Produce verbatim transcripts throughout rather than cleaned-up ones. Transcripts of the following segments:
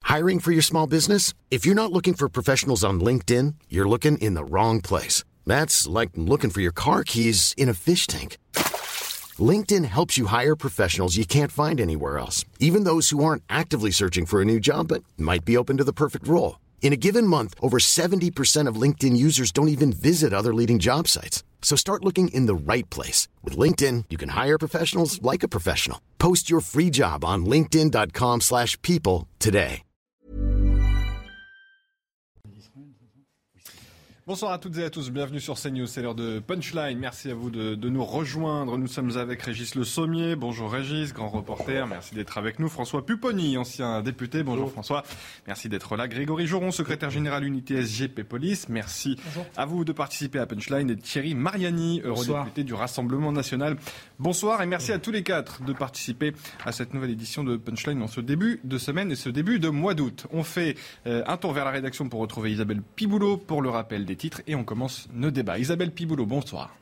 Hiring for your small business? If you're not looking for professionals on LinkedIn, you're looking in the wrong place. That's like looking for your car keys in a fish tank. LinkedIn helps you hire professionals you can't find anywhere else, even those who aren't actively searching for a new job but might be open to the perfect role. In a given month, over seventy percent of LinkedIn users don't even visit other leading job sites. So start looking in the right place. With LinkedIn, you can hire professionals like a professional. Post your free job on linkedin dot com slash people today. Bonsoir à toutes et à tous, bienvenue sur CNews, c'est l'heure de Punchline. Merci à vous de, de nous rejoindre. Nous sommes avec Régis Le Sommier. Bonjour Régis, grand reporter, merci d'être avec nous. François Pupponi, ancien député. Bonjour, Bonjour. François, merci d'être là. Grégory Joron, secrétaire général unité S G P Police. Merci Bonjour. À vous de participer à Punchline. Et Thierry Mariani, eurodéputé du Rassemblement National. Bonsoir et merci Bonjour. À tous les quatre de participer à cette nouvelle édition de Punchline en ce début de semaine et ce début de mois d'août. On fait euh, un tour vers la rédaction pour retrouver Isabelle Piboulot pour le rappel des titres et on commence nos débats. Isabelle Piboulot, bonsoir.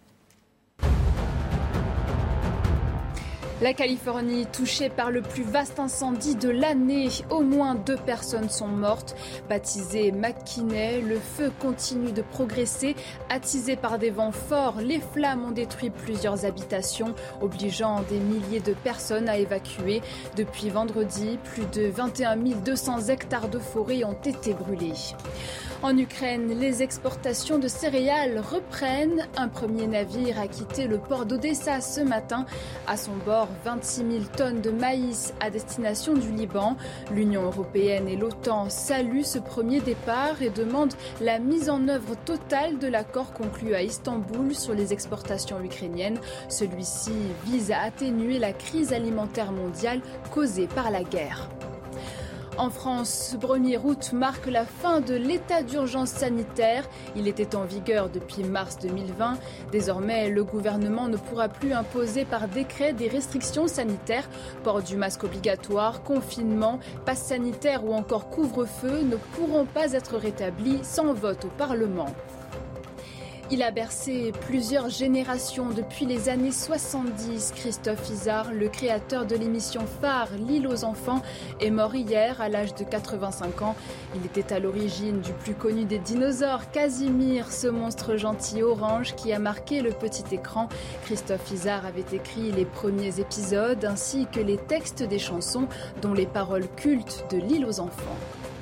La Californie touchée par le plus vaste incendie de l'année. Au moins deux personnes sont mortes. Baptisé McKinney, le feu continue de progresser. Attisé par des vents forts, les flammes ont détruit plusieurs habitations, obligeant des milliers de personnes à évacuer. Depuis vendredi, plus de vingt et un mille deux cents hectares de forêt ont été brûlés. En Ukraine, les exportations de céréales reprennent. Un premier navire a quitté le port d'Odessa ce matin. À son bord, vingt-six mille tonnes de maïs à destination du Liban. L'Union européenne et l'OTAN saluent ce premier départ et demandent la mise en œuvre totale de l'accord conclu à Istanbul sur les exportations ukrainiennes. Celui-ci vise à atténuer la crise alimentaire mondiale causée par la guerre. En France, ce premier août marque la fin de l'état d'urgence sanitaire. Il était en vigueur depuis mars deux mille vingt. Désormais, le gouvernement ne pourra plus imposer par décret des restrictions sanitaires. Port du masque obligatoire, confinement, passe sanitaire ou encore couvre-feu ne pourront pas être rétablis sans vote au Parlement. Il a bercé plusieurs générations depuis les années soixante-dix. Christophe Izard, le créateur de l'émission phare L'île aux enfants, est mort hier à l'âge de quatre-vingt-cinq ans. Il était à l'origine du plus connu des dinosaures, Casimir, ce monstre gentil orange qui a marqué le petit écran. Christophe Izard avait écrit les premiers épisodes ainsi que les textes des chansons, dont les paroles cultes de L'île aux enfants.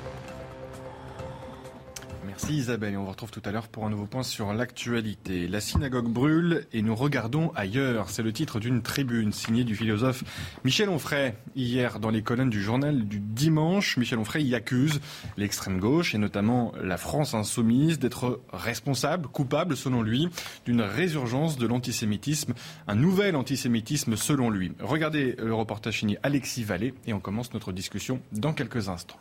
Merci Isabelle et on vous retrouve tout à l'heure pour un nouveau point sur l'actualité. La synagogue brûle et nous regardons ailleurs. C'est le titre d'une tribune signée du philosophe Michel Onfray. Hier, dans les colonnes du journal du dimanche, Michel Onfray y accuse l'extrême gauche et notamment la France insoumise d'être responsable, coupable selon lui, d'une résurgence de l'antisémitisme, un nouvel antisémitisme selon lui. Regardez le reportage signé Alexis Vallée et on commence notre discussion dans quelques instants.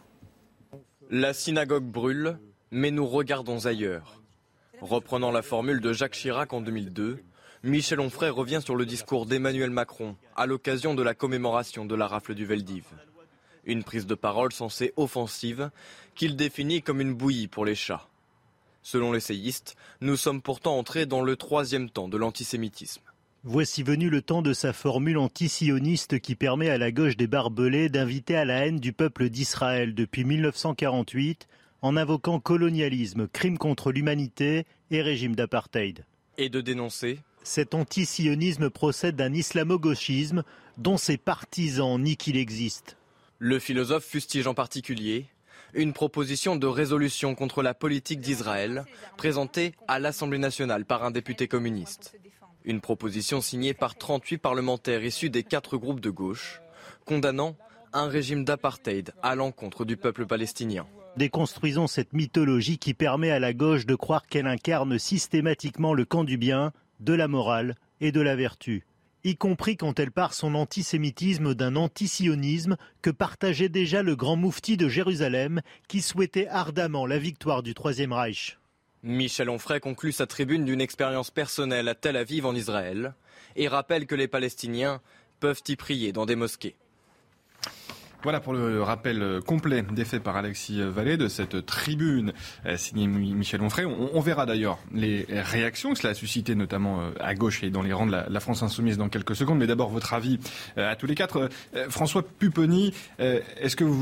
La synagogue brûle, mais nous regardons ailleurs. Reprenant la formule de Jacques Chirac en deux mille deux, Michel Onfray revient sur le discours d'Emmanuel Macron à l'occasion de la commémoration de la rafle du Veldiv. Une prise de parole censée offensive qu'il définit comme une bouillie pour les chats. Selon l'essayiste, nous sommes pourtant entrés dans le troisième temps de l'antisémitisme. Voici venu le temps de sa formule antisioniste qui permet à la gauche des barbelés d'inviter à la haine du peuple d'Israël depuis mille neuf cent quarante-huit en invoquant colonialisme, crime contre l'humanité et régime d'apartheid. Et de dénoncer. Cet antisionisme procède d'un islamo-gauchisme dont ses partisans nient qu'il existe. Le philosophe fustige en particulier une proposition de résolution contre la politique d'Israël présentée à l'Assemblée nationale par un député communiste. Une proposition signée par trente-huit parlementaires issus des quatre groupes de gauche, condamnant un régime d'apartheid à l'encontre du peuple palestinien. Déconstruisons cette mythologie qui permet à la gauche de croire qu'elle incarne systématiquement le camp du bien, de la morale et de la vertu, y compris quand elle part son antisémitisme d'un antisionisme que partageait déjà le grand moufti de Jérusalem qui souhaitait ardemment la victoire du Troisième Reich. Michel Onfray conclut sa tribune d'une expérience personnelle à Tel Aviv en Israël et rappelle que les Palestiniens peuvent y prier dans des mosquées. Voilà pour le rappel complet des faits par Alexis Vallée de cette tribune signée Michel Onfray. On, on verra d'ailleurs les réactions que cela a suscité, notamment à gauche et dans les rangs de la, la France insoumise dans quelques secondes. Mais d'abord, votre avis à tous les quatre. François Pupponi, est-ce que vous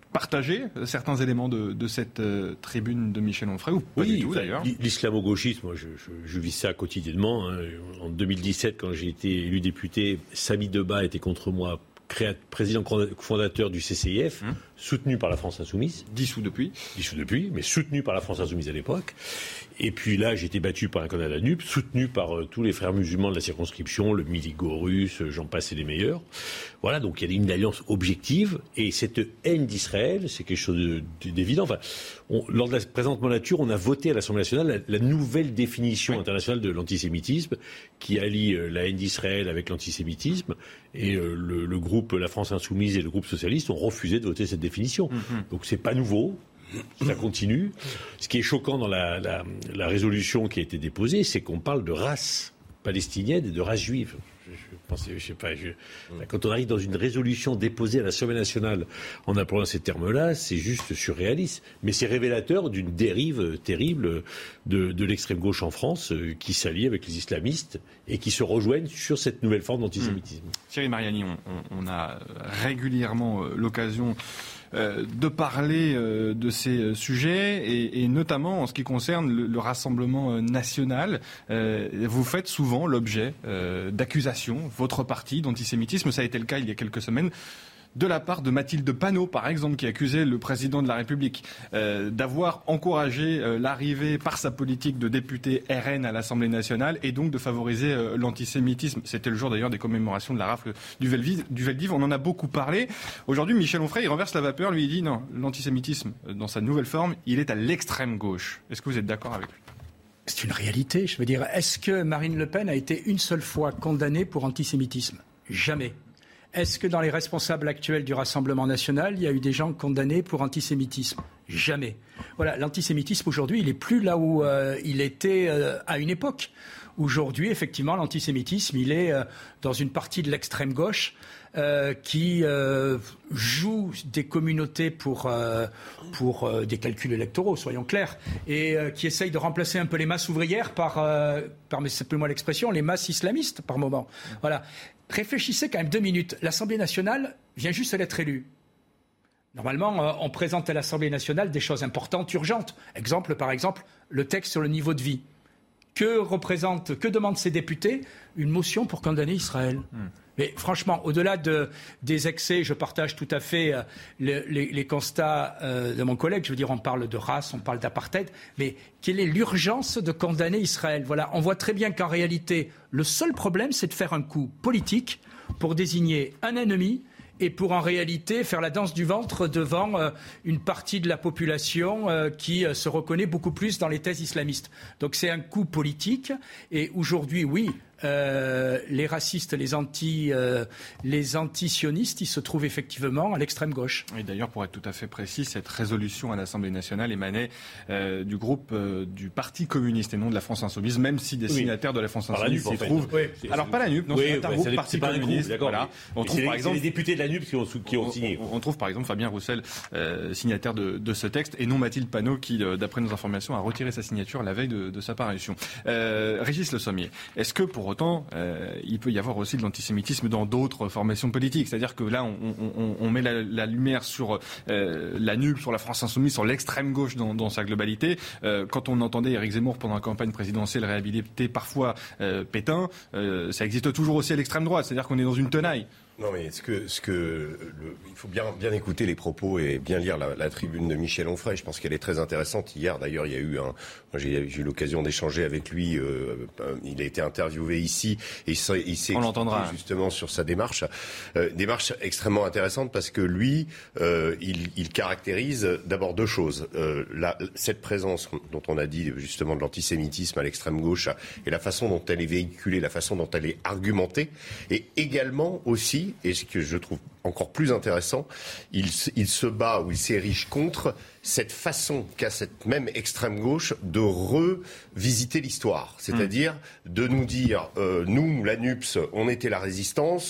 partagez certains éléments de, de cette euh, tribune de Michel Onfray, ou pas oui, du tout enfin, d'ailleurs. L'islamo-gauchisme, moi je, je, je vis ça quotidiennement. Hein. En deux mille dix-sept, quand j'ai été élu député, Samy Debat était contre moi, créat, président fondateur du C C I F, hum. soutenu par la France Insoumise. Dissous depuis. Dissous depuis, mais soutenu par la France Insoumise à l'époque. Et puis là, j'ai été battu par un candidat de la N U P, soutenu par euh, tous les frères musulmans de la circonscription, le Miligorus, euh, j'en passe et les meilleurs. Voilà, donc il y a une alliance objective. Et cette haine d'Israël, c'est quelque chose de, de, d'évident. Enfin, on, lors de la présente mandature, on a voté à l'Assemblée nationale la, la nouvelle définition oui. internationale de l'antisémitisme, qui allie euh, la haine d'Israël avec l'antisémitisme. Et euh, le, le groupe La France Insoumise et le groupe socialiste ont refusé de voter cette définition. Mm-hmm. Donc c'est pas nouveau. Ça continue. Ce qui est choquant dans la, la, la résolution qui a été déposée, c'est qu'on parle de race palestinienne et de race juive. Je, je pensais, je sais pas, je, quand on arrive dans une résolution déposée à l'Assemblée nationale en employant ces termes-là, c'est juste surréaliste. Mais c'est révélateur d'une dérive terrible de, de l'extrême gauche en France euh, qui s'allie avec les islamistes et qui se rejoignent sur cette nouvelle forme d'antisémitisme. Mmh. Thierry Mariani, on, on, on a régulièrement euh, l'occasion Euh, de parler euh, de ces sujets et, et notamment en ce qui concerne le, le Rassemblement national. Euh, vous faites souvent l'objet euh, d'accusations, votre parti, d'antisémitisme. Ça a été le cas il y a quelques semaines, de la part de Mathilde Panot, par exemple, qui accusait le président de la République euh, d'avoir encouragé euh, l'arrivée par sa politique de député R N à l'Assemblée nationale et donc de favoriser euh, l'antisémitisme. C'était le jour d'ailleurs des commémorations de la rafle du Veldiv. Du Veldiv. On en a beaucoup parlé. Aujourd'hui, Michel Onfray, il renverse la vapeur. Lui, il dit non, l'antisémitisme, dans sa nouvelle forme, il est à l'extrême gauche. Est-ce que vous êtes d'accord avec lui ? C'est une réalité. Je veux dire, est-ce que Marine Le Pen a été une seule fois condamnée pour antisémitisme ? Jamais. Est-ce que dans les responsables actuels du Rassemblement national, il y a eu des gens condamnés pour antisémitisme ? Jamais. Voilà, l'antisémitisme aujourd'hui, il n'est plus là où euh, il était euh, à une époque. Aujourd'hui, effectivement, l'antisémitisme, il est euh, dans une partie de l'extrême gauche euh, qui euh, joue des communautés pour, euh, pour euh, des calculs électoraux, soyons clairs, et euh, qui essaye de remplacer un peu les masses ouvrières par, euh, par mais c'est plus moi l'expression, les masses islamistes par moment. Voilà. Réfléchissez quand même deux minutes. L'Assemblée nationale vient juste d'être élue. Normalement, euh, on présente à l'Assemblée nationale des choses importantes, urgentes. Exemple, par exemple, le texte sur le niveau de vie. Que représente, que demandent ces députés ? Une motion pour condamner Israël. Mmh. Mais franchement, au-delà de, des excès, je partage tout à fait euh, les, les, les constats euh, de mon collègue. Je veux dire, on parle de race, on parle d'apartheid. Mais quelle est l'urgence de condamner Israël ? Voilà, on voit très bien qu'en réalité, le seul problème, c'est de faire un coup politique pour désigner un ennemi et pour en réalité faire la danse du ventre devant euh, une partie de la population euh, qui euh, se reconnaît beaucoup plus dans les thèses islamistes. Donc c'est un coup politique et aujourd'hui, oui, euh, les racistes, les anti, euh, les anti-sionistes, ils se trouvent effectivement à l'extrême gauche. Et d'ailleurs, pour être tout à fait précis, cette résolution à l'Assemblée nationale émanait euh, du groupe euh, du Parti communiste et non de la France Insoumise, même si des oui. signataires de la France Insoumise s'y trouvent. Oui. Alors pas la N U P, non, oui, c'est un ouais, groupe c'est Parti pas communiste. Un groupe, voilà. On trouve c'est par les, exemple les députés de la N U P qui ont, qui ont signé. On, on trouve par exemple Fabien Roussel, euh, signataire de, de ce texte, et non Mathilde Panot, qui, euh, d'après nos informations, a retiré sa signature la veille de, de sa parution. Euh, Régis Le Sommier, est-ce que pour autant euh, il peut y avoir aussi de l'antisémitisme dans d'autres formations politiques ? C'est-à-dire que là, on, on, on met la, la lumière sur euh, la N U P, sur la France Insoumise, sur l'extrême gauche dans, dans sa globalité. Euh, quand on entendait Éric Zemmour pendant la campagne présidentielle réhabiliter parfois euh, Pétain, euh, ça existe toujours aussi à l'extrême droite. C'est-à-dire qu'on est dans une tenaille. Non, mais ce que, ce que le, il faut bien, bien écouter les propos et bien lire la, la tribune de Michel Onfray. Je pense qu'elle est très intéressante. Hier, d'ailleurs, il y a eu un, moi, j'ai, j'ai eu l'occasion d'échanger avec lui. Euh, il a été interviewé ici et il s'est, il s'est expliqué justement sur sa démarche, euh, démarche extrêmement intéressante parce que lui, euh, il, il caractérise d'abord deux choses. Euh, la, cette présence dont on a dit justement de l'antisémitisme à l'extrême gauche et la façon dont elle est véhiculée, la façon dont elle est argumentée, et également aussi, et ce que je trouve encore plus intéressant, il, il se bat ou il s'érige contre cette façon qu'a cette même extrême gauche de revisiter l'histoire. C'est-à-dire mmh. de nous dire, euh, nous, la N U P S, on était la résistance,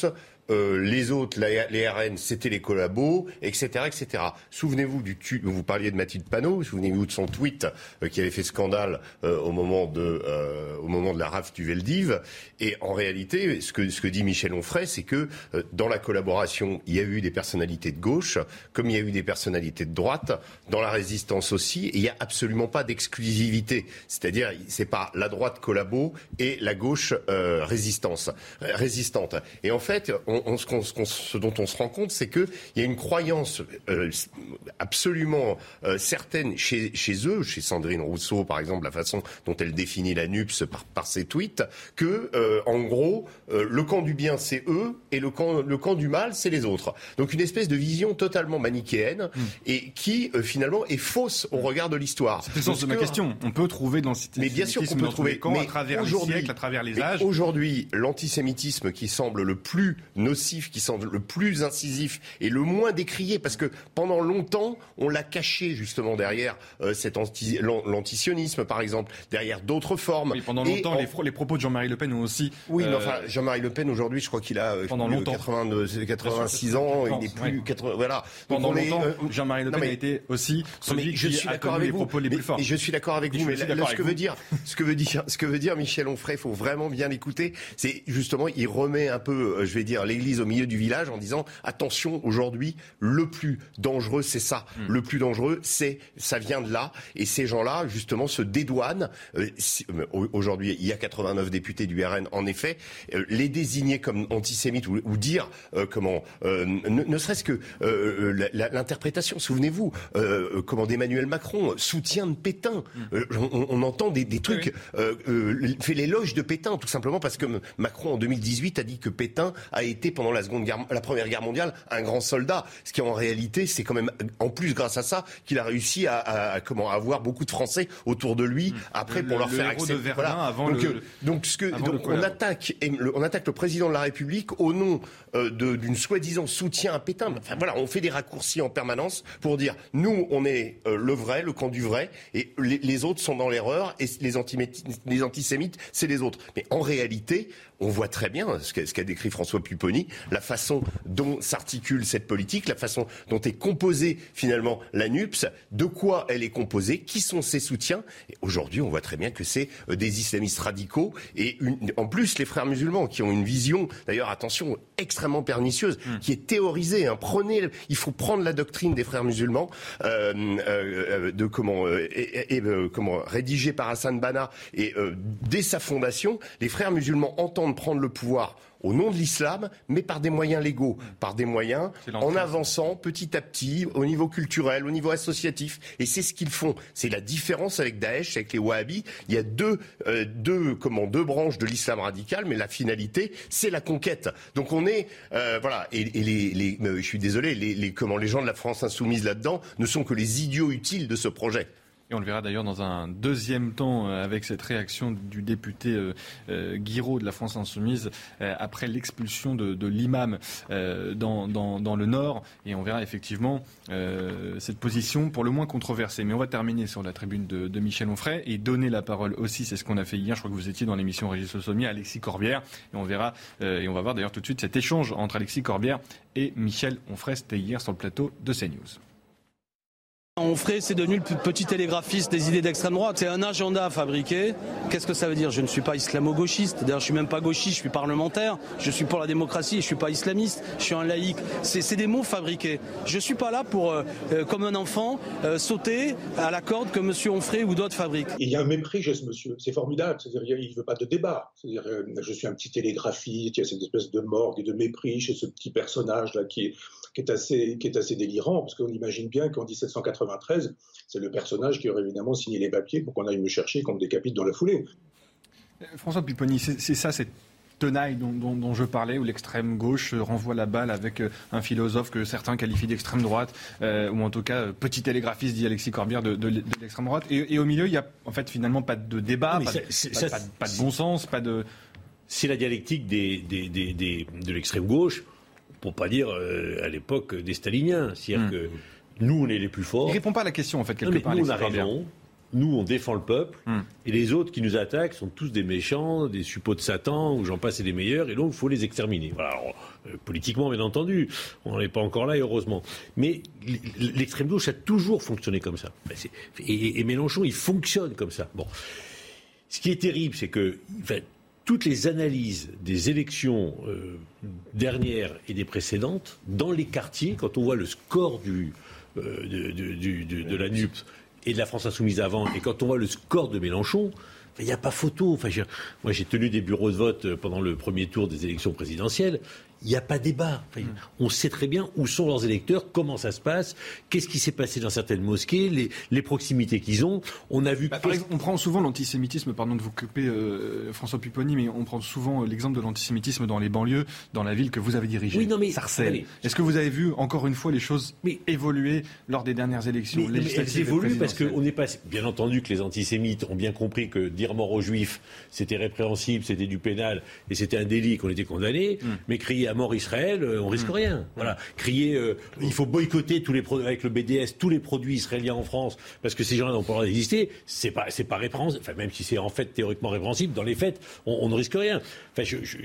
euh, les autres, la, les R N, c'était les collabos, et cetera, et cetera. Souvenez-vous du tu, vous parliez de Mathilde Panot, souvenez-vous de son tweet euh, qui avait fait scandale euh, au moment de euh, au moment de la rafle du Veldiv. Et en réalité, ce que ce que dit Michel Onfray, c'est que euh, dans la collaboration, il y a eu des personnalités de gauche, comme il y a eu des personnalités de droite. Dans la résistance aussi, et il n'y a absolument pas d'exclusivité. C'est-à-dire, c'est pas la droite collabo et la gauche euh, résistance, résistante. Et en fait, on, on, ce, qu'on, ce dont on se rend compte, c'est qu'il y a une croyance euh, absolument euh, certaine chez, chez eux, chez Sandrine Rousseau, par exemple, la façon dont elle définit la N U P S par, par ses tweets, que, euh, en gros, euh, le camp du bien, c'est eux, et le camp, le camp du mal, c'est les autres. Donc une espèce de vision totalement manichéenne, mmh. et qui, euh, finalement, est fausse au regard de l'histoire. C'est le sens de ma question. On peut trouver dans l'antisémitisme mais bien sûr qu'on peut trouver camps, à travers les siècles, à travers les âges. Aujourd'hui, l'antisémitisme qui semble le plus nocif, qui semble le plus incisif et le moins décrié, parce que pendant longtemps, on l'a caché justement derrière euh, cet anti, l'antisionisme, par exemple, derrière d'autres formes. Oui, pendant longtemps, en... les, les propos de Jean-Marie Le Pen ont aussi... Oui, euh... mais enfin, Jean-Marie Le Pen, aujourd'hui, je crois qu'il a pendant longtemps. quatre-vingt-deux, quatre-vingt-six ans, il n'est plus... Ouais. quatre-vingts, voilà. Pendant Donc, longtemps, est, euh, Jean-Marie Le Pen mais... a été aussi celui je qui suis a tenu les propos les plus forts. Et je suis d'accord avec vous, mais là, ce que veut dire, ce que veut dire, ce que veut dire Michel Onfray, il faut vraiment bien l'écouter. C'est justement, il remet un peu, je vais dire, l'église au milieu du village en disant attention, aujourd'hui, le plus dangereux, c'est ça. Mm. Le plus dangereux, c'est, ça vient de là, et ces gens-là, justement, se dédouanent. Euh, si, euh, aujourd'hui, il y a quatre-vingt-neuf députés du R N, en effet, euh, les désigner comme antisémites ou, ou dire euh, comment, euh, ne, ne serait-ce que euh, la, la, l'interprétation. Souvenez-vous, euh, comment d'Emmanuel Macron, soutien de Pétain. Mm. Euh, on, on entend des, des trucs, oui, oui. Euh, euh, fait l'éloge de Pétain, tout simplement parce que Macron en deux mille dix-huit a dit que Pétain a été pendant la seconde guerre, la première guerre mondiale, un grand soldat. Ce qui en réalité, c'est quand même en plus grâce à ça qu'il a réussi à, à, à comment à avoir beaucoup de Français autour de lui. Mmh. Après, le, pour leur le faire accepter. Voilà. Avant donc, le, euh, donc, ce que, donc on attaque, le, on attaque le président de la République au nom euh, de, d'une soi-disant soutien à Pétain. Enfin voilà, on fait des raccourcis en permanence pour dire nous, on est euh, le vrai, le camp du vrai, et les, les autres sont dans l'erreur, et les, antiméti- les antisémites, c'est les autres. Mais en réalité, on voit très bien ce qu'a, ce qu'a décrit François Pupponi, la façon dont s'articule cette politique, la façon dont est composée finalement la N U P S, de quoi elle est composée, qui sont ses soutiens. Et aujourd'hui, on voit très bien que c'est des islamistes radicaux et une, en plus les frères musulmans qui ont une vision, d'ailleurs attention, extrêmement pernicieuse, mmh. qui est théorisée. Hein. Prenez, il faut prendre la doctrine des frères musulmans, euh, euh, de comment, euh, et, et, euh, comment rédigée par Hassan Banna, et euh, dès sa fondation, les frères musulmans entendent prendre le pouvoir au nom de l'islam, mais par des moyens légaux, par des moyens en avançant petit à petit au niveau culturel, au niveau associatif. Et c'est ce qu'ils font. C'est la différence avec Daesh, avec les Wahhabis. Il y a deux, euh, deux, comment, deux branches de l'islam radical, mais la finalité, c'est la conquête. Donc on est, euh, voilà. Et, et les, les euh, je suis désolé, les, les, comment, les gens de la France insoumise là-dedans ne sont que les idiots utiles de ce projet. Et on le verra d'ailleurs dans un deuxième temps avec cette réaction du député euh, euh, Guiraud de la France Insoumise euh, après l'expulsion de, de l'imam euh, dans, dans, dans le Nord. Et on verra effectivement euh, cette position pour le moins controversée. Mais on va terminer sur la tribune de, de Michel Onfray et donner la parole aussi, c'est ce qu'on a fait hier, je crois que vous étiez dans l'émission Régis Le Sommier, Alexis Corbière. Et on verra, euh, et on va voir d'ailleurs tout de suite cet échange entre Alexis Corbière et Michel Onfray. C'était hier sur le plateau de CNews. Onfray, c'est devenu le petit télégraphiste des idées d'extrême droite. C'est un agenda fabriqué. Qu'est-ce que ça veut dire ? Je ne suis pas islamo-gauchiste. D'ailleurs, je suis même pas gauchiste, je suis parlementaire. Je suis pour la démocratie et je suis pas islamiste. Je suis un laïc. C'est, c'est des mots fabriqués. Je suis pas là pour, euh, comme un enfant, euh, sauter à la corde que monsieur Onfray ou d'autres fabriquent. Il y a un mépris chez ce monsieur. C'est formidable. C'est-à-dire, il ne veut pas de débat. C'est-à-dire, euh, je suis un petit télégraphiste. Il y a cette espèce de morgue et de mépris chez ce petit personnage-là qui est, qui est assez, qui est assez délirant, parce qu'on imagine bien qu'en dix-sept cent quatre-vingt-treize, c'est le personnage qui aurait évidemment signé les papiers pour qu'on aille me chercher, qu'on me décapite dans la foulée. François Pupponi, c'est, c'est ça, cette tenaille dont, dont, dont je parlais, où l'extrême gauche renvoie la balle avec un philosophe que certains qualifient d'extrême droite, euh, ou en tout cas petit télégraphiste, dit Alexis Corbière, de, de, de l'extrême droite. Et, et au milieu, il n'y a en fait finalement pas de débat, pas, c'est, de, c'est, pas, ça, pas, pas de bon sens, pas de... C'est la dialectique des, des, des, des, de l'extrême gauche, pour pas dire euh, à l'époque des staliniens. C'est-à-dire mmh. que nous, on est les plus forts. Il répond pas à la question, en fait, quelque non, mais part. Nous, on a raison. nous, on défend le peuple, mmh. et les autres qui nous attaquent sont tous des méchants, des suppôts de Satan, ou j'en passe et des meilleurs, et donc il faut les exterminer. Voilà, alors, euh, politiquement, bien entendu, on n'en est pas encore là, et heureusement. Mais l'extrême gauche a toujours fonctionné comme ça. Et, et Mélenchon, il fonctionne comme ça. Bon. Ce qui est terrible, c'est que enfin, toutes les analyses des élections euh, dernières et des précédentes, dans les quartiers, quand on voit le score du, euh, de, de, de, de, de la N U P et de la France Insoumise avant, et quand on voit le score de Mélenchon, il n'y a pas photo. Enfin, j'ai, moi, j'ai tenu des bureaux de vote pendant le premier tour des élections présidentielles. Il n'y a pas débat. Enfin, mmh. On sait très bien où sont leurs électeurs, comment ça se passe, qu'est-ce qui s'est passé dans certaines mosquées, les, les proximités qu'ils ont. On a vu. Bah, par exemple, on prend souvent l'antisémitisme, pardon de vous couper, euh, François Pupponi, mais on prend souvent l'exemple de l'antisémitisme dans les banlieues, dans la ville que vous avez dirigée, oui, non, mais, Sarcelles. Allez. Est-ce que vous avez vu encore une fois les choses mais, évoluer lors des dernières élections mais, législatives? Elles évoluent parce qu'on n'est pas. Bien entendu que les antisémites ont bien compris que dire mort aux juifs, c'était répréhensible, c'était du pénal et c'était un délit qu'on était condamné. Hum. Mais crier à mort Israël, on risque rien. Voilà. Crier, euh, il faut boycotter tous les pro- avec le B D S tous les produits israéliens en France parce que ces gens-là n'ont pas le droit d'exister. C'est pas, c'est pas répréhensible. Enfin, même si c'est en fait théoriquement répréhensible, dans les faits, on, on ne risque rien. Enfin, je, je,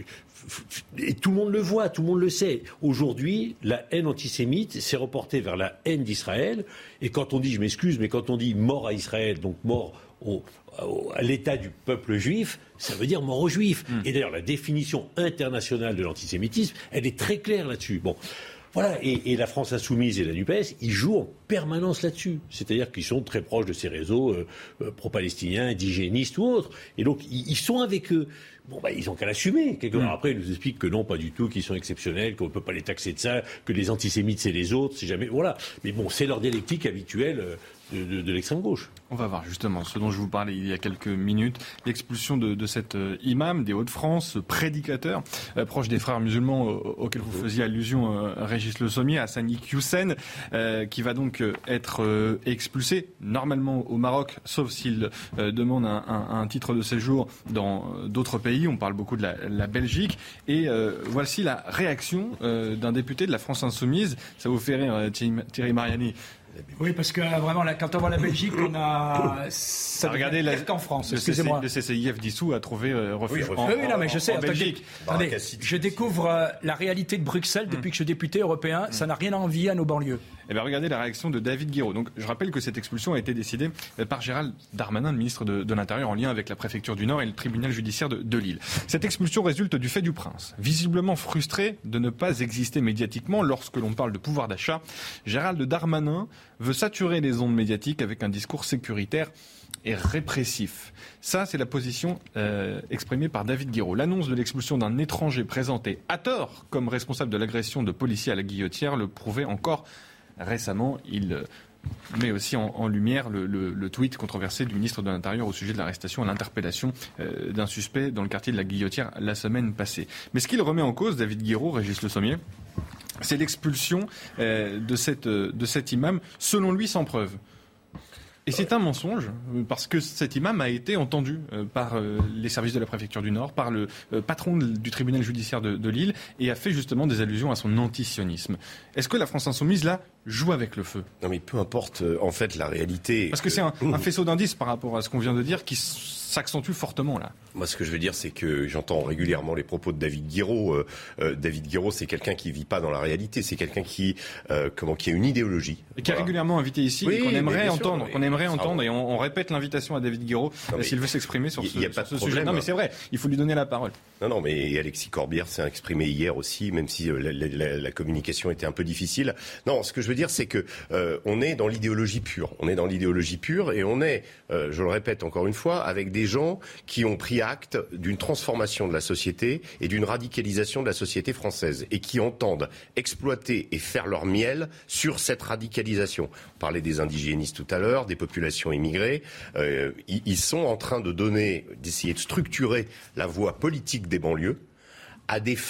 et tout le monde le voit, tout le monde le sait. Aujourd'hui, la haine antisémite s'est reportée vers la haine d'Israël. Et quand on dit, je m'excuse, mais quand on dit mort à Israël, donc mort au, au, à l'état du peuple juif, ça veut dire mort aux juifs. Mmh. Et d'ailleurs, la définition internationale de l'antisémitisme, elle est très claire là-dessus. Bon, voilà. Et, et la France Insoumise et la NUPES, ils jouent en permanence là-dessus. C'est-à-dire qu'ils sont très proches de ces réseaux euh, euh, pro-palestiniens, indigénistes ou autres. Et donc, ils, ils sont avec eux. Bon, bah, ils ont qu'à l'assumer. Quelque part. Mmh. Après, ils nous expliquent que non, pas du tout, qu'ils sont exceptionnels, qu'on ne peut pas les taxer de ça, que les antisémites, c'est les autres, c'est jamais. Voilà. Mais bon, c'est leur dialectique habituelle euh, de, de, de l'extrême gauche. On va voir justement ce dont je vous parlais il y a quelques minutes, l'expulsion de, de cet euh, imam des Hauts-de-France, ce prédicateur, euh, proche des frères musulmans euh, auxquels vous faisiez allusion, euh, Régis Le Sommier, Hassani Hussein, euh, qui va donc euh, être euh, expulsé normalement au Maroc, sauf s'il euh, demande un, un, un titre de séjour dans euh, d'autres pays. On parle beaucoup de la, la Belgique. Et euh, voici la réaction euh, d'un député de la France Insoumise. Ça vous fait rire, Thierry Mariani? Oui, parce que euh, vraiment, là, quand on voit la Belgique, on a. Ça regardez la... qu'en France. Le excusez-moi. Le C C I F dissous a trouvé euh, refuge oui, en, oui, non, mais je sais, en, en Belgique. Attendez, attendez, je découvre euh, la réalité de Bruxelles depuis mmh. que je suis député européen. Mmh. Ça n'a rien à envier à nos banlieues. Eh bien, regardez la réaction de David Guiraud. Donc, je rappelle que cette expulsion a été décidée par Gérald Darmanin, le ministre de, de l'Intérieur, en lien avec la préfecture du Nord et le tribunal judiciaire de, de Lille. Cette expulsion résulte du fait du prince. Visiblement frustré de ne pas exister médiatiquement lorsque l'on parle de pouvoir d'achat, Gérald Darmanin veut saturer les ondes médiatiques avec un discours sécuritaire et répressif. Ça, c'est la position euh, exprimée par David Guiraud. L'annonce de l'expulsion d'un étranger présenté à tort comme responsable de l'agression de policiers à la guillotière le prouvait encore récemment. Il euh, met aussi en, en lumière le, le, le tweet controversé du ministre de l'Intérieur au sujet de l'arrestation et l'interpellation euh, d'un suspect dans le quartier de la Guillotière la semaine passée. Mais ce qu'il remet en cause, David Guiraud, Régis Le Sommier, c'est l'expulsion euh, de, cette, euh, de cet imam, selon lui sans preuve. Et c'est un mensonge, parce que cet imam a été entendu euh, par euh, les services de la préfecture du Nord, par le euh, patron du tribunal judiciaire de, de Lille, et a fait justement des allusions à son antisionisme. Est-ce que la France Insoumise, là, joue avec le feu? Non mais peu importe, euh, en fait, la réalité... Parce que c'est un, un faisceau d'indices par rapport à ce qu'on vient de dire qui s'accentue fortement, là. Moi, ce que je veux dire, c'est que j'entends régulièrement les propos de David Guiraud. Euh, euh, David Guiraud, c'est quelqu'un qui vit pas dans la réalité. C'est quelqu'un qui, euh, comment, qui a une idéologie. Et qui voilà. est régulièrement invité ici, oui, et qu'on aimerait entendre, sûr, qu'on aimerait entendre, et on, on répète l'invitation à David Guiraud euh, s'il veut s'exprimer sur ce, y a pas ce de sujet. Non, mais c'est vrai, il faut lui donner la parole. Non, non, mais Alexis Corbière s'est exprimé hier aussi, même si euh, la, la, la communication était un peu difficile. Non, ce que je veux dire, c'est que euh, on est dans l'idéologie pure. On est dans l'idéologie pure, et on est, euh, je le répète encore une fois, avec des gens qui ont pris acte d'une transformation de la société et d'une radicalisation de la société française et qui entendent exploiter et faire leur miel sur cette radicalisation. On parlait des indigénistes tout à l'heure, des populations immigrées. Euh, ils, ils sont en train de donner, d'essayer de structurer la voie politique des banlieues à des fins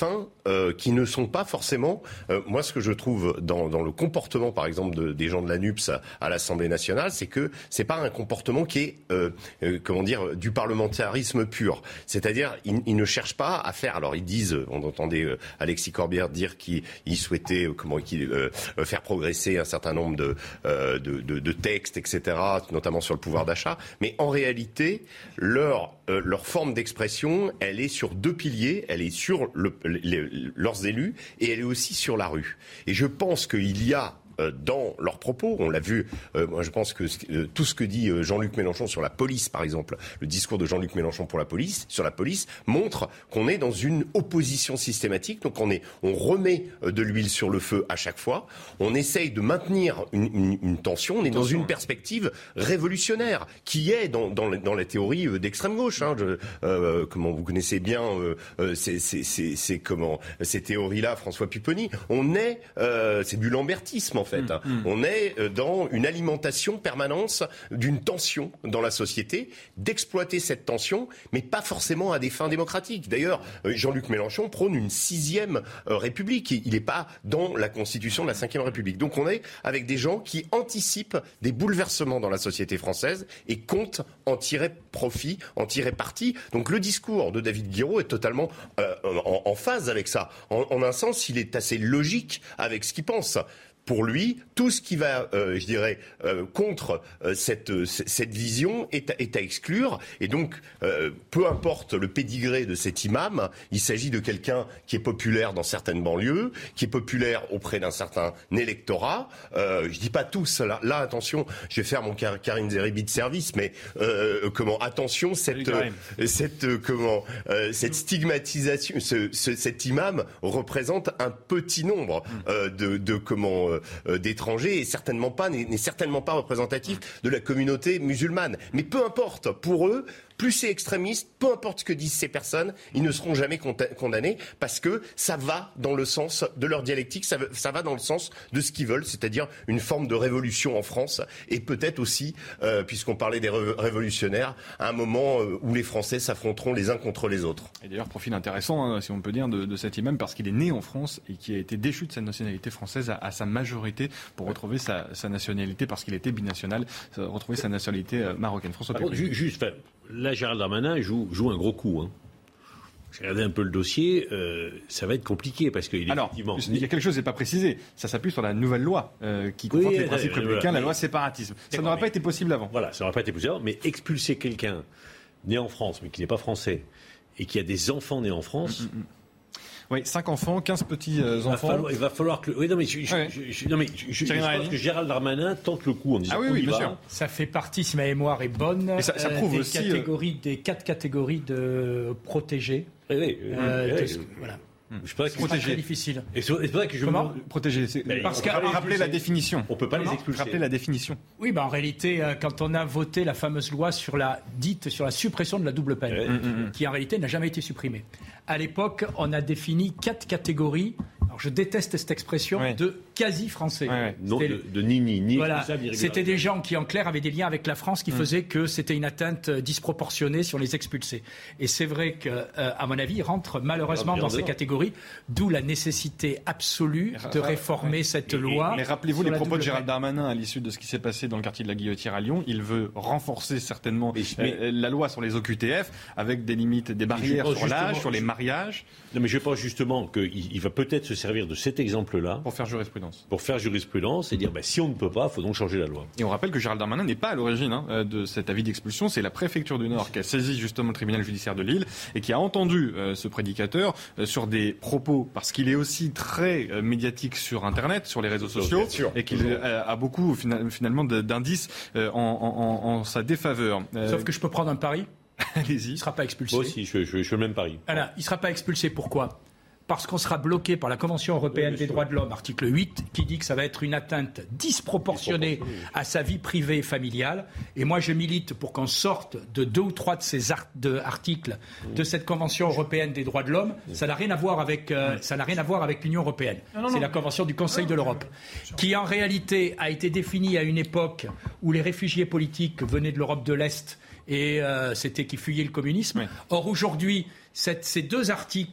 euh, qui ne sont pas forcément... Euh, moi, ce que je trouve dans, dans le comportement, par exemple, de, des gens de la NUPS à, à l'Assemblée nationale, c'est que c'est pas un comportement qui est, euh, euh, comment dire, du parlementarisme pur. C'est-à-dire, ils, ils ne cherchent pas à faire... Alors, ils disent, on entendait euh, Alexis Corbière dire qu'il il souhaitait euh, comment, qu'il, euh, faire progresser un certain nombre de, euh, de, de, de textes, et cetera, notamment sur le pouvoir d'achat. Mais en réalité, leur, euh, leur forme d'expression, elle est sur deux piliers. Elle est sur le, les, leurs élus et elle est aussi sur la rue. Et je pense qu'il y a dans leurs propos, on l'a vu, euh, moi je pense que euh, tout ce que dit euh, Jean-Luc Mélenchon sur la police, par exemple, le discours de Jean-Luc Mélenchon pour la police, sur la police, montre qu'on est dans une opposition systématique, donc on, est, on remet euh, de l'huile sur le feu à chaque fois, on essaye de maintenir une, une, une tension, on est dans une perspective révolutionnaire, qui est dans, dans, dans la théorie euh, d'extrême gauche, hein, je, euh, comment vous connaissez bien euh, euh, c'est, c'est, c'est, c'est, comment, ces théories-là, François Pupponi, on est, euh, c'est du lambertisme, en fait. Mmh, mmh. On est dans une alimentation permanente d'une tension dans la société, d'exploiter cette tension, mais pas forcément à des fins démocratiques. D'ailleurs, Jean-Luc Mélenchon prône une sixième République. Il n'est pas dans la constitution de la cinquième République. Donc on est avec des gens qui anticipent des bouleversements dans la société française et comptent en tirer profit, en tirer parti. Donc le discours de David Guiraud est totalement euh, en, en phase avec ça. En, en un sens, il est assez logique avec ce qu'il pense. Pour lui, tout ce qui va, euh, je dirais, euh, contre euh, cette, euh, cette vision est à, est à exclure. Et donc, euh, peu importe le pédigré de cet imam, il s'agit de quelqu'un qui est populaire dans certaines banlieues, qui est populaire auprès d'un certain électorat. Euh, je dis pas tous. Là, là, attention, je vais faire mon Kar- Karine Zeribi de service, mais euh, comment attention cette, euh, cette euh, comment euh, cette stigmatisation, ce, ce, cet imam représente un petit nombre euh, de, de comment Euh, d'étrangers et certainement pas, n'est, n'est certainement pas représentatif de la communauté musulmane. Mais peu importe, pour eux, plus c'est extrémiste, peu importe ce que disent ces personnes, ils ne seront jamais condamnés parce que ça va dans le sens de leur dialectique, ça, ça va dans le sens de ce qu'ils veulent, c'est-à-dire une forme de révolution en France et peut-être aussi, euh, puisqu'on parlait des ré- révolutionnaires, à un moment euh, où les Français s'affronteront les uns contre les autres. Et d'ailleurs, profil intéressant, hein, si on peut dire, de, de cet imam parce qu'il est né en France et qui a été déchu de sa nationalité française à, à sa majorité pour retrouver sa, sa nationalité parce qu'il était binational, retrouver sa nationalité euh, marocaine. François Pépé. Juste, juste là, Gérald Darmanin joue, joue un gros coup. Hein. J'ai regardé un peu le dossier, euh, ça va être compliqué parce qu'il est Alors, effectivement... il y a quelque chose qui n'est pas précisé. Ça s'appuie sur la nouvelle loi euh, qui conforte oui, les principes euh, républicains, voilà. La loi séparatisme. Ça n'aurait pas été possible avant. Voilà, ça n'aurait pas été possible avant, mais expulser quelqu'un né en France, mais qui n'est pas français, et qui a des enfants nés en France... Mm, mm, mm. Oui, cinq enfants, quinze petits euh, enfants. Falloir, il va falloir que... Oui, non, mais je, je, ouais. je, je, non, mais je, je, je pense que Gérald Darmanin tente le coup en disant... Ah oui, oui, bien sûr. Ça fait partie, si ma mémoire est bonne, ça, ça prouve euh, des, aussi, catégories, euh... des quatre catégories de protégés. Oui, oui, euh, oui, de, oui. Voilà. Je pense que c'est très difficile. Et c'est vrai que je Comment me... protéger c'est... Parce qu'à rappeler la définition. On peut pas Comment les expulser. Rappeler la définition. Oui, bah en réalité, quand on a voté la fameuse loi sur la dite sur la suppression de la double peine, ouais. mmh, mmh. qui en réalité n'a jamais été supprimée. À l'époque, on a défini quatre catégories. Alors, je déteste cette expression ouais. de quasi-français. Ouais, ouais. Non, de, de ni-ni, ni. Voilà. C'était des gens qui, en clair, avaient des liens avec la France qui mmh. faisaient que c'était une atteinte disproportionnée si on les expulsait. Et c'est vrai qu'à euh, mon avis, ils rentrent malheureusement dans ces catégories, d'où la nécessité absolue de réformer ouais. cette et, loi. Mais rappelez-vous les propos de Gérald Darmanin à l'issue de ce qui s'est passé dans le quartier de la Guillotière à Lyon. Il veut renforcer certainement mais, mais, euh, la loi sur les O Q T F avec des limites, des barrières sur l'âge, sur les mariages. Non, mais je pense justement qu'il il va peut-être se servir de cet exemple-là pour faire jurisprudence. Pour faire jurisprudence et dire bah, si on ne peut pas, il faut donc changer la loi. Et on rappelle que Gérald Darmanin n'est pas à l'origine hein, de cet avis d'expulsion. C'est la préfecture du Nord qui a saisi justement le tribunal judiciaire de Lille et qui a entendu euh, ce prédicateur euh, sur des propos, parce qu'il est aussi très euh, médiatique sur Internet, sur les réseaux sociaux, et qu'il euh, a beaucoup finalement d'indices euh, en, en, en, en sa défaveur. Euh... Sauf que je peux prendre un pari. Allez-y. Il ne sera pas expulsé. Moi aussi, je, je, je fais le même pari. Alors, il ne sera pas expulsé. Pourquoi ? Parce qu'on sera bloqué par la Convention européenne oui, des droits de l'homme, article huit, qui dit que ça va être une atteinte disproportionnée à sa vie privée et familiale. Et moi, je milite pour qu'on sorte de deux ou trois de ces art- de articles de cette Convention européenne des droits de l'homme. Ça n'a rien à voir avec, euh, ça n'a rien à voir avec l'Union européenne. Non, non, C'est non. la Convention du Conseil de l'Europe, qui en réalité a été définie à une époque où les réfugiés politiques venaient de l'Europe de l'Est et euh, c'était qui fuyaient le communisme. Oui. Or, aujourd'hui, cette, ces deux articles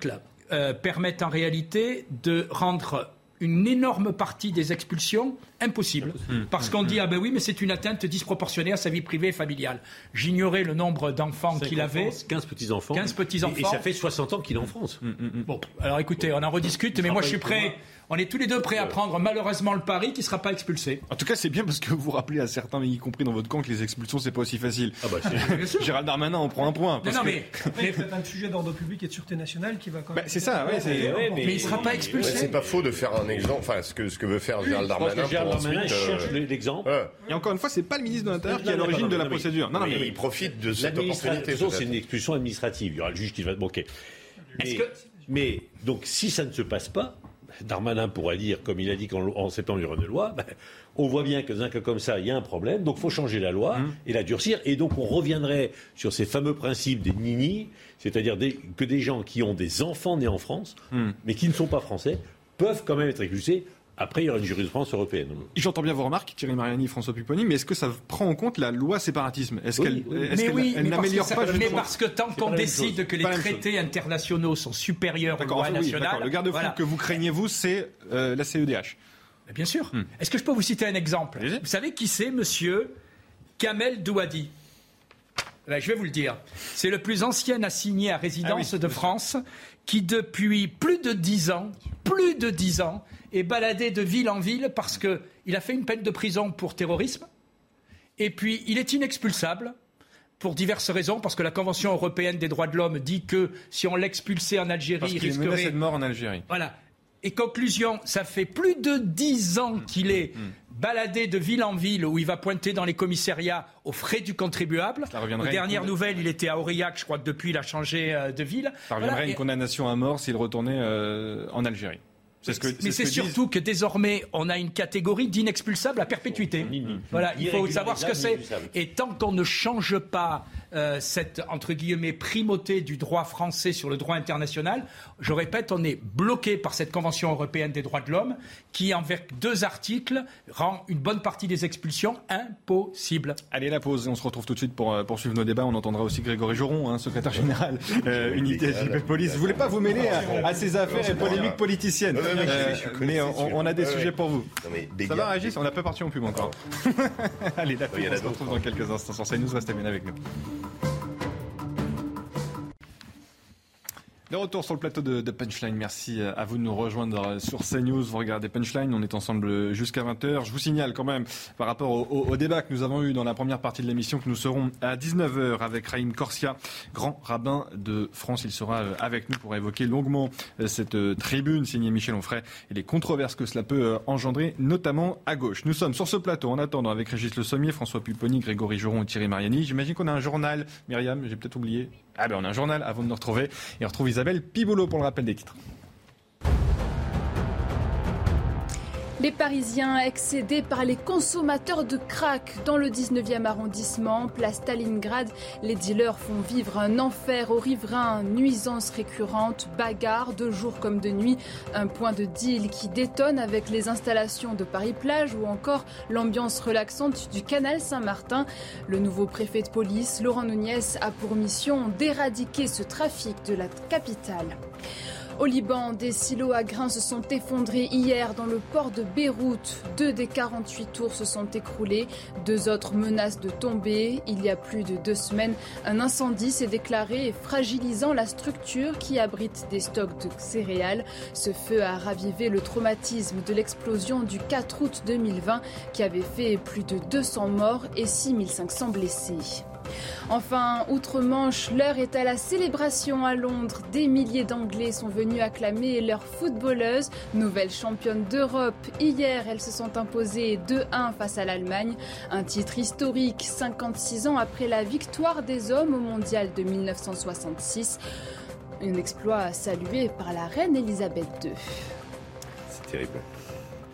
euh, permettent en réalité de rendre une énorme partie des expulsions impossible. Mmh. Parce qu'on dit, ah ben oui, mais c'est une atteinte disproportionnée à sa vie privée et familiale. J'ignorais le nombre d'enfants qu'il avait. quinze petits-enfants. quinze petits-enfants. Et, et ça fait soixante ans qu'il est en France. Mmh, mmh. Bon, alors écoutez, on en rediscute, mais moi je suis prêt. On est tous les deux prêts à prendre malheureusement le pari qui ne sera pas expulsé. En tout cas, c'est bien parce que vous rappelez à certains, y compris dans votre camp, que les expulsions, c'est pas aussi facile. Ah bah c'est... Gérald Darmanin, on prend un point. Non, non, mais après, c'est un sujet d'ordre public et de sûreté nationale qui va quand même. Bah, c'est ça, ouais, c'est... Ouais, mais, mais il ne sera pas expulsé. Ouais, c'est pas faux de faire un exemple. Enfin, ce que ce que veut faire Gérald Darmanin. Gérald pour Darmanin ensuite, cherche euh... l'exemple. Ouais. Et encore une fois, c'est pas le ministre de l'Intérieur qui est à l'origine de la procédure. Non, non, mais il profite de cette opportunité. C'est une expulsion administrative. Il y aura le juge qui va manquer. Mais, que... mais donc, si ça ne se passe pas, Darmanin pourrait dire, comme il a dit qu'en en septembre il y aura une loi, ben, on voit bien que dans un cas comme ça, il y a un problème, donc il faut changer la loi mmh. et la durcir, et donc on reviendrait sur ces fameux principes des ninis, c'est-à-dire des, que des gens qui ont des enfants nés en France, mmh. mais qui ne sont pas français, peuvent quand même être expulsés. Après, il y aura une jurisprudence européenne. J'entends bien vos remarques, Thierry Mariani, François Pupponi, mais est-ce que ça prend en compte la loi séparatisme ? Est-ce oui, qu'elle, est-ce mais qu'elle oui, elle mais n'améliore ça, pas mais justement... parce que tant qu'on décide chose. que les traités internationaux sont supérieurs d'accord, aux lois enfin, oui, nationales... D'accord. Le garde-fou voilà. que vous craignez, vous, c'est euh, la C E D H. Bien sûr. Hmm. Est-ce que je peux vous citer un exemple ? Allez-y. Vous savez qui c'est, monsieur Kamel Douadi ? Ben, je vais vous le dire. C'est le plus ancien assigné à résidence ah oui, de France qui, depuis plus de dix ans, plus de dix ans, est baladé de ville en ville parce qu'il a fait une peine de prison pour terrorisme. Et puis, il est inexpulsable pour diverses raisons, parce que la Convention européenne des droits de l'homme dit que si on l'expulsait en Algérie, parce il qu'il risquerait... est menacé de mort en Algérie. Voilà. Et conclusion, ça fait plus de dix ans qu'il est baladé de ville en ville où il va pointer dans les commissariats aux frais du contribuable. Aux dernières nouvelles, il était à Aurillac, je crois que depuis il a changé de ville. Ça reviendrait voilà. à une condamnation à mort s'il retournait euh, en Algérie. C'est ce que, mais c'est, c'est surtout disent... que désormais, on a une catégorie d'inexpulsables à perpétuité. Mmh, mmh. Voilà, il faut savoir ce que c'est. Et tant qu'on ne change pas euh, cette, entre guillemets, primauté du droit français sur le droit international, je répète, on est bloqué par cette Convention européenne des droits de l'homme qui, avec deux articles, rend une bonne partie des expulsions impossibles. Allez, la pause, et on se retrouve tout de suite pour euh, poursuivre nos débats. On entendra aussi Grégory Joron, hein, secrétaire général euh, Unité J P Police. Je ne voulais pas vous mêler à, à ces affaires et polémiques politiciennes. Euh, mais on, on a des sujets pour vous. Non, mais ça va, Régis ? On n'a pas parti en pub encore. Allez, la pub, on se retrouve dans quelques instants sur CNews. Restez bien avec nous. De retour sur le plateau de, de Punchline, merci à vous de nous rejoindre sur CNews. Vous regardez Punchline, on est ensemble jusqu'à vingt heures. Je vous signale quand même, par rapport au, au, au débat que nous avons eu dans la première partie de l'émission, que nous serons à dix-neuf heures avec Raïm Corsia, grand rabbin de France. Il sera avec nous pour évoquer longuement cette tribune signée Michel Onfray et les controverses que cela peut engendrer, notamment à gauche. Nous sommes sur ce plateau en attendant avec Régis Le Sommier, François Pupponi, Grégory Joron et Thierry Mariani. J'imagine qu'on a un journal, Myriam, j'ai peut-être oublié. Ah ben on a un journal avant de nous retrouver et on retrouve Isabelle Pibolo pour le rappel des titres. Les Parisiens excédés par les consommateurs de crack dans le dix-neuvième arrondissement, place Stalingrad. Les dealers font vivre un enfer aux riverains, nuisances récurrentes, bagarres de jour comme de nuit. Un point de deal qui détonne avec les installations de Paris-Plage ou encore l'ambiance relaxante du canal Saint-Martin. Le nouveau préfet de police, Laurent Nunez, a pour mission d'éradiquer ce trafic de la capitale. Au Liban, des silos à grains se sont effondrés hier dans le port de Beyrouth. Deux des quarante-huit tours se sont écroulées. Deux autres menacent de tomber. Il y a plus de deux semaines, un incendie s'est déclaré, fragilisant la structure qui abrite des stocks de céréales. Ce feu a ravivé le traumatisme de l'explosion du quatre août deux mille vingt qui avait fait plus de deux cents morts et six mille cinq cents blessés. Enfin, outre-Manche, l'heure est à la célébration à Londres. Des milliers d'Anglais sont venus acclamer leur footballeuse, nouvelle championne d'Europe. Hier, elles se sont imposées deux un face à l'Allemagne. Un titre historique, cinquante-six ans après la victoire des hommes au mondial de mille neuf cent soixante-six. Un exploit salué par la reine Elisabeth deux. C'est terrible.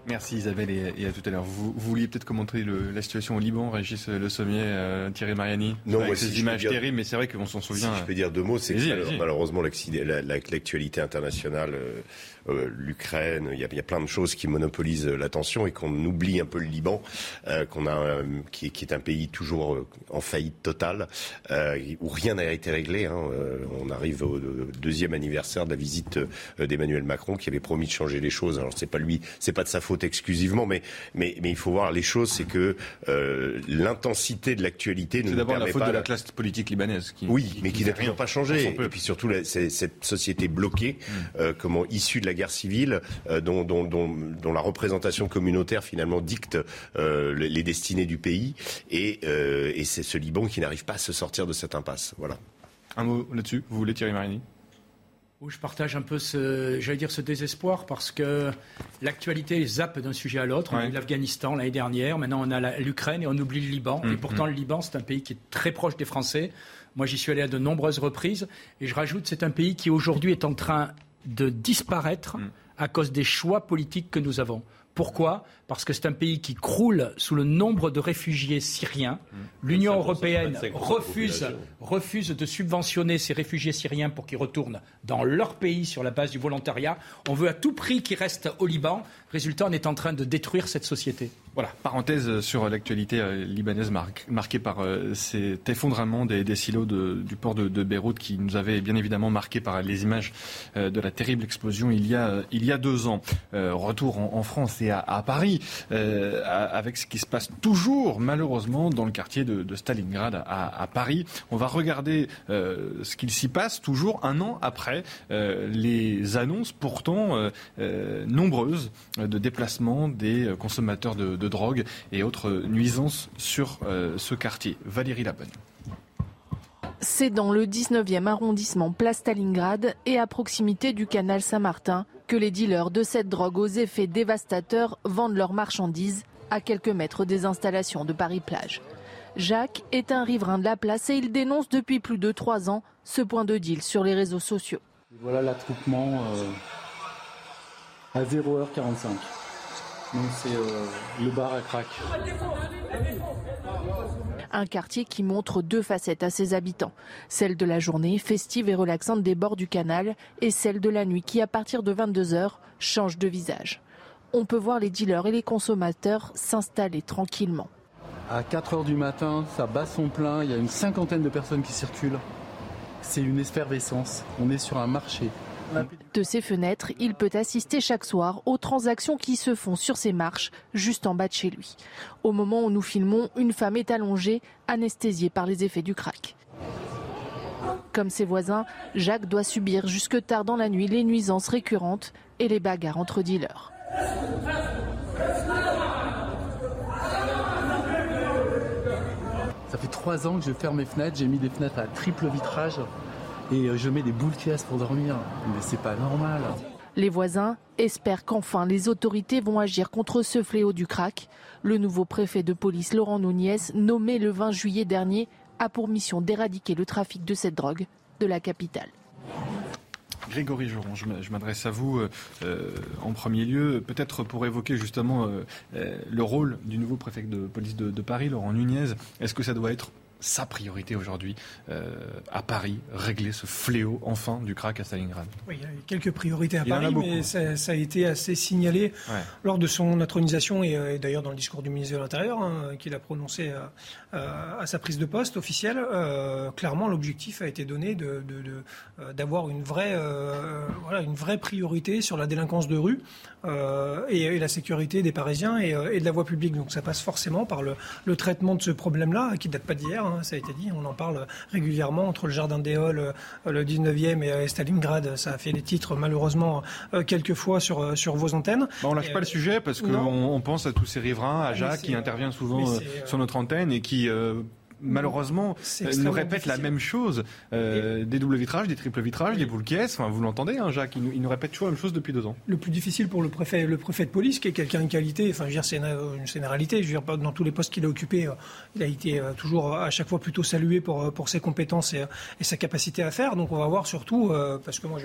Merci Isabelle et, et à tout à l'heure. Vous, vous vouliez peut-être commenter le, la situation au Liban, Régis Le Sommier, euh, Thierry Mariani, non, avec moi, ces si images dire, terribles, mais c'est vrai qu'on s'en souvient. Si je peux dire deux mots, c'est vas-y, que vas-y. malheureusement la, la, l'actualité internationale, euh, euh, l'Ukraine, il y, a, il y a plein de choses qui monopolisent l'attention et qu'on oublie un peu le Liban, euh, qu'on a, euh, qui, qui est un pays toujours euh, en faillite totale, euh, où rien n'a été réglé. Hein. Euh, on arrive au, au deuxième anniversaire de la visite euh, d'Emmanuel Macron, qui avait promis de changer les choses. Alors c'est pas lui, c'est pas de sa faute exclusivement, mais mais mais il faut voir les choses, c'est que euh, l'intensité de l'actualité ne nous permet pas. C'est d'abord la faute pas de la classe politique libanaise. Qui, oui, qui, mais qui n'a toujours pas changé. Et puis surtout, la, c'est, cette société bloquée, mmh. euh, comment issue de la guerre civile, euh, dont, dont, dont, dont la représentation communautaire finalement dicte euh, les, les destinées du pays, et, euh, et c'est ce Liban qui n'arrive pas à se sortir de cette impasse. Voilà. Un mot là-dessus. Vous voulez Thierry Mariani ? Où je partage un peu ce, j'allais dire ce désespoir, parce que l'actualité zappe d'un sujet à l'autre. On ouais. a eu l'Afghanistan l'année dernière, maintenant on a la, l'Ukraine et on oublie le Liban. Mmh, et pourtant mmh. le Liban, c'est un pays qui est très proche des Français. Moi, j'y suis allé à de nombreuses reprises. Et je rajoute, c'est un pays qui aujourd'hui est en train de disparaître mmh. à cause des choix politiques que nous avons. Pourquoi ? Parce que c'est un pays qui croule sous le nombre de réfugiés syriens. Mmh. L'Union européenne refuse, refuse de subventionner ces réfugiés syriens pour qu'ils retournent dans leur pays sur la base du volontariat. On veut à tout prix qu'ils restent au Liban. Résultat, on est en train de détruire cette société. Voilà, parenthèse sur l'actualité euh, libanaise mar- marquée par euh, cet effondrement des, des silos de, du port de, de Beyrouth, qui nous avait bien évidemment marqué par les images euh, de la terrible explosion il y a, il y a deux ans. Euh, retour en, en France et à, à Paris. Euh, avec ce qui se passe toujours malheureusement dans le quartier de, de Stalingrad à, à Paris. On va regarder euh, ce qu'il s'y passe toujours un an après euh, les annonces pourtant euh, euh, nombreuses de déplacement des consommateurs de, de drogue et autres nuisances sur euh, ce quartier. Valérie Labonne. C'est dans le dix-neuvième arrondissement place Stalingrad et à proximité du canal Saint-Martin que les dealers de cette drogue aux effets dévastateurs vendent leurs marchandises à quelques mètres des installations de Paris-Plage. Jacques est un riverain de la place et il dénonce depuis plus de trois ans ce point de deal sur les réseaux sociaux. Voilà l'attroupement euh, à zéro heure quarante-cinq. Donc c'est euh, le bar à crack. Un quartier qui montre deux facettes à ses habitants. Celle de la journée, festive et relaxante des bords du canal, et celle de la nuit qui, à partir de vingt-deux heures, change de visage. On peut voir les dealers et les consommateurs s'installer tranquillement. À quatre heures du matin, ça bat son plein, il y a une cinquantaine de personnes qui circulent. C'est une effervescence, on est sur un marché. De ses fenêtres, il peut assister chaque soir aux transactions qui se font sur ces marches, juste en bas de chez lui. Au moment où nous filmons, une femme est allongée, anesthésiée par les effets du crack. Comme ses voisins, Jacques doit subir jusque tard dans la nuit les nuisances récurrentes et les bagarres entre dealers. Ça fait trois ans que je ferme mes fenêtres, j'ai mis des fenêtres à triple vitrage. Et je mets des boules caisses pour dormir. Mais c'est pas normal. Les voisins espèrent qu'enfin les autorités vont agir contre ce fléau du crack. Le nouveau préfet de police, Laurent Nunez, nommé le vingt juillet dernier, a pour mission d'éradiquer le trafic de cette drogue de la capitale. Grégory Joron, je m'adresse à vous euh, en premier lieu, peut-être pour évoquer justement euh, le rôle du nouveau préfet de police de, de Paris, Laurent Nunez. Est-ce que ça doit être sa priorité aujourd'hui euh, à Paris, régler ce fléau enfin du crack à Stalingrad? Oui, il y a quelques priorités à il Paris, mais ça, ça a été assez signalé ouais. lors de son intronisation et, et d'ailleurs dans le discours du ministre de l'Intérieur hein, qu'il a prononcé à, à, à sa prise de poste officielle. Euh, clairement, l'objectif a été donné de, de, de, d'avoir une vraie, euh, voilà, une vraie priorité sur la délinquance de rue euh, et, et la sécurité des Parisiens et, et de la voie publique. Donc ça passe forcément par le, le traitement de ce problème-là qui ne date pas d'hier. Ça a été dit, on en parle régulièrement entre le Jardin des Halles, le dix-neuvième et Stalingrad. Ça a fait des titres malheureusement quelques fois sur, sur vos antennes. Bah on lâche et pas euh, le sujet parce qu'on on pense à tous ces riverains, à Jacques qui intervient souvent euh, sur notre antenne et qui... Euh, malheureusement, nous répète difficile. La même chose. Euh, des doubles vitrages, des triples vitrages, oui. des boules caisses. Enfin, vous l'entendez, hein, Jacques, il nous, il nous répète toujours la même chose depuis deux ans. Le plus difficile pour le préfet, le préfet de police, qui est quelqu'un de qualité, enfin, je veux dire, c'est une généralité. Je veux dire, dans tous les postes qu'il a occupés, il a été toujours à chaque fois plutôt salué pour, pour ses compétences et, et sa capacité à faire. Donc, on va voir surtout, euh, parce que moi, je...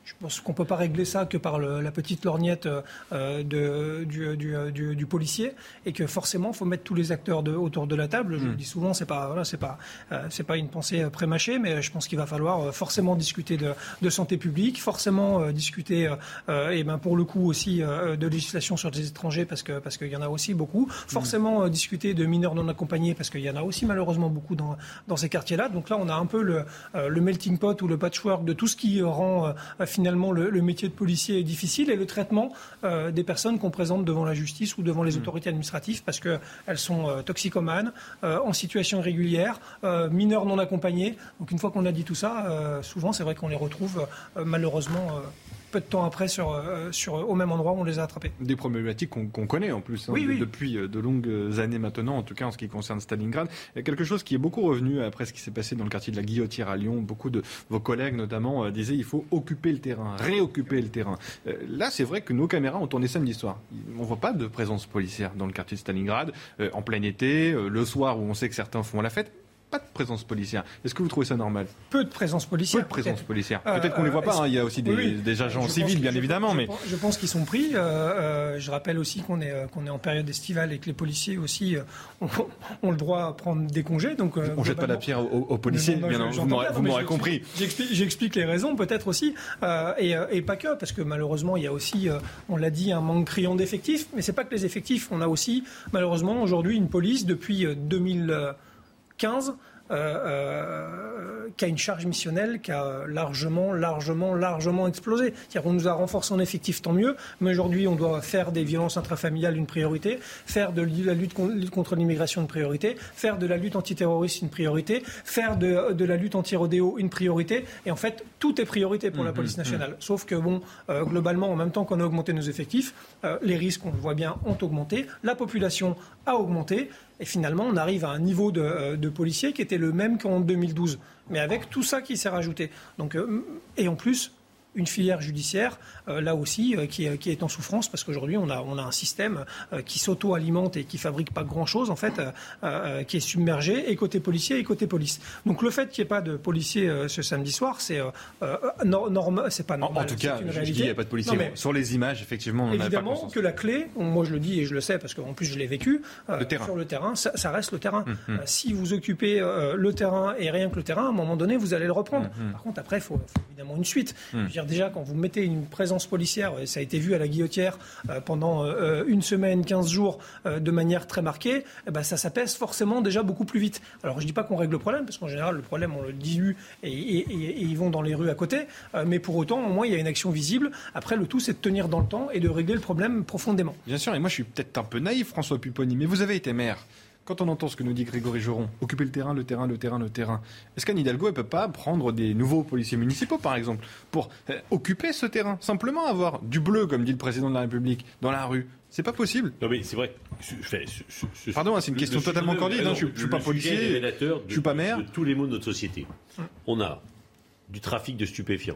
Je pense qu'on ne peut pas régler ça que par le, la petite lorgnette euh, de, du, du, du, du policier, et que forcément, il faut mettre tous les acteurs de, autour de la table. Je mmh. le dis souvent, c'est pas, voilà, c'est pas, euh, c'est pas une pensée prémâchée, mais je pense qu'il va falloir forcément discuter de, de santé publique, forcément euh, discuter, euh, et ben pour le coup aussi euh, de législation sur les étrangers, parce que parce qu'il y en a aussi beaucoup. Forcément mmh. euh, discuter de mineurs non accompagnés, parce qu'il y en a aussi malheureusement beaucoup dans dans ces quartiers-là. Donc là, on a un peu le, euh, le melting pot ou le patchwork de tout ce qui rend euh, finalement le, le métier de policier difficile, et le traitement euh, des personnes qu'on présente devant la justice ou devant les autorités administratives, parce qu'elles sont euh, toxicomanes, euh, en situation irrégulière, euh, mineurs non accompagnés. Donc une fois qu'on a dit tout ça, euh, souvent c'est vrai qu'on les retrouve euh, malheureusement euh, peu de temps après sur, euh, sur, au même endroit où on les a attrapés. Des problématiques qu'on, qu'on connaît en plus hein, oui, oui. depuis de longues années maintenant, en tout cas en ce qui concerne Stalingrad. Il y a quelque chose qui est beaucoup revenu après ce qui s'est passé dans le quartier de la Guillotière à Lyon. Beaucoup de vos collègues notamment euh, disaient il faut occuper le terrain, réoccuper le terrain. Euh, là, c'est vrai que nos caméras ont tourné samedi soir. On ne voit pas de présence policière dans le quartier de Stalingrad, euh, en plein été, euh, le soir où on sait que certains font la fête. Pas de présence policière. Est-ce que vous trouvez ça normal ? Peu de présence policière. Peu de présence peut-être. policière. Euh, peut-être qu'on ne les voit pas. Hein. Il y a aussi des, oui, des agents je civils, bien que, évidemment. Je, mais pense, je pense qu'ils sont pris. Euh, euh, je rappelle aussi qu'on est, euh, qu'on est en période estivale et que les policiers aussi euh, ont, ont le droit à prendre des congés. Donc, euh, on ne jette pas la pierre aux, aux policiers, non, non, bien, je, vous m'aurez, vous m'aurez compris. J'explique, j'explique les raisons, peut-être aussi. Euh, et, et pas que, parce que malheureusement, il y a aussi, euh, on l'a dit, un manque criant d'effectifs. Mais ce n'est pas que les effectifs. On a aussi, malheureusement, aujourd'hui, une police depuis deux mille quinze. Euh, euh, qui a une charge missionnelle qui a largement, largement, largement explosé. C'est-à-dire qu'on nous a renforcé en effectif, tant mieux, mais aujourd'hui on doit faire des violences intrafamiliales une priorité, faire de la lutte contre l'immigration une priorité, faire de la lutte antiterroriste une priorité, faire de, de la lutte anti-rodéo une priorité, et en fait tout est priorité pour mmh, la police nationale. Mmh. Sauf que bon, euh, globalement, en même temps qu'on a augmenté nos effectifs, euh, les risques, on le voit bien, ont augmenté, la population a augmenté. Et finalement, on arrive à un niveau de, de policiers qui était le même qu'en deux mille douze, mais avec tout ça qui s'est rajouté. Donc, euh, et en plus, une filière judiciaire, euh, là aussi, euh, qui, qui est en souffrance, parce qu'aujourd'hui, on a, on a un système euh, qui s'auto-alimente et qui fabrique pas grand-chose, en fait, euh, euh, qui est submergé, et côté policier et côté police. Donc le fait qu'il n'y ait pas de policiers euh, ce samedi soir, c'est euh, euh, nor- normal, c'est pas normal. En, en tout cas, c'est une je réalité. dis il n'y a pas de policiers. Non, sur les images, effectivement, on n'en a pas conscience. Évidemment que la clé, moi je le dis et je le sais, parce qu'en plus je l'ai vécu, euh, le terrain. sur le terrain, ça, ça reste le terrain. Mmh, mmh. Euh, si vous occupez euh, le terrain et rien que le terrain, à un moment donné, vous allez le reprendre. Mmh, Par contre, après, il faut, faut évidemment une suite. Mmh. Je veux dire, déjà, quand vous mettez une présence policière, et ça a été vu à la Guillotière euh, pendant euh, une semaine, quinze jours, euh, de manière très marquée, eh ben, ça s'apaise forcément déjà beaucoup plus vite. Alors je ne dis pas qu'on règle le problème, parce qu'en général le problème on le dilue et, et, et, et ils vont dans les rues à côté, euh, mais pour autant au moins il y a une action visible. Après le tout c'est de tenir dans le temps et de régler le problème profondément. Bien sûr, et moi je suis peut-être un peu naïf, François Pupponi, mais vous avez été maire. Quand on entend ce que nous dit Grégory Joron, occuper le terrain, le terrain, le terrain, le terrain, est-ce qu'Anne Hidalgo ne peut pas prendre des nouveaux policiers municipaux, par exemple, pour euh, occuper ce terrain, simplement avoir du bleu, comme dit le président de la République, dans la rue? C'est pas possible. Non mais c'est vrai. Je, je, je, je, Pardon, c'est une question le, totalement candide. Hein, je, je suis pas policier, de, je suis pas maire. De tous les maux de notre société. On a du trafic de stupéfiants.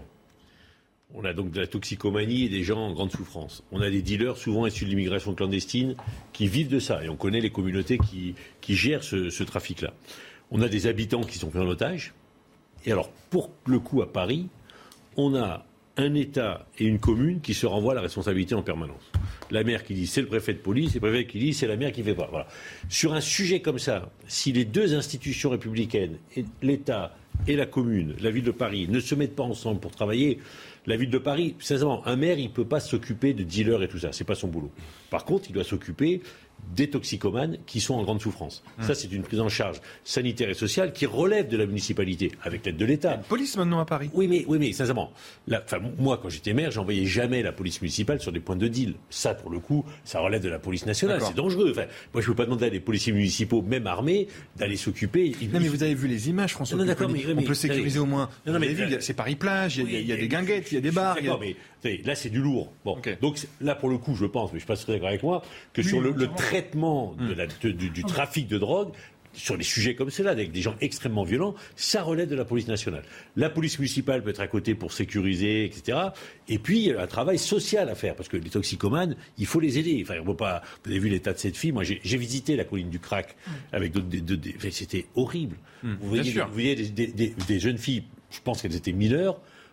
On a donc de la toxicomanie et des gens en grande souffrance. On a des dealers souvent issus de l'immigration clandestine qui vivent de ça. Et on connaît les communautés qui, qui gèrent ce, ce trafic-là. On a des habitants qui sont pris en otage. Et alors, pour le coup, à Paris, on a un État et une commune qui se renvoient la responsabilité en permanence. La maire qui dit c'est le préfet de police, et le préfet qui dit c'est la maire qui ne fait pas. Voilà. Sur un sujet comme ça, si les deux institutions républicaines, l'État et la commune, la ville de Paris, ne se mettent pas ensemble pour travailler, la ville de Paris, sincèrement, un maire, il ne peut pas s'occuper de dealers et tout ça. Ce n'est pas son boulot. Par contre, il doit s'occuper des toxicomanes qui sont en grande souffrance. Mmh. Ça, c'est une prise en charge sanitaire et sociale qui relève de la municipalité, avec l'aide de l'État. Il y a une police maintenant à Paris. Oui, mais, oui, mais sincèrement, la, moi, quand j'étais maire, j'envoyais jamais la police municipale sur des points de deal. Ça, pour le coup, ça relève de la police nationale. D'accord. C'est dangereux. Enfin, moi, je ne peux pas demander à des policiers municipaux, même armés, d'aller s'occuper. Ils, non, mais vous avez vu les images, François. Non, non, d'accord, mais, on mais, peut sécuriser allez, au moins. Non, non, mais, vu, c'est Paris-Plage, il oui, y, y a des guinguettes, il y a des bars. D'accord, mais là, c'est du lourd. Bon, okay. Donc là, pour le coup, je pense, mais je ne suis pas d'accord avec moi, que oui, sur le, le traitement de la, de, du, du trafic de drogue, sur des sujets comme cela, avec des gens extrêmement violents, ça relève de la police nationale. La police municipale peut être à côté pour sécuriser, et cetera. Et puis, il y a un travail social à faire, parce que les toxicomanes, il faut les aider. Enfin, on peut pas. Vous avez vu l'état de cette fille. Moi, j'ai, j'ai visité la colline du Crac avec d'autres. Des, des, des, enfin, c'était horrible. Mmh, vous voyez, des, vous voyez des, des, des, des jeunes filles, je pense qu'elles étaient mineures,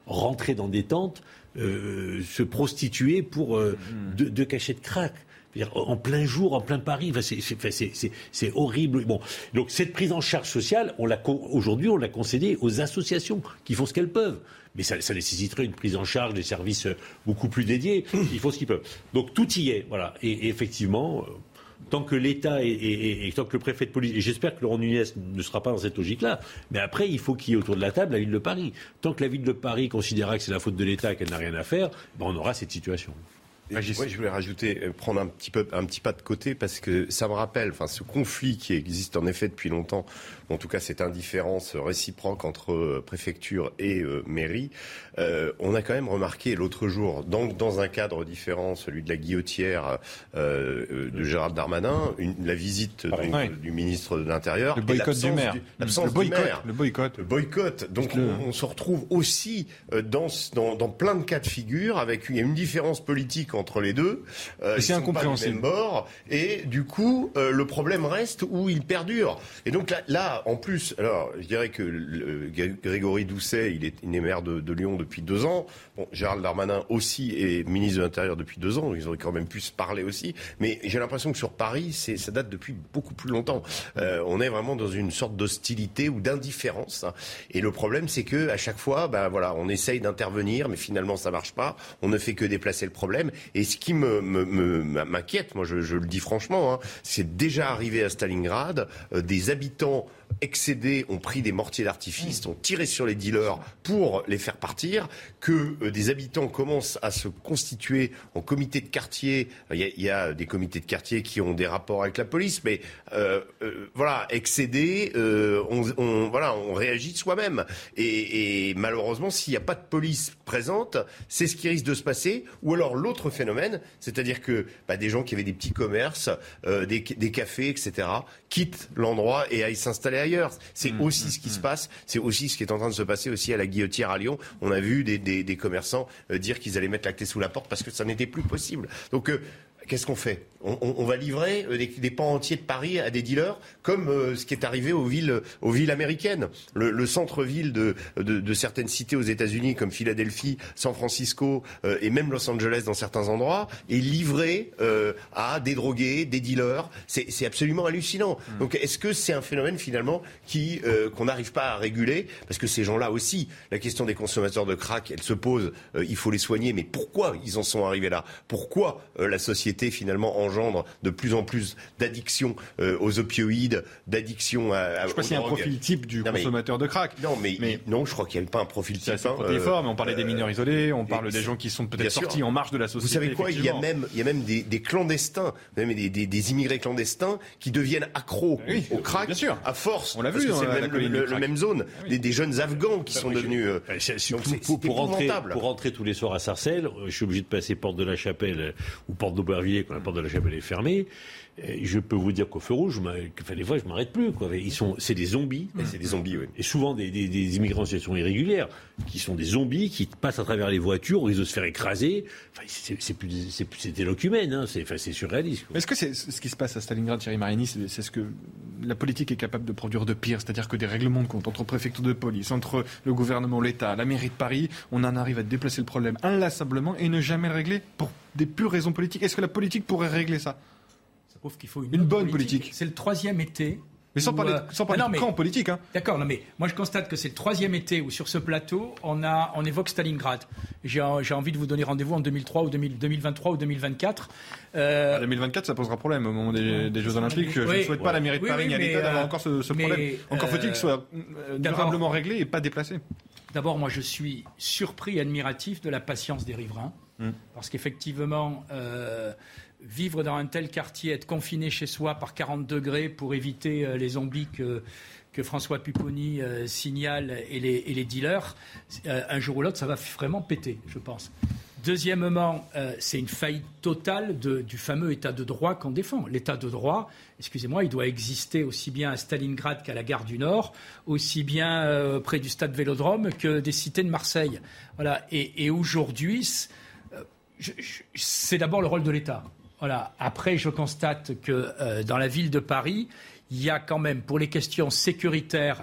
rentrer dans des tentes, euh, se prostituer pour euh, mmh. deux, deux cachets de crack. En plein jour, en plein Paris, enfin, c'est, c'est, c'est, c'est, c'est horrible. Bon, donc cette prise en charge sociale, on l'a, aujourd'hui, on l'a concédée aux associations qui font ce qu'elles peuvent. Mais ça, ça nécessiterait une prise en charge des services beaucoup plus dédiés. Ils font ce qu'ils peuvent. Donc tout y est, voilà. Et, et effectivement, euh, tant que l'État et, et, et tant que le préfet de police, et j'espère que Laurent Nunez ne sera pas dans cette logique-là, mais après, il faut qu'il y ait autour de la table la ville de Paris. Tant que la ville de Paris considérera que c'est la faute de l'État et qu'elle n'a rien à faire, ben on aura cette situation. Moi, je voulais rajouter, prendre un petit peu, un petit pas de côté parce que ça me rappelle, enfin, ce conflit qui existe en effet depuis longtemps, en tout cas cette indifférence réciproque entre préfecture et euh, mairie. Euh, on a quand même remarqué l'autre jour, dans, dans un cadre différent, celui de la guillotière euh, de Gérald Darmanin, une, la visite donc, ouais. du ministre de l'Intérieur, le boycott du maire, du, l'absence le boycott, du maire, le boycott, le boycott. Donc le... on, on se retrouve aussi dans, dans, dans plein de cas de figure avec il y a une différence politique entre les deux. Euh, et c'est incompréhensible. Bord, et du coup, euh, le problème reste où il perdure. Et donc là, là en plus, alors je dirais que le, Grégory Doucet, il est, il est maire de, de Lyon depuis deux ans. Bon, Gérald Darmanin aussi est ministre de l'Intérieur depuis deux ans. Ils auraient quand même pu se parler aussi. Mais j'ai l'impression que sur Paris, c'est, ça date depuis beaucoup plus longtemps. Euh, on est vraiment dans une sorte d'hostilité ou d'indifférence. Et le problème, c'est que à chaque fois, ben voilà, on essaye d'intervenir, mais finalement ça marche pas. On ne fait que déplacer le problème. Et ce qui me, me, me m'inquiète, moi je, je le dis franchement, hein, c'est déjà arrivé à Stalingrad, euh, des habitants excédés ont pris des mortiers d'artifice, ont tiré sur les dealers pour les faire partir, que euh, des habitants commencent à se constituer en comité de quartier. Il y a, il y a des comités de quartier qui ont des rapports avec la police, mais euh, euh, voilà, excédés, euh, on, on, voilà, on réagit soi-même. Et, et malheureusement, s'il n'y a pas de police présente, c'est ce qui risque de se passer. Ou alors l'autre phénomène, c'est-à-dire que bah, des gens qui avaient des petits commerces, euh, des, des cafés, et cetera, quittent l'endroit et aillent s'installer ailleurs. C'est mmh, aussi mmh, ce qui mmh. se passe. C'est aussi ce qui est en train de se passer aussi à la Guillotière à Lyon. On a vu des, des, des commerçants euh, dire qu'ils allaient mettre la clé sous la porte parce que ça n'était plus possible. Donc euh, qu'est-ce qu'on fait ? on, on, on va livrer des, des pans entiers de Paris à des dealers, comme euh, ce qui est arrivé aux villes, aux villes américaines. Le, le centre-ville de, de, de certaines cités aux États-Unis, comme Philadelphie, San Francisco euh, et même Los Angeles dans certains endroits, est livré euh, à des drogués, des dealers. C'est, c'est absolument hallucinant. Mmh. Donc, est-ce que c'est un phénomène finalement qui euh, qu'on n'arrive pas à réguler ? Parce que ces gens-là aussi, la question des consommateurs de crack, elle se pose. Euh, il faut les soigner, mais pourquoi ils en sont arrivés là ? Pourquoi euh, la société finalement engendre de plus en plus d'addictions euh, aux opioïdes, d'addictions à, à je sais pas s'il y a un profil type du non, consommateur mais, de crack. Non, mais, mais non, je crois qu'il n'y a pas un profil type. C'est assez protéiforme. Hein, on parlait euh, des mineurs isolés, on parle des gens qui sont peut-être sortis sûr. en marge de la société. Vous savez quoi ? Il y a même, il y a même des, des clandestins, même des, des, des immigrés clandestins qui deviennent accros oui, au crack bien sûr. à force. On l'a vu. Parce que hein, c'est le même, le, le même zone. Ah, oui. des, des jeunes Afghans qui sont devenus. Euh, c'est, c'est, donc, c'est, pour, pour, rentrer, pour rentrer tous les soirs à Sarcelles, je suis obligé de passer porte de la Chapelle ou porte d'Aubervilliers quand la porte de la Chapelle est fermée. Et je peux vous dire qu'au feu rouge, enfin, des fois, je m'arrête plus. Quoi. Ils sont, c'est des zombies. Mmh. C'est des zombies, oui. Et souvent des, des, des immigrants en situation irrégulière, qui sont des zombies, qui passent à travers les voitures, où ils osent se faire écraser. Enfin, c'est, c'est, plus, c'est, c'est des locumènes, hein. c'est, enfin, c'est surréaliste. Quoi. Est-ce que c'est ce qui se passe à Stalingrad, Thierry Marini, c'est, c'est ce que la politique est capable de produire de pire, c'est-à-dire que des règlements de compte entre préfecture de police, entre le gouvernement, l'État, la mairie de Paris, on en arrive à déplacer le problème inlassablement et ne jamais le régler pour des pures raisons politiques. Est-ce que la politique pourrait régler ça ? Qu'il faut une, une bonne politique. politique. C'est le troisième été. Mais sans où, parler, de, sans parler non, de camp politique. Hein. D'accord, non, mais moi je constate que c'est le troisième été où sur ce plateau, on, a, on évoque Stalingrad. J'ai, j'ai envie de vous donner rendez-vous en deux mille trois ou deux mille, deux mille vingt-trois ou deux mille vingt-quatre. Euh... deux mille vingt-quatre, ça posera problème au moment des, des Jeux Olympiques. Je oui, ne souhaite ouais. pas à la mairie de Paris ni oui, oui, à l'État d'avoir euh, encore ce, ce problème. Mais, encore faut-il qu'il soit euh, durablement réglé et pas déplacé. D'abord, moi je suis surpris et admiratif de la patience des riverains. Hum. Parce qu'effectivement... Euh, vivre dans un tel quartier, être confiné chez soi par quarante degrés pour éviter euh, les zombies que, que François Pupponi euh, signale et les, et les dealers, euh, un jour ou l'autre, ça va vraiment péter, je pense. Deuxièmement, euh, c'est une faillite totale de, du fameux état de droit qu'on défend. L'état de droit, excusez-moi, il doit exister aussi bien à Stalingrad qu'à la gare du Nord, aussi bien euh, près du stade Vélodrome que des cités de Marseille. Voilà. Et, et aujourd'hui, euh, je, je, c'est d'abord le rôle de l'État. Voilà. Après, je constate que euh, dans la ville de Paris, il y a quand même, pour les questions sécuritaires,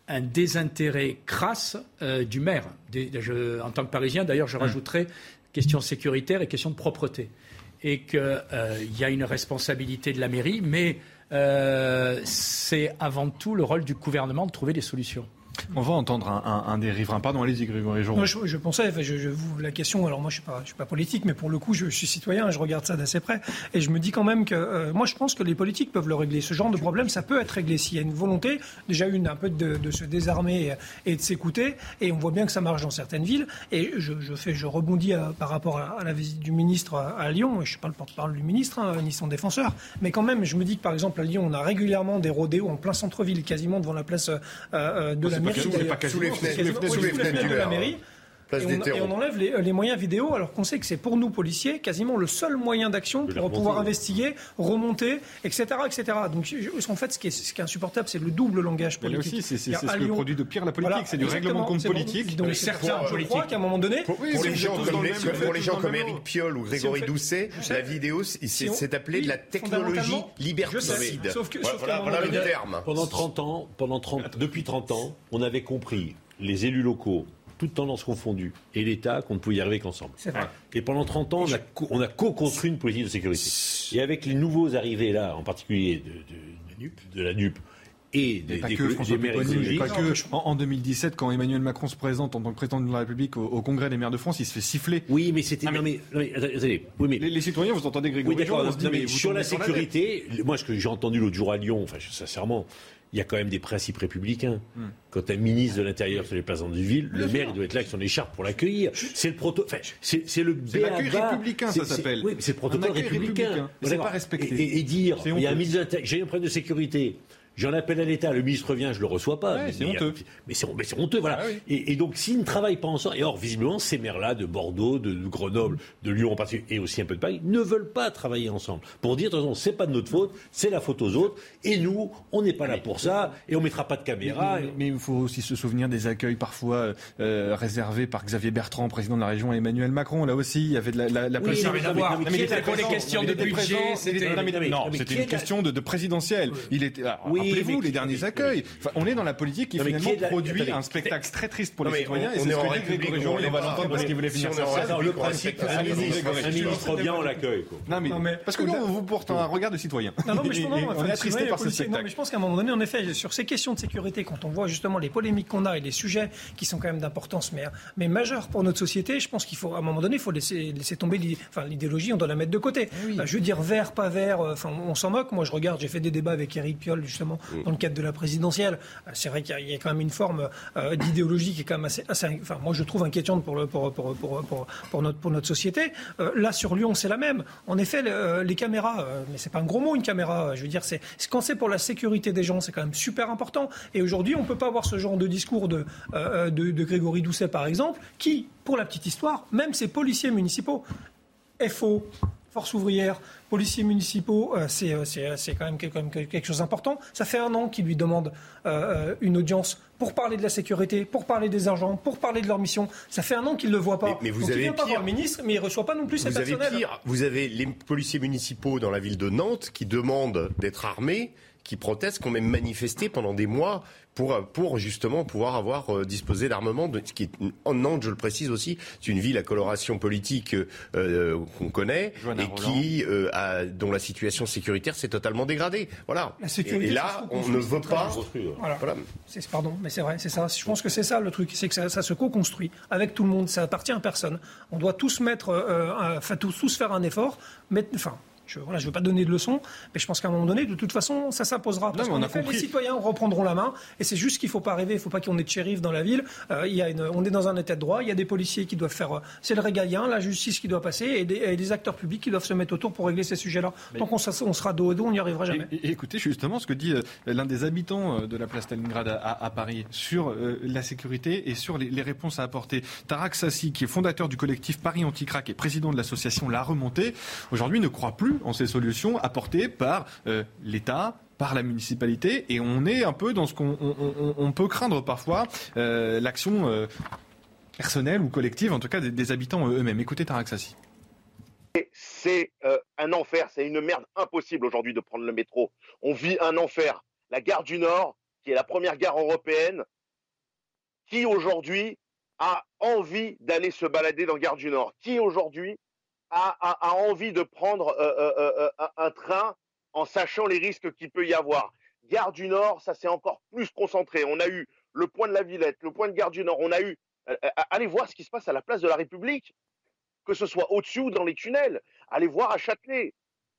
un désintérêt crasse euh, du maire. Des, je, en tant que Parisien, d'ailleurs, je rajouterais question sécuritaire et question de propreté. Et qu'il euh, y a une responsabilité de la mairie, mais euh, c'est avant tout le rôle du gouvernement de trouver des solutions. On va entendre un, un, un des riverains. Pardon, allez-y, Grégory Joron. Moi, je, je pensais, je, je vous la question. Alors moi, je suis pas, je suis pas politique, mais pour le coup, je, je suis citoyen et je regarde ça d'assez près. Et je me dis quand même que, euh, moi, je pense que les politiques peuvent le régler. Ce genre de problème, ça peut être réglé s'il y a une volonté, déjà une un peu de, de se désarmer et, et de s'écouter. Et on voit bien que ça marche dans certaines villes. Et je, je fais, je rebondis à, par rapport à, à la visite du ministre à, à Lyon. Je suis pas le porte-parole du ministre, hein, ni son défenseur, mais quand même, je me dis que par exemple à Lyon, on a régulièrement des rodéos en plein centre-ville, quasiment devant la place euh, de oh, la mairie. Sous les fenêtres, sous les fenêtres, sous les fenêtres de la mairie. Et on, et on enlève les, les moyens vidéo, alors qu'on sait que c'est pour nous, policiers, quasiment le seul moyen d'action pour pouvoir investiguer, remonter, et cetera, et cetera. Donc, en fait, ce qui est, ce qui est insupportable, c'est le double langage politique. Mais aussi, c'est, c'est, c'est ce que produit de pire la politique, voilà, c'est du règlement de compte politique. Donc, certains, je crois qu'à un moment donné... Pour, oui, pour les gens comme, les, pour les gens comme Éric Piolle ou Grégory si Doucet, la vidéo, c'est, si c'est appelé oui, de la technologie liberticide. Sauf que, sauf voilà, voilà le terme. Pendant trente ans, pendant trente, depuis trente ans, on avait compris, les élus locaux, toutes tendances confondues, et l'État, qu'on ne pouvait y arriver qu'ensemble. C'est vrai. Et pendant trente ans, on a, co- on a co-construit une politique de sécurité. Et avec les nouveaux arrivés là, en particulier de, de, de, de la N U P, et des, des, que, des maires écologiques. Pas que. En, en deux mille dix-sept, quand Emmanuel Macron se présente en tant que président de la République au, au Congrès des maires de France, il se fait siffler. Oui, mais c'était... Ah, mais, non, mais, non, mais, attendez, oui, mais... Les, les citoyens, vous entendez Grégory oui, d'accord, Joron, on se dit, non, mais mais vous sur la sur sécurité, la moi, ce que j'ai entendu l'autre jour à Lyon, enfin, sincèrement... Il y a quand même des principes républicains. Hmm. Quand un ministre de l'Intérieur se déplace dans une ville, le maire il doit être là avec son écharpe pour l'accueillir. C'est le proto... enfin, c'est, c'est le c'est l'accueil républicain, ça s'appelle. Oui, mais c'est le protocole républicain. républicain. C'est pas respecté. Et, et, et dire, il y a un ministre de l'Intérieur, j'ai un problème de sécurité. J'en appelle à l'État, le ministre vient, je le reçois pas. Ouais, mais, c'est mais, honteux. Mais c'est, mais c'est honteux, voilà. Ah oui. et, et donc, s'ils ne travaillent pas ensemble, et or, visiblement, ces maires-là, de Bordeaux, de, de Grenoble, de Lyon en particulier, et aussi un peu de Paris, ne veulent pas travailler ensemble. Pour dire, de toute façon, c'est pas de notre faute, c'est la faute aux autres, et nous, on n'est pas là pour ça, et on mettra pas de caméra. Mais, mais, mais il faut aussi se souvenir des accueils parfois euh, réservés par Xavier Bertrand, président de la région, à Emmanuel Macron. Là aussi, il y avait de la, la, la oui, ça n'a rien Mais c'était pour les questions de budget. Non, c'était une question de présidentielle. Il était. Rappelez-vous les derniers accueil. Enfin, on est dans la politique qui non, finalement qui produit la... un spectacle très triste pour non, les citoyens. On, et c'est on ce que dit Grégory Joron, on va l'entendre parce qu'il voulait finir sur ça. Le principe, un ministre bien, on l'accueille. Non, mais parce que nous, on vous porte un regard de citoyen. Non, non, mais je on est attristé par ce spectacle. Non, mais je pense qu'à un moment donné, en effet, sur ces questions de sécurité, quand on voit justement les polémiques qu'on a et les sujets qui sont quand même d'importance, mais, mais majeure pour notre société, je pense qu'il faut, à un moment donné, il faut laisser, laisser tomber enfin, l'idéologie, on doit la mettre de côté. Oui. Je veux dire, vert, pas vert, enfin, on s'en moque. Moi, je regarde, j'ai fait des débats avec Éric Piolle, justement, dans le cadre de la présidentielle. C'est vrai qu'il y a quand même une forme euh, d'idéologie qui est quand même assez, assez, enfin, moi je trouve inquiétante pour, le, pour, pour, pour, pour, pour, notre, pour notre société. Euh, là, sur Lyon, c'est la même. En effet, le, les caméras, euh, mais c'est pas un gros mot, une caméra. Je veux dire, c'est, quand c'est pour la sécurité des gens, c'est quand même super important. Et aujourd'hui, on peut pas avoir ce genre de discours de, euh, de, de Grégory Doucet, par exemple, qui, pour la petite histoire, même ces policiers municipaux, F O, Force ouvrière, policiers municipaux, euh, c'est, euh, c'est, c'est quand même quelque, quelque chose d'important. Ça fait un an qu'ils lui demandent euh, une audience pour parler de la sécurité, pour parler des agents, pour parler de leur mission. Ça fait un an qu'ils ne le voient pas. Mais, mais vous Donc, avez il vient pire. pas voir le ministre, mais il ne reçoit pas non plus ses personnels. Vous avez pire. Vous avez les policiers municipaux dans la ville de Nantes qui demandent d'être armés, qui protestent, qui ont même manifesté pendant des mois pour, pour justement pouvoir avoir euh, disposé d'armement, de, ce qui est en Nantes, je le précise aussi, c'est une ville à coloration politique euh, qu'on connaît Joanna et Roland. qui euh, a, dont la situation sécuritaire s'est totalement dégradée. Voilà. La sécurité, et, et là, on ne veut pas. Voilà. Voilà. C'est, pardon, mais c'est vrai, c'est ça. Je pense que c'est ça le truc, c'est que ça, ça se co-construit avec tout le monde. Ça appartient à personne. On doit tous mettre, euh, enfin tous, tous faire un effort, mettre, enfin. Je ne voilà, veux pas donner de leçons, mais je pense qu'à un moment donné, de toute façon, ça s'imposera. Parce qu'en effet, les citoyens reprendront la main. Et c'est juste qu'il ne faut pas rêver. Il ne faut pas qu'on ait de shérif dans la ville. Euh, il y a une, on est dans un état de droit. Il y a des policiers qui doivent faire... C'est le régalien, la justice qui doit passer et des, et des acteurs publics qui doivent se mettre autour pour régler ces sujets-là. Mais... Tant qu'on on sera dos à dos, on n'y arrivera jamais. Et, et, écoutez justement ce que dit euh, l'un des habitants de la place Stalingrad à, à, à Paris sur euh, la sécurité et sur les, les réponses à apporter. Tarak Sassi, qui est fondateur du collectif Paris Anti-Crack et président de l'association La Remontée, aujourd'hui ne croit plus en ces solutions apportée par euh, l'État, par la municipalité, et on est un peu dans ce qu'on on, on, on peut craindre parfois, euh, l'action euh, personnelle ou collective, en tout cas des, des habitants eux-mêmes. Écoutez Tarak Sassi. C'est euh, un enfer, c'est une merde impossible aujourd'hui de prendre le métro. On vit un enfer. La gare du Nord, qui est la première gare européenne, Qui aujourd'hui a envie d'aller se balader dans Gare du Nord? Qui aujourd'hui a, a, a envie de prendre euh, euh, euh, un train en sachant les risques qu'il peut y avoir? Gare du Nord, ça s'est encore plus concentré. On a eu le point de la Villette, le point de Gare du Nord. On a eu... Euh, allez voir ce qui se passe à la place de la République, que ce soit au-dessus ou dans les tunnels. Allez voir à Châtelet.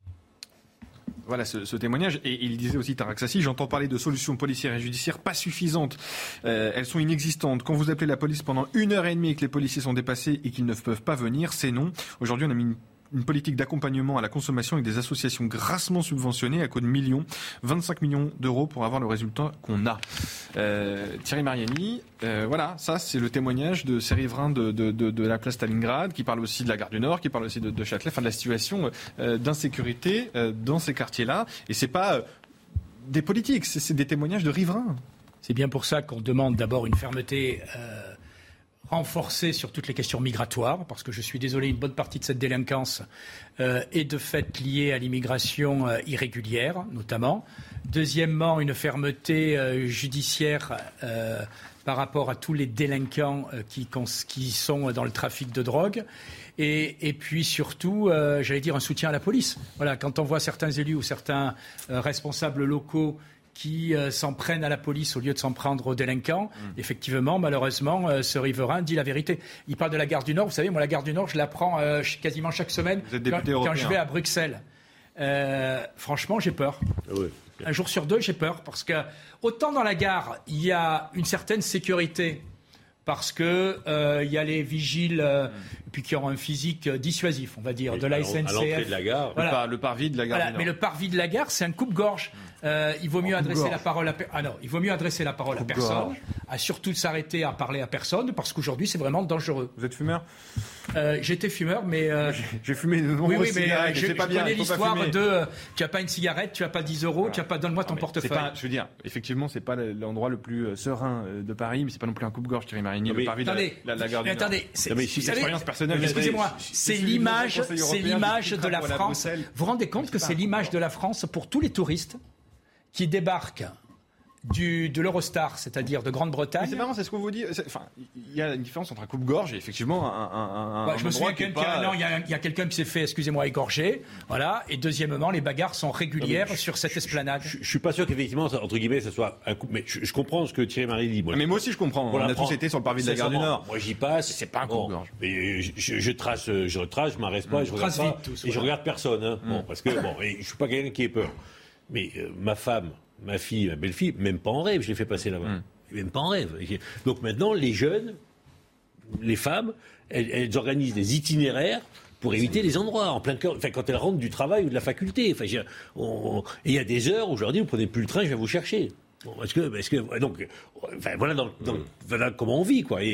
Voilà ce, ce témoignage. Et il disait aussi, Tareq Sassi, j'entends parler de solutions policières et judiciaires pas suffisantes. Euh, elles sont inexistantes. Quand vous appelez la police pendant une heure et demie et que les policiers sont dépassés et qu'ils ne peuvent pas venir, c'est non. Aujourd'hui, on a mis une Une politique d'accompagnement à la consommation avec des associations grassement subventionnées à coups de millions, vingt-cinq millions d'euros pour avoir le résultat qu'on a. Euh, Thierry Mariani, euh, voilà, ça c'est le témoignage de ces riverains de, de, de, de la place Stalingrad, qui parlent aussi de la gare du Nord, qui parlent aussi de, de Châtelet, enfin de la situation euh, d'insécurité euh, dans ces quartiers-là. Et c'est pas euh, des politiques, c'est, c'est des témoignages de riverains. C'est bien pour ça qu'on demande d'abord une fermeté euh, renforcée sur toutes les questions migratoires, parce que je suis désolé, une bonne partie de cette délinquance euh, est de fait liée à l'immigration euh, irrégulière, notamment. Deuxièmement, une fermeté euh, judiciaire euh, par rapport à tous les délinquants euh, qui, qui sont dans le trafic de drogue. Et, et puis surtout, euh, j'allais dire, un soutien à la police. Voilà, quand on voit certains élus ou certains euh, responsables locaux qui euh, s'en prennent à la police au lieu de s'en prendre aux délinquants, mmh. effectivement, malheureusement, euh, ce riverain dit la vérité. Il parle de la gare du Nord. Vous savez, moi, la gare du Nord, je la prends euh, quasiment chaque semaine quand, quand je vais à Bruxelles. Euh, franchement, j'ai peur. Ah ouais. Un jour sur deux, j'ai peur. Parce que, autant dans la gare, il y a une certaine sécurité, parce que euh, il y a les vigiles euh, puis qui ont un physique euh, dissuasif, on va dire, oui, de la S N C F. À l'entrée de la gare, voilà. le, par, le parvis de la gare. Voilà, mais le parvis de la gare, c'est un coupe-gorge. Euh, il vaut mieux oh, adresser la parole à per... ah non, il vaut mieux adresser la parole à personne, à surtout s'arrêter à parler à personne, parce qu'aujourd'hui c'est vraiment dangereux. Vous êtes fumeur? euh, J'étais fumeur, mais euh... j'ai, j'ai fumé de nombreuses oui, oui, mais cigarettes. Je, c'est pas je bien, connais l'histoire pas de euh, tu as pas une cigarette, tu as pas dix euros, voilà. Tu as pas donne-moi ton non, portefeuille. Pas, je veux dire, effectivement, c'est pas l'endroit le plus serein de Paris, mais c'est pas non plus un coupe-gorge, Thierry Mariani, le parvis attendez, de la, la, la gare du Nord. Attendez, c'est, mais si, expérience personnelle. Excusez-moi, c'est l'image, c'est l'image de la France. Vous vous rendez compte que c'est l'image de la France pour tous les touristes qui débarquent du, de l'Eurostar, c'est-à-dire de Grande-Bretagne. Mais c'est marrant, c'est ce qu'on vous dit. Enfin, il y a une différence entre un coupe-gorge et effectivement un. un, un ouais, je me souviens qu'il pas... y, a, y a quelqu'un qui s'est fait, excusez-moi, égorger. Voilà. Et deuxièmement, les bagarres sont régulières non, je, sur cette esplanade. Je, je, je suis pas sûr qu'effectivement, entre guillemets, ça soit un coup. Mais je, je comprends ce que Thierry Marie dit. Moi, mais moi aussi, je comprends. On, on a tous été sur le parvis de la gare du Nord. Moi, j'y passe. C'est pas un coupe-gorge. Mais je, je, je trace, je trace, je m'arrête pas, mmh. je regarde pas, tous, et voilà. Je regarde personne. Hein. Mmh. Bon, parce que bon, je suis pas quelqu'un qui ait peur. Mais euh, ma femme. Ma fille, ma belle-fille, même pas en rêve, je l'ai fait passer là-bas. Mmh. Même pas en rêve. Donc maintenant, les jeunes, les femmes, elles, elles organisent des itinéraires pour éviter les endroits, en plein cœur, enfin, quand elles rentrent du travail ou de la faculté. Enfin, on, et il y a des heures, aujourd'hui, vous prenez plus le train, je vais vous chercher. Bon, est-ce que, est-ce que, donc, enfin, voilà, dans, dans, voilà comment on vit, quoi. Et,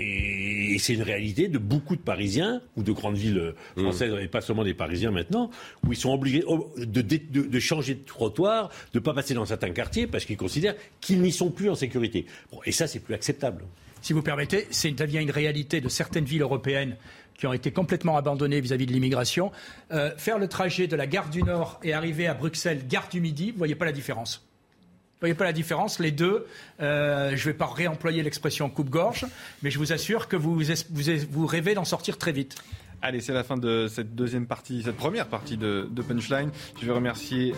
et, et c'est une réalité de beaucoup de Parisiens ou de grandes villes françaises, mmh. et pas seulement des Parisiens maintenant, où ils sont obligés de, de, de, de changer de trottoir, de pas passer dans certains quartiers parce qu'ils considèrent qu'ils n'y sont plus en sécurité. Bon, et ça, c'est plus acceptable. Si vous permettez, c'est devient une réalité de certaines villes européennes qui ont été complètement abandonnées vis-à-vis de l'immigration. Euh, faire le trajet de la gare du Nord et arriver à Bruxelles, gare du Midi, vous voyez pas la différence. Vous voyez pas la différence, les deux, euh, je ne vais pas réemployer l'expression coupe-gorge, mais je vous assure que vous, vous, vous rêvez d'en sortir très vite. Allez, c'est la fin de cette deuxième partie, cette première partie de, de Punchline. Je vais remercier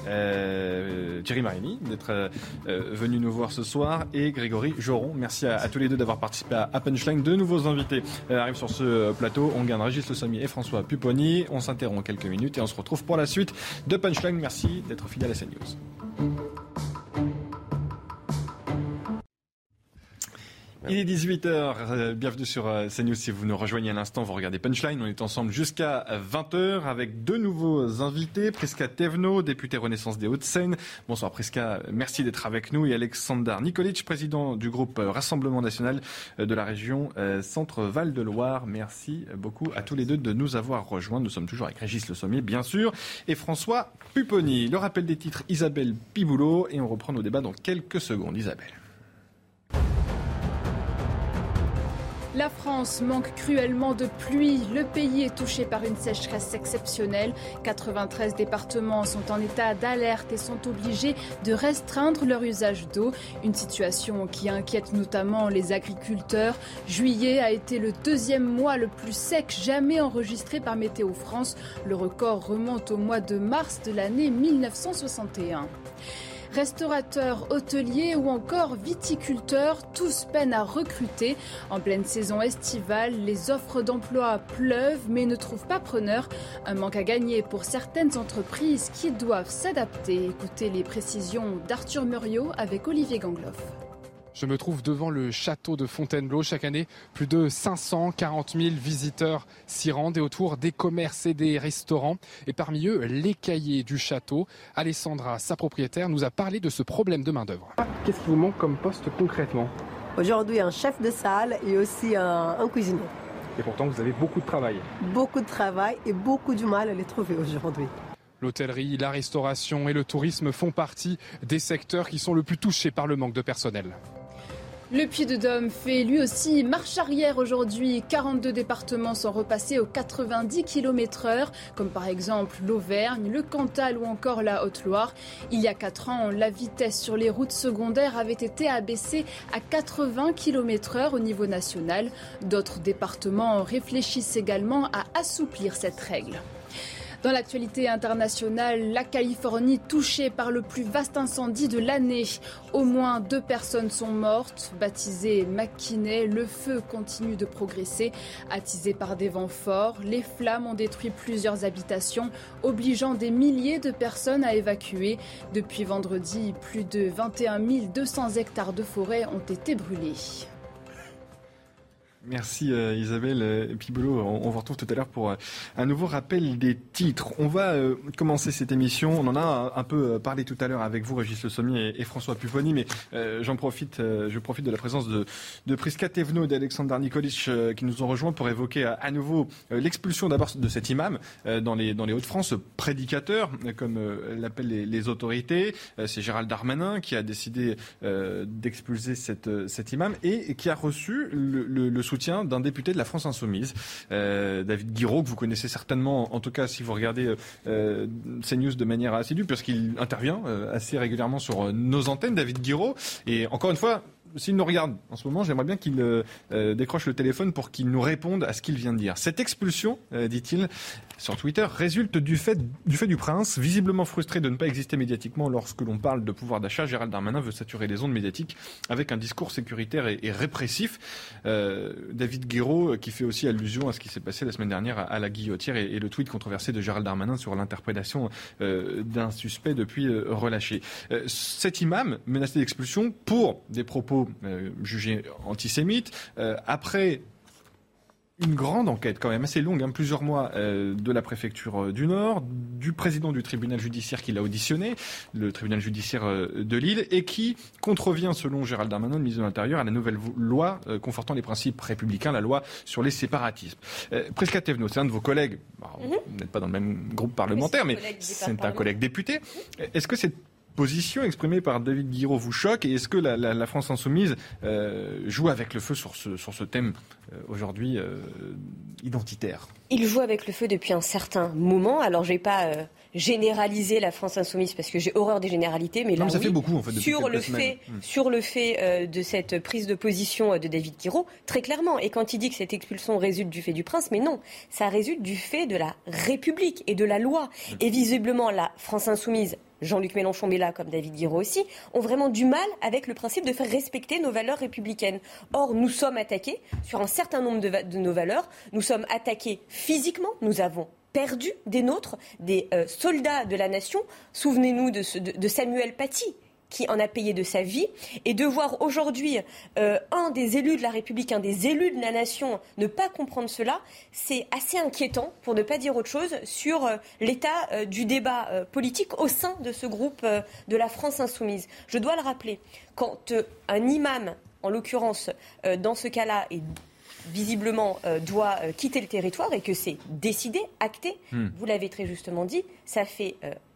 euh, Thierry Mariani d'être euh, venu nous voir ce soir et Grégory Joron. Merci à, à tous les deux d'avoir participé à, à Punchline. Deux nouveaux invités euh, arrivent sur ce plateau. On gagne Régis Le Sommier et François Pupponi. On s'interrompt quelques minutes et on se retrouve pour la suite de Punchline. Merci d'être fidèle à CNews. Il est dix-huit heures, euh, bienvenue sur euh, CNews. Si vous nous rejoignez à l'instant, vous regardez Punchline. On est ensemble jusqu'à vingt heures avec deux nouveaux invités. Prisca Thévenot, députée Renaissance des Hauts-de-Seine. Bonsoir Prisca, merci d'être avec nous. Et Alexandar Nikolic, président du groupe Rassemblement National de la région euh, Centre-Val de Loire. Merci beaucoup à tous les deux de nous avoir rejoints. Nous sommes toujours avec Régis Le Sommier, bien sûr, et François Pupponi. Le rappel des titres, Isabelle Piboulot. Et on reprend nos débats dans quelques secondes. Isabelle. La France manque cruellement de pluie. Le pays est touché par une sécheresse exceptionnelle. quatre-vingt-treize départements sont en état d'alerte et sont obligés de restreindre leur usage d'eau. Une situation qui inquiète notamment les agriculteurs. Juillet a été le deuxième mois le plus sec jamais enregistré par Météo France. Le record remonte au mois de mars de l'année mille neuf cent soixante et un. Restaurateurs, hôteliers ou encore viticulteurs, tous peinent à recruter. En pleine saison estivale, les offres d'emploi pleuvent mais ne trouvent pas preneur. Un manque à gagner pour certaines entreprises qui doivent s'adapter. Écoutez les précisions d'Arthur Muriot avec Olivier Gangloff. Je me trouve devant le château de Fontainebleau. Chaque année, plus de cinq cent quarante mille visiteurs s'y rendent et autour des commerces et des restaurants. Et parmi eux, les cahiers du château. Alessandra, sa propriétaire, nous a parlé de ce problème de main-d'œuvre. Qu'est-ce qui vous manque comme poste concrètement ? Aujourd'hui, un chef de salle et aussi un, un cuisinier. Et pourtant, vous avez beaucoup de travail. Beaucoup de travail et beaucoup du mal à les trouver aujourd'hui. L'hôtellerie, la restauration et le tourisme font partie des secteurs qui sont le plus touchés par le manque de personnel. Le Puy-de-Dôme fait lui aussi marche arrière aujourd'hui. quarante-deux départements sont repassés aux quatre-vingt-dix kilomètres heure, comme par exemple l'Auvergne, le Cantal ou encore la Haute-Loire. Il y a quatre ans, la vitesse sur les routes secondaires avait été abaissée à quatre-vingts kilomètres heure au niveau national. D'autres départements réfléchissent également à assouplir cette règle. Dans l'actualité internationale, la Californie touchée par le plus vaste incendie de l'année. Au moins deux personnes sont mortes. Baptisé McKinney, le feu continue de progresser. Attisé par des vents forts, les flammes ont détruit plusieurs habitations, obligeant des milliers de personnes à évacuer. Depuis vendredi, plus de vingt et un mille deux cents hectares de forêt ont été brûlés. Merci euh, Isabelle euh, Piboulot. On, on vous retrouve tout à l'heure pour euh, un nouveau rappel des titres. On va euh, commencer cette émission. On en a un, un peu parlé tout à l'heure avec vous, Régis Le Sommier et, et François Pupponi, mais euh, j'en profite, euh, je profite de la présence de, de Prisca Thévenot et d'Alexandre Nikolic euh, qui nous ont rejoints pour évoquer à, à nouveau euh, l'expulsion d'abord de cet imam euh, dans les, dans les Hauts-de-France, prédicateur, euh, comme euh, l'appellent les, les autorités. Euh, c'est Gérald Darmanin qui a décidé euh, d'expulser cette, cet imam et, et qui a reçu le, le, le soutien d'un député de la France Insoumise, euh, David Guiraud, que vous connaissez certainement, en tout cas si vous regardez euh, CNews de manière assidue, puisqu'il intervient euh, assez régulièrement sur euh, nos antennes, David Guiraud. Et encore une fois, s'il nous regarde en ce moment, j'aimerais bien qu'il euh, décroche le téléphone pour qu'il nous réponde à ce qu'il vient de dire. Cette expulsion, euh, dit-il sur Twitter, résulte du fait, du fait du prince, visiblement frustré de ne pas exister médiatiquement lorsque l'on parle de pouvoir d'achat. Gérald Darmanin veut saturer les ondes médiatiques avec un discours sécuritaire et, et répressif. Euh, David Guiraud, qui fait aussi allusion à ce qui s'est passé la semaine dernière à, à la Guillotière et, et le tweet controversé de Gérald Darmanin sur l'interprétation euh, d'un suspect depuis euh, relâché. Euh, cet imam menacé d'expulsion pour des propos Euh, jugé antisémite, euh, après une grande enquête quand même assez longue, hein, plusieurs mois, euh, de la préfecture euh, du Nord, du président du tribunal judiciaire qui l'a auditionné, le tribunal judiciaire euh, de Lille, et qui contrevient, selon Gérald Darmanin, le ministre de l'Intérieur, à la nouvelle loi euh, confortant les principes républicains, la loi sur les séparatismes. Euh, Prisca Thévenot, c'est un de vos collègues, alors, mm-hmm. vous n'êtes pas dans le même groupe parlementaire, mais c'est, mais c'est un collègue député. Est-ce que cette position exprimée par David Guiraud vous choque et est-ce que la, la, la France Insoumise euh, joue avec le feu sur ce, sur ce thème euh, aujourd'hui euh, identitaire ? Il joue avec le feu depuis un certain moment. Alors je ne vais pas euh, généraliser la France Insoumise parce que j'ai horreur des généralités, mais là non, ça oui, fait beaucoup en fait. Sur le fait, mmh. sur le fait euh, de cette prise de position de David Guiraud, très clairement. Et quand il dit que cette expulsion résulte du fait du prince, mais non, ça résulte du fait de la République et de la loi. Mmh. Et visiblement la France Insoumise, Jean-Luc Mélenchon, mais là, comme David Guiraud aussi, ont vraiment du mal avec le principe de faire respecter nos valeurs républicaines. Or, nous sommes attaqués sur un certain nombre de, va- de nos valeurs. Nous sommes attaqués physiquement. Nous avons perdu des nôtres, des euh, soldats de la nation. Souvenez-nous de, ce, de, de Samuel Paty, qui en a payé de sa vie, et de voir aujourd'hui euh, un des élus de la République, un des élus de la nation ne pas comprendre cela, c'est assez inquiétant, pour ne pas dire autre chose, sur euh, l'état euh, du débat euh, politique au sein de ce groupe euh, de la France Insoumise. Je dois le rappeler, quand euh, un imam, en l'occurrence, euh, dans ce cas-là, est visiblement euh, doit euh, quitter le territoire et que c'est décidé, acté, mmh. vous l'avez très justement dit, ça fait... Euh,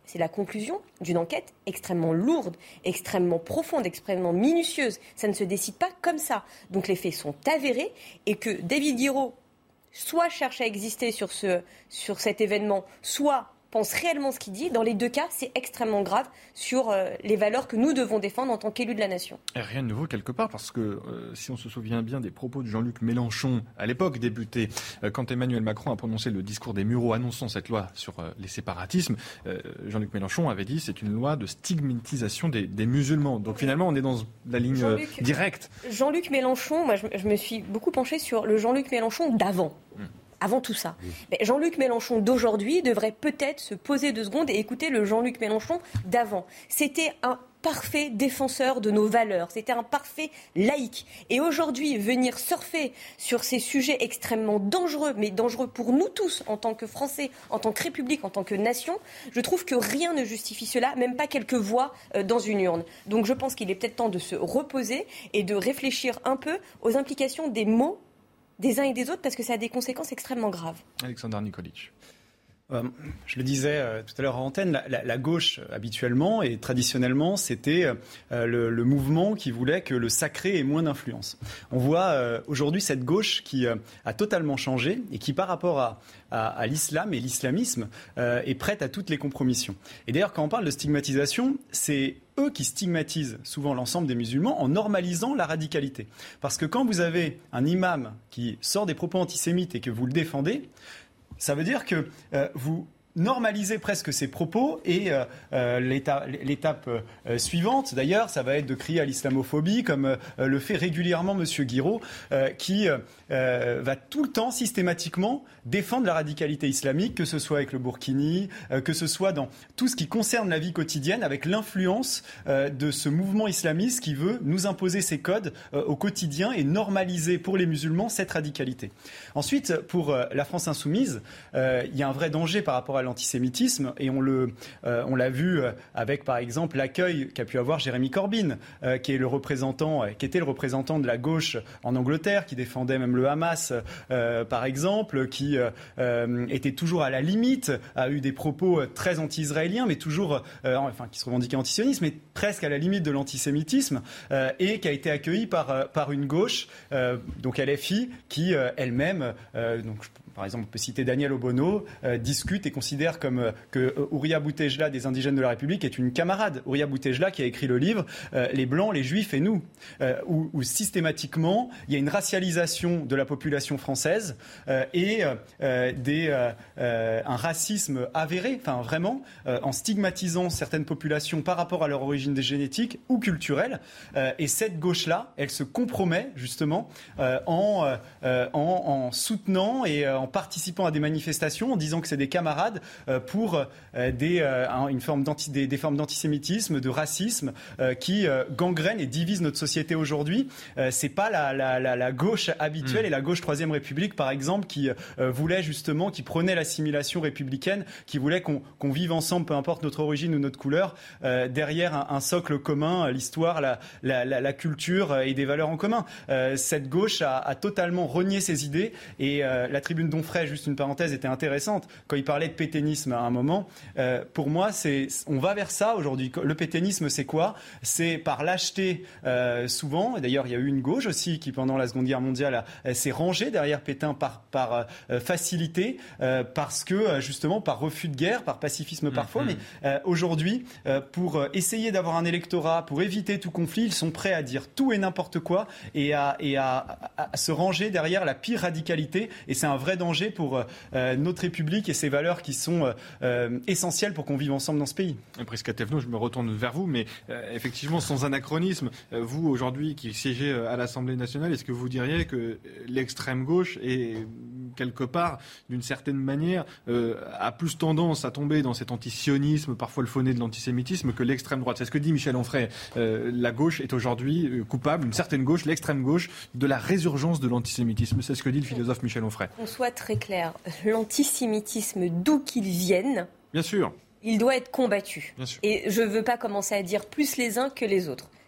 c'est la conclusion d'une enquête extrêmement lourde, extrêmement profonde, extrêmement minutieuse. Ça ne se décide pas comme ça. Donc les faits sont avérés et que David Guiraud soit cherche à exister sur, ce, sur cet événement, soit pense réellement ce qu'il dit. Dans les deux cas, c'est extrêmement grave sur euh, les valeurs que nous devons défendre en tant qu'élus de la nation. Et rien de nouveau quelque part, parce que euh, si on se souvient bien des propos de Jean-Luc Mélenchon, à l'époque député, euh, quand Emmanuel Macron a prononcé le discours des Mureaux annonçant cette loi sur euh, les séparatismes, euh, Jean-Luc Mélenchon avait dit c'est une loi de stigmatisation des, des musulmans. Donc finalement, on est dans la ligne euh, directe. Jean-Luc Mélenchon, moi je, je me suis beaucoup penchée sur le Jean-Luc Mélenchon d'avant. Hum. Avant tout ça. Mais Jean-Luc Mélenchon d'aujourd'hui devrait peut-être se poser deux secondes et écouter le Jean-Luc Mélenchon d'avant. C'était un parfait défenseur de nos valeurs. C'était un parfait laïc. Et aujourd'hui, venir surfer sur ces sujets extrêmement dangereux, mais dangereux pour nous tous, en tant que Français, en tant que République, en tant que nation, je trouve que rien ne justifie cela, même pas quelques voix euh, dans une urne. Donc je pense qu'il est peut-être temps de se reposer et de réfléchir un peu aux implications des mots des uns et des autres, parce que ça a des conséquences extrêmement graves. Alexander Nikolic. Euh, je le disais euh, tout à l'heure en antenne, la, la, la gauche, habituellement et traditionnellement, c'était euh, le, le mouvement qui voulait que le sacré ait moins d'influence. On voit euh, aujourd'hui cette gauche qui euh, a totalement changé et qui, par rapport à, à, à l'islam et l'islamisme, euh, est prête à toutes les compromissions. Et d'ailleurs, quand on parle de stigmatisation, c'est eux qui stigmatisent souvent l'ensemble des musulmans en normalisant la radicalité. Parce que quand vous avez un imam qui sort des propos antisémites et que vous le défendez, ça veut dire que euh, vous normaliser presque ces propos et euh, euh, l'étape, l'étape euh, suivante, d'ailleurs, ça va être de crier à l'islamophobie, comme euh, le fait régulièrement M. Guiraud, euh, qui euh, va tout le temps, systématiquement, défendre la radicalité islamique, que ce soit avec le Burkini, euh, que ce soit dans tout ce qui concerne la vie quotidienne, avec l'influence euh, de ce mouvement islamiste qui veut nous imposer ses codes euh, au quotidien et normaliser pour les musulmans cette radicalité. Ensuite, pour euh, la France insoumise, euh, il y a un vrai danger par rapport à l'antisémitisme et on, le, euh, on l'a vu avec par exemple l'accueil qu'a pu avoir Jérémy Corbyn, euh, qui est le représentant, qui était le représentant de la gauche en Angleterre, qui défendait même le Hamas euh, par exemple, qui euh, était toujours à la limite, a eu des propos très anti-israéliens, mais toujours, euh, enfin qui se revendiquait antisionisme, mais presque à la limite de l'antisémitisme, euh, et qui a été accueilli par, par une gauche, euh, donc L F I, qui euh, elle-même, euh, donc par exemple, on peut citer Daniel Obono, euh, discute et considère comme euh, que euh, Ouria Boutejla des Indigènes de la République est une camarade. Ouria Boutejla qui a écrit le livre euh, Les Blancs, les Juifs et nous, euh, où, où systématiquement il y a une racialisation de la population française euh, et euh, des, euh, euh, un racisme avéré, enfin vraiment, euh, en stigmatisant certaines populations par rapport à leur origine génétique ou culturelle. Euh, et cette gauche-là, elle se compromet justement euh, en, euh, en, en soutenant et euh, en participant à des manifestations, en disant que c'est des camarades euh, pour euh, des, euh, une forme d'anti, des, des formes d'antisémitisme, de racisme euh, qui euh, gangrènent et divisent notre société aujourd'hui. Euh, c'est pas la, la, la, la gauche habituelle mmh. et la gauche Troisième République, par exemple, qui euh, voulait justement, qui prenait l'assimilation républicaine, qui voulait qu'on, qu'on vive ensemble, peu importe notre origine ou notre couleur, euh, derrière un, un socle commun, l'histoire, la, la, la, la culture et des valeurs en commun. Euh, cette gauche a, a totalement renié ses idées et euh, la tribune Donfray, juste une parenthèse, était intéressante quand il parlait de pétainisme à un moment. Euh, pour moi, c'est, on va vers ça aujourd'hui. Le pétainisme, c'est quoi ? C'est par lâcheté euh, souvent. D'ailleurs, il y a eu une gauche aussi qui, pendant la Seconde Guerre mondiale, a, s'est rangée derrière Pétain par, par euh, facilité, euh, parce que justement par refus de guerre, par pacifisme parfois. Mmh. Mais euh, aujourd'hui, euh, pour essayer d'avoir un électorat, pour éviter tout conflit, ils sont prêts à dire tout et n'importe quoi et à, et à, à, à se ranger derrière la pire radicalité. Et c'est un vrai danger pour euh, notre République et ses valeurs qui sont euh, essentielles pour qu'on vive ensemble dans ce pays. Prisca Thévenot, je me retourne vers vous, mais euh, effectivement, sans anachronisme, euh, vous aujourd'hui qui siégez à l'Assemblée nationale, est-ce que vous diriez que l'extrême gauche est quelque part, d'une certaine manière, euh, a plus tendance à tomber dans cet antisionisme, parfois le fauné de l'antisémitisme, que l'extrême droite ? C'est ce que dit Michel Onfray. Euh, la gauche est aujourd'hui coupable, une certaine gauche, l'extrême gauche, de la résurgence de l'antisémitisme. C'est ce que dit le philosophe Michel Onfray. On soit très clair, l'antisémitisme, d'où qu'il vienne, bien sûr, il doit être combattu. Bien sûr. Et je ne veux pas commencer à dire plus les uns que les autres.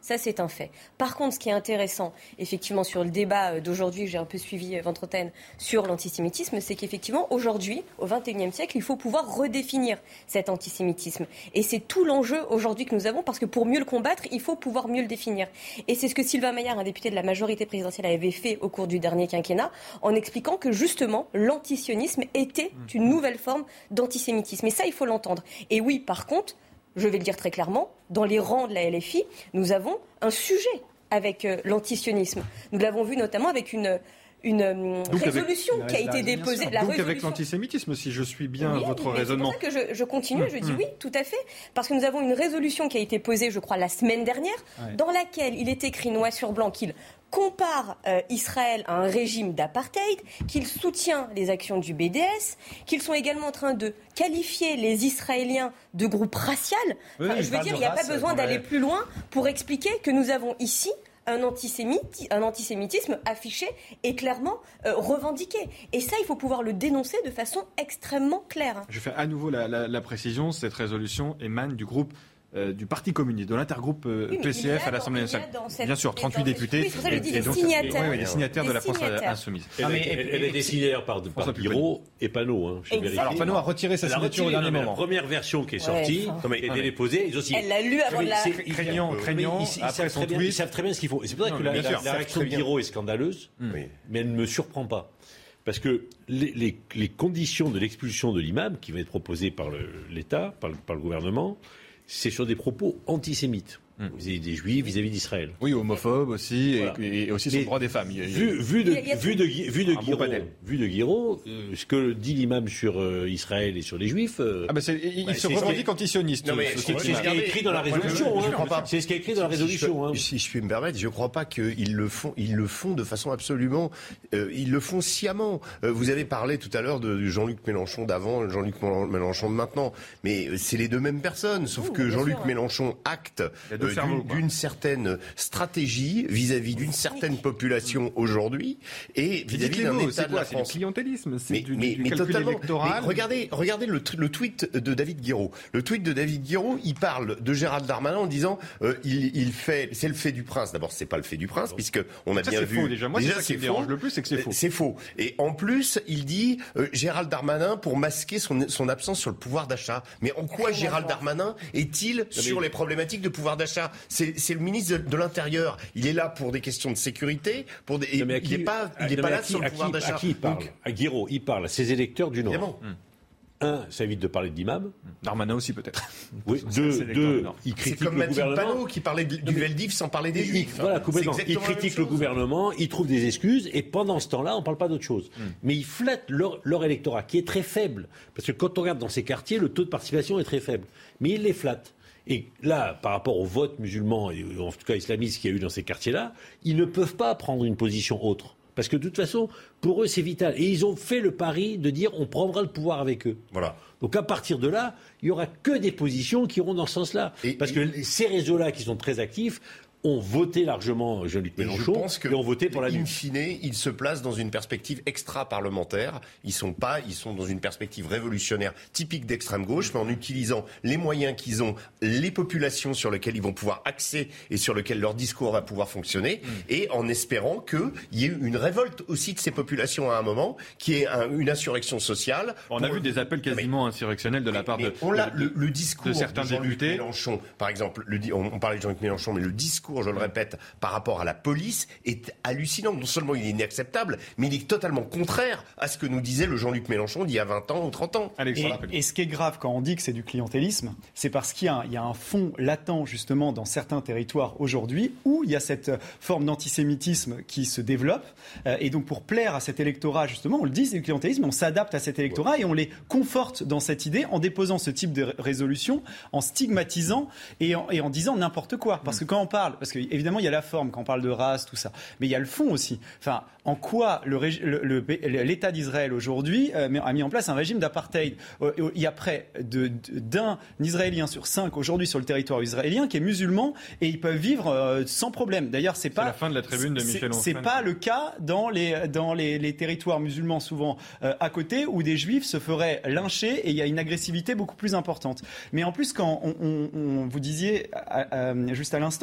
Ça, c'est un fait. Par contre, ce qui est intéressant, effectivement, sur le débat d'aujourd'hui, que j'ai un peu suivi Ventreten, sur l'antisémitisme, c'est qu'effectivement, aujourd'hui, au vingt et unième siècle, il faut pouvoir redéfinir cet antisémitisme. Et c'est tout l'enjeu aujourd'hui que nous avons, parce que pour mieux le combattre, il faut pouvoir mieux le définir. Et c'est ce que Sylvain Maillard, un député de la majorité présidentielle, avait fait au cours du dernier quinquennat, en expliquant que justement, l'antisionisme était une nouvelle forme d'antisémitisme. Et ça, il faut l'entendre. Et oui, par contre, je vais le dire très clairement, dans les rangs de la L F I, nous avons un sujet avec euh, l'antisionisme. Nous l'avons vu notamment avec une, une donc résolution avec, qui a été déposée. La donc résolution... avec l'antisémitisme, si je suis bien oui, votre mais raisonnement. C'est pour ça que je, je continue, je dis oui, tout à fait. Parce que nous avons une résolution qui a été posée, je crois, la semaine dernière, ouais. dans laquelle il est écrit noir sur blanc qu'il compare euh, Israël à un régime d'apartheid, qu'il soutient les actions du B D S, qu'ils sont également en train de qualifier les Israéliens de groupe racial. Enfin, oui, je veux dire, il n'y a pas besoin ouais. d'aller plus loin pour expliquer que nous avons ici un, antisémite, un antisémitisme affiché et clairement euh, revendiqué. Et ça, il faut pouvoir le dénoncer de façon extrêmement claire. Je fais à nouveau la, la, la précision, cette résolution émane du groupe Euh, du Parti communiste, de l'intergroupe euh, oui, P C F à l'Assemblée nationale. Bien sûr, trente-huit députés. Oui, c'est pour ça que je dis et, et les donc, signataires. Et, oui, les signataires les de la France signataires. insoumise. Elle, ah, mais, elle, elle est désignée par, par Guiraud et Panot. Hein, Alors Panot a retiré sa signature au dernier moment. La première version qui est sortie, ouais, qui a été déposée, ils aussi. Elle l'a lu avant de la... Craignant, craignant, après son tweet. Ils savent très bien ce qu'il faut. C'est pour ça que la réaction de Guiraud est scandaleuse, mais elle ne me surprend pas. Parce que les, les, les conditions de l'expulsion de l'imam, qui va être proposée par le, l'État, par le, par le gouvernement, c'est sur des propos antisémites. Mmh. Vis-à-vis des Juifs, vis-à-vis d'Israël. Oui, homophobes aussi, voilà. et, et aussi sur le droit des femmes. Vu, vu de, vu de, vu de Guiraud, vu de Guiraud euh, ce que dit l'imam sur euh, Israël et sur les Juifs... Euh, ah ben c'est, il bah, se revendique antisioniste. Non mais c'est, c'est, c'est ce qui est écrit dans la résolution. Hein. Hein. C'est ce qui est écrit dans la résolution. Si, si, si je puis me permettre, je ne crois pas qu'ils le font. Ils le font de façon absolument... Euh, ils le font sciemment. Euh, vous avez parlé tout à l'heure de Jean-Luc Mélenchon d'avant, Jean-Luc Mélenchon de maintenant. Mais c'est les deux mêmes personnes, sauf oh, que Jean-Luc sûr, Mélenchon acte euh, d'une, d'une certaine stratégie vis-à-vis d'une certaine population aujourd'hui et vis-à-vis d'un mots, État de la c'est France. C'est du clientélisme, c'est mais, du, mais, du mais calcul totalement, électoral. Mais regardez, regardez le, le tweet de David Guiraud. Le tweet de David Guiraud, il parle de Gérald Darmanin en disant euh, il, il fait, c'est le fait du prince. D'abord, c'est pas le fait du prince puisque on a ça, bien c'est vu. Faux, déjà, moi, déjà, c'est ça qui me dérange faux. le plus, c'est que c'est faux. C'est faux. Et en plus, il dit euh, Gérald Darmanin pour masquer son, son absence sur le pouvoir d'achat. Mais en quoi Gérald Darmanin est-il sur les problématiques de pouvoir d'achat ? C'est, c'est le ministre de, de l'Intérieur. Il est là pour des questions de sécurité. Pour des, non, qui, il n'est pas, il est pas là qui, sur le pouvoir qui, d'achat. À qui il parle Donc, à Guiraud, il parle à ses électeurs du Nord. Évidemment. Hum. Un, ça évite de parler de l'imam. Darmanin aussi peut-être. Oui. Deux, deux il critique c'est comme le gouvernement. Panot qui parlait du Veldiv sans parler des Juifs. Voilà, complètement. Il critique le gouvernement, il trouve des excuses, et pendant ce temps-là, on ne parle pas d'autre chose. Mm. Mais il flatte leur, leur électorat, qui est très faible. Parce que quand on regarde dans ces quartiers, le taux de participation est très faible. Mais il les flatte. Et là, par rapport au vote musulman, et en tout cas islamiste qu'il y a eu dans ces quartiers-là, ils ne peuvent pas prendre une position autre. Parce que de toute façon, pour eux, c'est vital. Et ils ont fait le pari de dire on prendra le pouvoir avec eux. Voilà. Donc à partir de là, il n'y aura que des positions qui iront dans ce sens-là. Et, Parce et... que ces réseaux-là qui sont très actifs ont voté largement Jean-Luc Mélenchon et, je pense que et ont voté pour la in fine, ils se placent dans une perspective extra-parlementaire. Ils sont pas, ils sont dans une perspective révolutionnaire typique d'extrême gauche, mais en utilisant les moyens qu'ils ont, les populations sur lesquelles ils vont pouvoir axer et sur lesquelles leur discours va pouvoir fonctionner, mmh. et en espérant qu'il y ait une révolte aussi de ces populations à un moment, qui est un, une insurrection sociale. On a vu des appels quasiment mais, insurrectionnels de la part de, on l'a, le, le discours de certains de Jean-Luc députés. Mélenchon, par exemple, le, on, on parlait de Jean-Luc Mélenchon, mais le discours, je le répète, par rapport à la police est hallucinant. Non seulement il est inacceptable, mais il est totalement contraire à ce que nous disait le Jean-Luc Mélenchon d'il y a vingt ans ou trente ans. Allez, et, et ce qui est grave quand on dit que c'est du clientélisme, c'est parce qu'il y a, un, il y a un fond latent justement dans certains territoires aujourd'hui où il y a cette forme d'antisémitisme qui se développe. Euh, et donc pour plaire à cet électorat, justement, on le dit, c'est du clientélisme, on s'adapte à cet électorat ouais. et on les conforte dans cette idée en déposant ce type de résolution, en stigmatisant et en, et en disant n'importe quoi. Parce que quand on parle, parce que évidemment, il y a la forme quand on parle de race, tout ça. Mais il y a le fond aussi. Enfin, en quoi le, le, le, l'État d'Israël aujourd'hui euh, a mis en place un régime d'apartheid. Euh, il y a près de, de, d'un Israélien sur cinq aujourd'hui sur le territoire israélien qui est musulman et ils peuvent vivre euh, sans problème. D'ailleurs, c'est pas c'est la fin de la tribune de Michel Onfray. C'est, c'est pas le cas dans les dans les, les territoires musulmans souvent euh, à côté où des juifs se feraient lyncher et il y a une agressivité beaucoup plus importante. Mais en plus, quand on, on, on vous disiez à, à, juste à l'instant sur la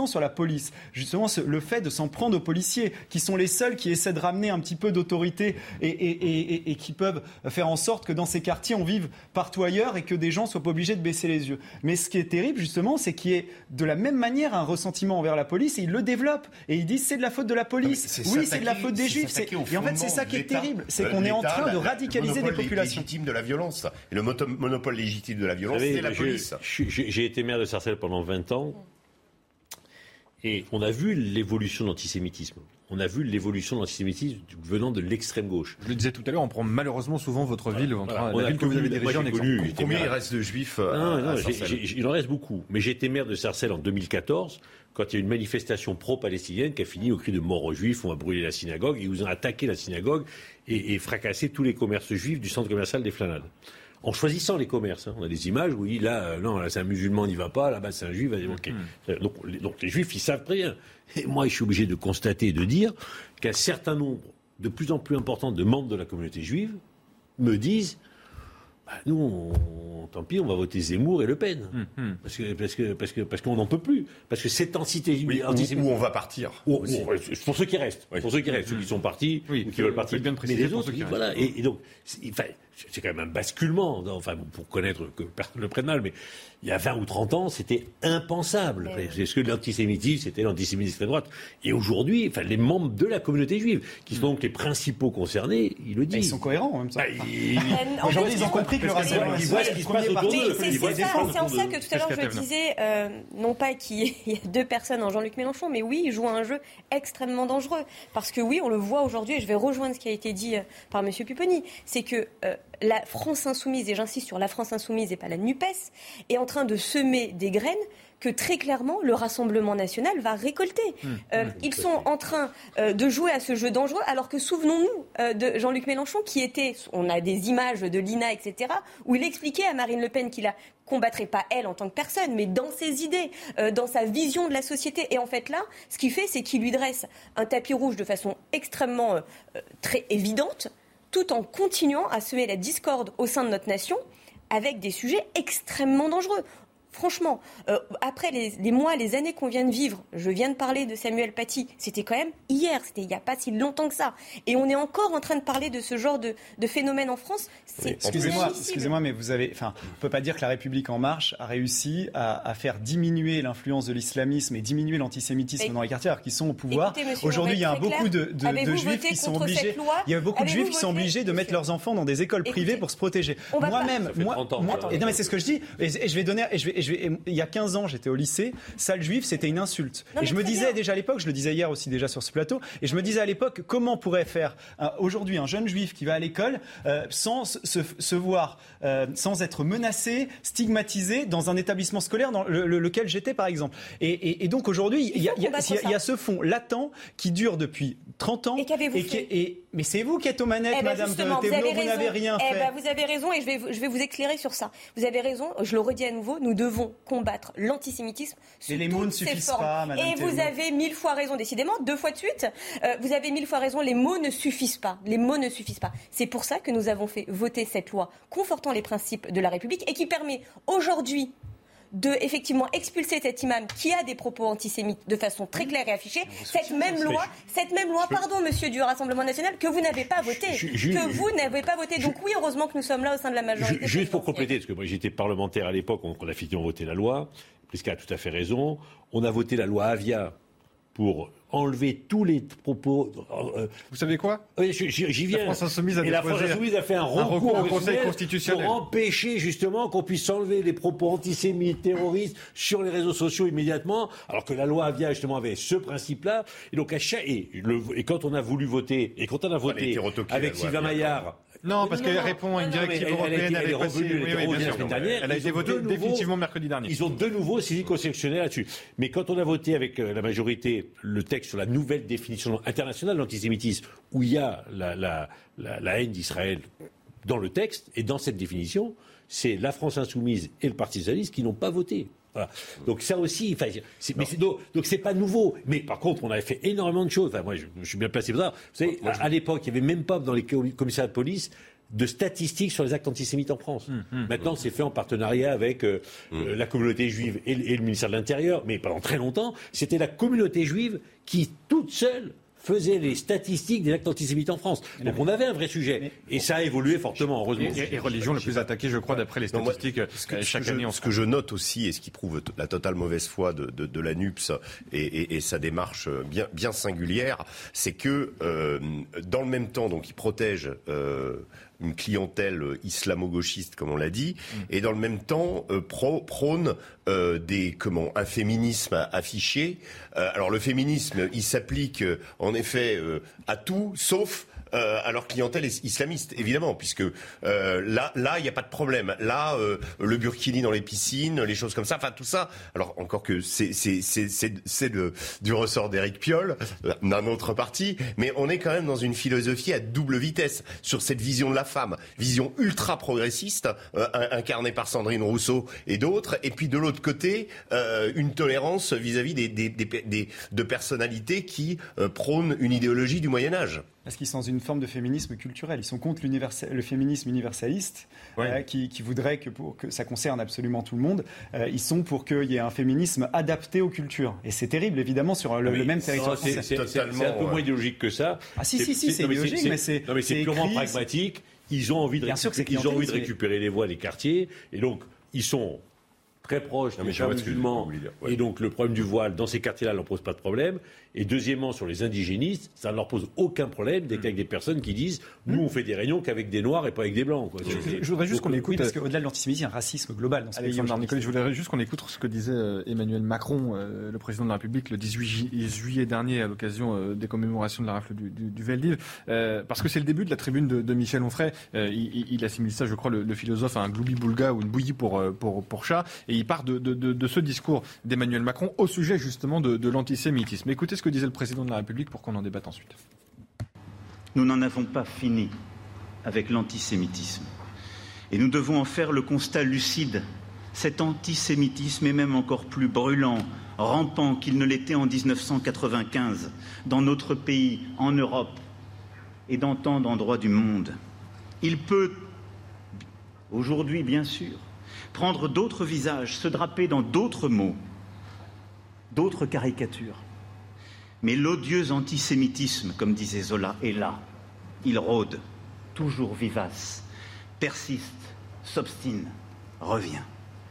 police. Justement, ce, le fait de s'en prendre aux policiers, qui sont les seuls qui essaient de ramener un petit peu d'autorité et, et, et, et, et qui peuvent faire en sorte que dans ces quartiers, on vive partout ailleurs et que des gens soient pas obligés de baisser les yeux. Mais ce qui est terrible, justement, c'est qu'il y ait de la même manière un ressentiment envers la police et ils le développent. Et ils disent c'est de la faute de la police. C'est oui, c'est de la faute des Juifs. C'est... Et en fait, c'est ça qui est terrible. C'est qu'on est en train de radicaliser des populations. Le légitime de la violence. Et le monopole légitime de la violence, savez, c'est la je, police. Je, je, j'ai été maire de Sarcelles pendant vingt ans. Et on a vu l'évolution de l'antisémitisme. On a vu l'évolution de l'antisémitisme venant de l'extrême gauche. Je le disais tout à l'heure, on prend malheureusement souvent votre ville, voilà, la ville que vous avez dirigée en exemple. Combien il reste de juifs non, à, non, à j'ai, j'ai, il en reste beaucoup. Mais j'ai été maire de Sarcelles en deux mille quatorze, quand il y a eu une manifestation pro-palestinienne qui a fini au cri de mort aux juifs, on a brûlé la synagogue, et ils ont attaqué la synagogue et, et fracassé tous les commerces juifs du centre commercial des Flanades. En choisissant les commerces. Hein. On a des images où, oui, là, euh, non, là, c'est un musulman, n'y va pas, là-bas, c'est un juif, vas-y, ok. Mmh. Donc, les, donc, les juifs, ils savent très bien. Et moi, je suis obligé de constater et de dire qu'un certain nombre, de plus en plus important, de membres de la communauté juive me disent, bah, nous, on, tant pis, on va voter Zemmour et Le Pen. Mmh. Parce que, parce que, parce que, parce qu'on n'en peut plus. Parce que cette antisémitisme. Oui, où, où on va partir. Où, où, pour ceux qui restent. Oui. Pour ceux qui restent. Mmh. Ceux qui sont partis, oui, ou qui veulent partir. Bien mais les autres, oui, voilà. Et, et donc, enfin, c'est quand même un basculement, enfin, pour connaître que personne ne le prenne mal, mais il y a vingt ou trente ans, c'était impensable. Oui. Est-ce que l'antisémitisme, c'était l'antisémitisme de droite? Et aujourd'hui, enfin, les membres de la communauté juive, qui sont donc les principaux concernés, ils le disent. Et ils sont cohérents, en même temps. Bah, ils... Aujourd'hui, ils ont compris que le racisme, ils voient ce qui se passe autour d'eux. C'est, c'est, ça, c'est en ça que tout à l'heure, je disais, euh, non pas qu'il y a deux personnes en Jean-Luc Mélenchon, mais oui, il joue à un jeu extrêmement dangereux. Parce que oui, on le voit aujourd'hui, et je vais rejoindre ce qui a été dit par M. Pupponi, c'est que euh, la France insoumise, et j'insiste sur la France insoumise et pas la NUPES, est en train de semer des graines que très clairement le Rassemblement national va récolter. Mmh, euh, mmh, ils sont en train euh, de jouer à ce jeu dangereux, alors que souvenons-nous euh, de Jean-Luc Mélenchon qui était, on a des images de l'I N A, et cetera, où il expliquait à Marine Le Pen qu'il la combattrait pas elle en tant que personne, mais dans ses idées, euh, dans sa vision de la société. Et en fait là, ce qu'il fait, c'est qu'il lui dresse un tapis rouge de façon extrêmement euh, très évidente, tout en continuant à semer la discorde au sein de notre nation avec des sujets extrêmement dangereux. Franchement, euh, après les, les mois, les années qu'on vient de vivre, je viens de parler de Samuel Paty, c'était quand même hier, c'était il n'y a pas si longtemps que ça. Et on est encore en train de parler de ce genre de, de phénomène en France. C'est excusez-moi, excusez-moi, mais vous avez, enfin, on ne peut pas dire que la République En Marche a réussi à, à faire diminuer l'influence de l'islamisme et diminuer l'antisémitisme mais, dans les quartiers alors qu'ils sont au pouvoir. Écoutez, aujourd'hui, il y a beaucoup de, de, de juifs qui sont obligés. Loi, il y a beaucoup de juifs qui sont obligés de mettre leurs enfants dans des écoles privées Écoutez, pour se protéger. Moi-même, moi, moi et non mais c'est ce que je dis. Et, et je vais donner, et je vais. Je vais, il y a quinze ans, j'étais au lycée, sale juif, c'était une insulte. Non, et je me disais bien. déjà à l'époque, je le disais hier aussi déjà sur ce plateau, et je me disais à l'époque, comment pourrait faire euh, aujourd'hui un jeune juif qui va à l'école euh, sans se, se voir, euh, sans être menacé, stigmatisé dans un établissement scolaire dans le, le, lequel j'étais par exemple. Et, et, et donc aujourd'hui, il y, y, y, y, y a ce fond latent qui dure depuis trente ans. Et qu'avez-vous et fait qui, et, Mais c'est vous qui êtes aux manettes, eh ben Madame Thévenot, vous, vous, vous n'avez rien eh fait. Ben vous avez raison, et je vais, je vais vous éclairer sur ça. Vous avez raison, je le redis à nouveau, nous devons combattre l'antisémitisme sous les mots ne suffisent pas, Madame Et vous avez mille fois raison, décidément, deux fois de suite. Euh, vous avez mille fois raison, les mots ne suffisent pas. Les mots ne suffisent pas. C'est pour ça que nous avons fait voter cette loi confortant les principes de la République et qui permet aujourd'hui de effectivement expulser cet imam qui a des propos antisémites de façon très claire et affichée. Cette même loi, cette même loi, pardon, monsieur du Rassemblement national, que vous n'avez pas voté, que vous n'avez pas voté. Donc oui, heureusement que nous sommes là au sein de la majorité. Juste pour compléter, parce que moi j'étais parlementaire à l'époque, on a effectivement voté la loi. Prisca a tout à fait raison. On a voté la loi Avia pour enlever tous les propos. Euh, Vous savez quoi? Oui, j'y viens. La France Insoumise a, et la France Insoumise a fait un recours, un recours au Conseil constitutionnel pour empêcher justement qu'on puisse enlever les propos antisémites, terroristes sur les réseaux sociaux immédiatement, alors que la loi Avia justement avait ce principe-là. Et donc à chaque et, le, et quand on a voulu voter et quand on a voté avec Sylvain Maillard. Non, parce qu'elle répond à une directive européenne. Elle est revenue la semaine dernière. Elle a été votée définitivement mercredi dernier. Ils ont de nouveau saisi constitutionnel là-dessus. Mais quand on a voté avec la majorité le texte sur la nouvelle définition internationale de l'antisémitisme, où il y a la, la, la, la haine d'Israël dans le texte et dans cette définition, c'est la France Insoumise et le Parti Socialiste qui n'ont pas voté. Voilà. Donc ça aussi, enfin, c'est, mais c'est, donc, donc c'est pas nouveau. Mais par contre, on avait fait énormément de choses. Enfin, moi, je, je suis bien placé pour ça. Vous savez, à, à l'époque, il n'y avait même pas dans les commissariats de police de statistiques sur les actes antisémites en France. Mmh, mmh, Maintenant, mmh. c'est fait en partenariat avec euh, mmh. euh, la communauté juive et, et le ministère de l'Intérieur, mais pendant très longtemps, c'était la communauté juive qui, toute seule, faisait les statistiques des actes antisémites en France. Donc on avait un vrai sujet. Mais, et ça a évolué fortement, heureusement. Et, et, et religion la plus attaquée, je crois, d'après les statistiques, non, moi, ce que, chaque ce que année je, en Ce que je note aussi, et ce qui prouve la totale mauvaise foi de, de, de la N U P S et, et, et sa démarche bien, bien singulière, c'est que euh, dans le même temps, donc, ils protègent euh, une clientèle islamo-gauchiste, comme on l'a dit, mmh. et dans le même temps euh, pro, prône euh, des comment un féminisme affiché. Euh, alors le féminisme, il s'applique euh, en effet euh, à tout, sauf Euh, à leur clientèle islamiste, évidemment, puisque euh, là, là, il n'y a pas de problème. Là, euh, le burkini dans les piscines, les choses comme ça, enfin tout ça. Alors encore que c'est c'est c'est c'est, c'est le, du ressort d'Éric Piolle, d'un autre parti, mais on est quand même dans une philosophie à double vitesse sur cette vision de la femme, vision ultra progressiste, euh, incarnée par Sandrine Rousseau et d'autres, et puis de l'autre côté, euh, une tolérance vis-à-vis des des, des, des de personnalités qui euh, prônent une idéologie du Moyen Âge. Parce qu'ils sont dans une forme de féminisme culturel. Ils sont contre le féminisme universaliste, ouais. euh, qui, qui voudrait que, pour, que ça concerne absolument tout le monde. Euh, ils sont pour qu'il y ait un féminisme adapté aux cultures. Et c'est terrible, évidemment, sur le, ah oui, le même territoire c'est, français. C'est, c'est, c'est un peu moins idéologique que ça. Ah si, si, si, c'est, c'est idéologique, c'est, mais c'est, non, mais c'est, c'est purement écrit, pragmatique. C'est... Ils ont envie de, récupérer, ils ont envie de récupérer les voix des quartiers. Et donc, ils sont très proches des frères musulmans. Ouais. Et donc, le problème du voile, dans ces quartiers-là, ne leur pose pas de problème. Et deuxièmement, sur les indigénistes, ça ne leur pose aucun problème d'être mmh. avec des personnes qui disent « nous, on fait des réunions qu'avec des noirs et pas avec des blancs ». Quoi. Je, je, je voudrais juste qu'on écoute... Oui, parce qu'au-delà de l'antisémitisme, il y a un racisme global dans ce pays. Nicolas, je voudrais juste qu'on écoute ce que disait Emmanuel Macron, euh, le président de la République, le dix-huit juillet dernier, à l'occasion euh, des commémorations de la rafle du, du, du Veldiv. Euh, parce que c'est le début de la tribune de, de Michel Onfray. Euh, il, il assimile ça, je crois, le, le philosophe, à un gloubi-boulga ou une bouillie pour, pour, pour chat. Et il part de, de, de, de ce discours d'Emmanuel Macron au sujet, justement, de, de l'antisémitisme. Écoutez ce que disait le président de la République pour qu'on en débatte ensuite. Nous n'en avons pas fini avec l'antisémitisme. Et nous devons en faire le constat lucide. Cet antisémitisme est même encore plus brûlant, rampant qu'il ne l'était en dix-neuf cent quatre-vingt-quinze, dans notre pays, en Europe et dans tant d'endroits du monde. Il peut, aujourd'hui bien sûr, prendre d'autres visages, se draper dans d'autres mots, d'autres caricatures. Mais l'odieux antisémitisme, comme disait Zola, est là. Il rôde, toujours vivace, persiste, s'obstine, revient.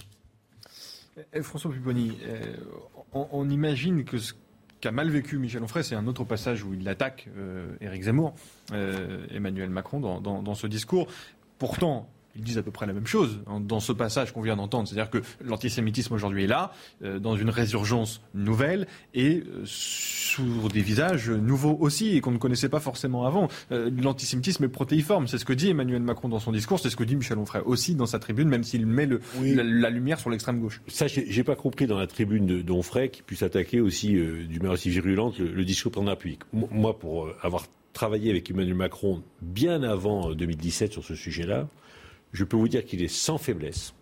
François Pupponi, euh, on, on imagine que ce qu'a mal vécu Michel Onfray, c'est un autre passage où il attaque euh, Éric Zemmour, euh, Emmanuel Macron, dans, dans, dans ce discours. Pourtant, ils disent à peu près la même chose dans ce passage qu'on vient d'entendre. C'est-à-dire que l'antisémitisme aujourd'hui est là, euh, dans une résurgence nouvelle et euh, sous des visages nouveaux aussi et qu'on ne connaissait pas forcément avant. Euh, l'antisémitisme est protéiforme. C'est ce que dit Emmanuel Macron dans son discours, c'est ce que dit Michel Onfray aussi dans sa tribune, même s'il met le, oui. la, la lumière sur l'extrême gauche. Ça, j'ai, j'ai pas compris dans la tribune de, d'Onfray qu'il puisse attaquer aussi, euh, d'une manière aussi virulente, le, le discours président de la République. Moi, pour euh, avoir travaillé avec Emmanuel Macron bien avant deux mille dix-sept sur ce sujet-là, je peux vous dire qu'il est sans faiblesse,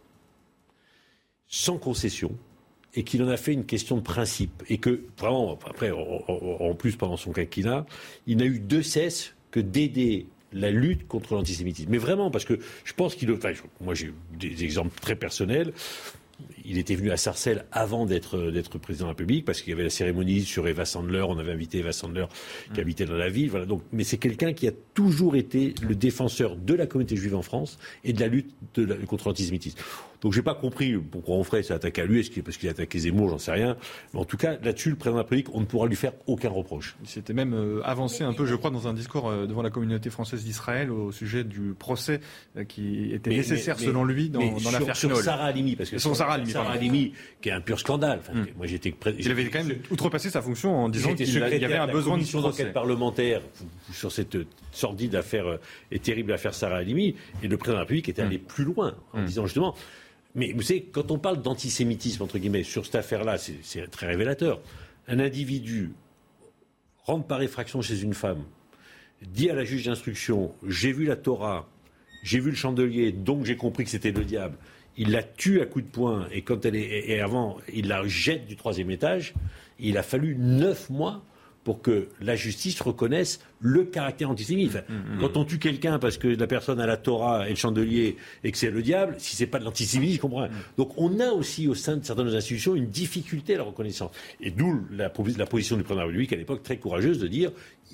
sans concession, et qu'il en a fait une question de principe. Et que, vraiment, après, en plus, pendant son quinquennat, il n'a eu de cesse que d'aider la lutte contre l'antisémitisme. Mais vraiment, parce que je pense qu'il... Enfin, moi, j'ai des exemples très personnels. Il était venu à Sarcelles avant d'être, d'être président de la République, parce qu'il y avait la cérémonie sur Eva Sandler. On avait invité Eva Sandler, qui habitait dans la ville. Voilà. Donc, mais c'est quelqu'un qui a toujours été le défenseur de la communauté juive en France et de la lutte de la, contre l'antisémitisme. Donc, j'ai pas compris pourquoi Onfray s'est attaqué à lui. Est-ce qu'il, parce qu'il a attaqué Zemmour, j'en sais rien. Mais en tout cas, là-dessus, le président de la République, on ne pourra lui faire aucun reproche. Il s'était même euh, avancé un peu, je crois, dans un discours euh, devant la communauté française d'Israël au sujet du procès euh, qui était mais, nécessaire, mais, selon lui, dans, dans sur, l'affaire sur Knoll. Sarah Halimi, parce que sur Sarah Halimi, Sarah Halimi, qui est un pur scandale. Enfin, hum. Moi, j'étais pré... Il avait quand même outrepassé sa fonction en disant qu'il y avait un besoin de d'enquête parlementaire sur cette sordide affaire et terrible affaire Sarah Halimi, et le président de la République était allé hum. plus loin en hum. disant justement. Mais vous savez, quand on parle d'antisémitisme, entre guillemets, sur cette affaire-là, c'est, c'est très révélateur. Un individu rentre par effraction chez une femme, dit à la juge d'instruction « j'ai vu la Torah, j'ai vu le chandelier, donc j'ai compris que c'était le diable ». Il la tue à coups de poing, et quand elle est, et avant, il la jette du troisième étage. Il a fallu neuf mois pour que la justice reconnaisse le caractère antisémite. Enfin, mmh, quand on tue quelqu'un parce que la personne a la Torah et le chandelier et que c'est le diable, si c'est pas de l'antisémitisme, je comprends. Mmh. Donc on a aussi au sein de certaines institutions une difficulté à la reconnaissance. Et d'où la, la position du président de la République à l'époque très courageuse de dire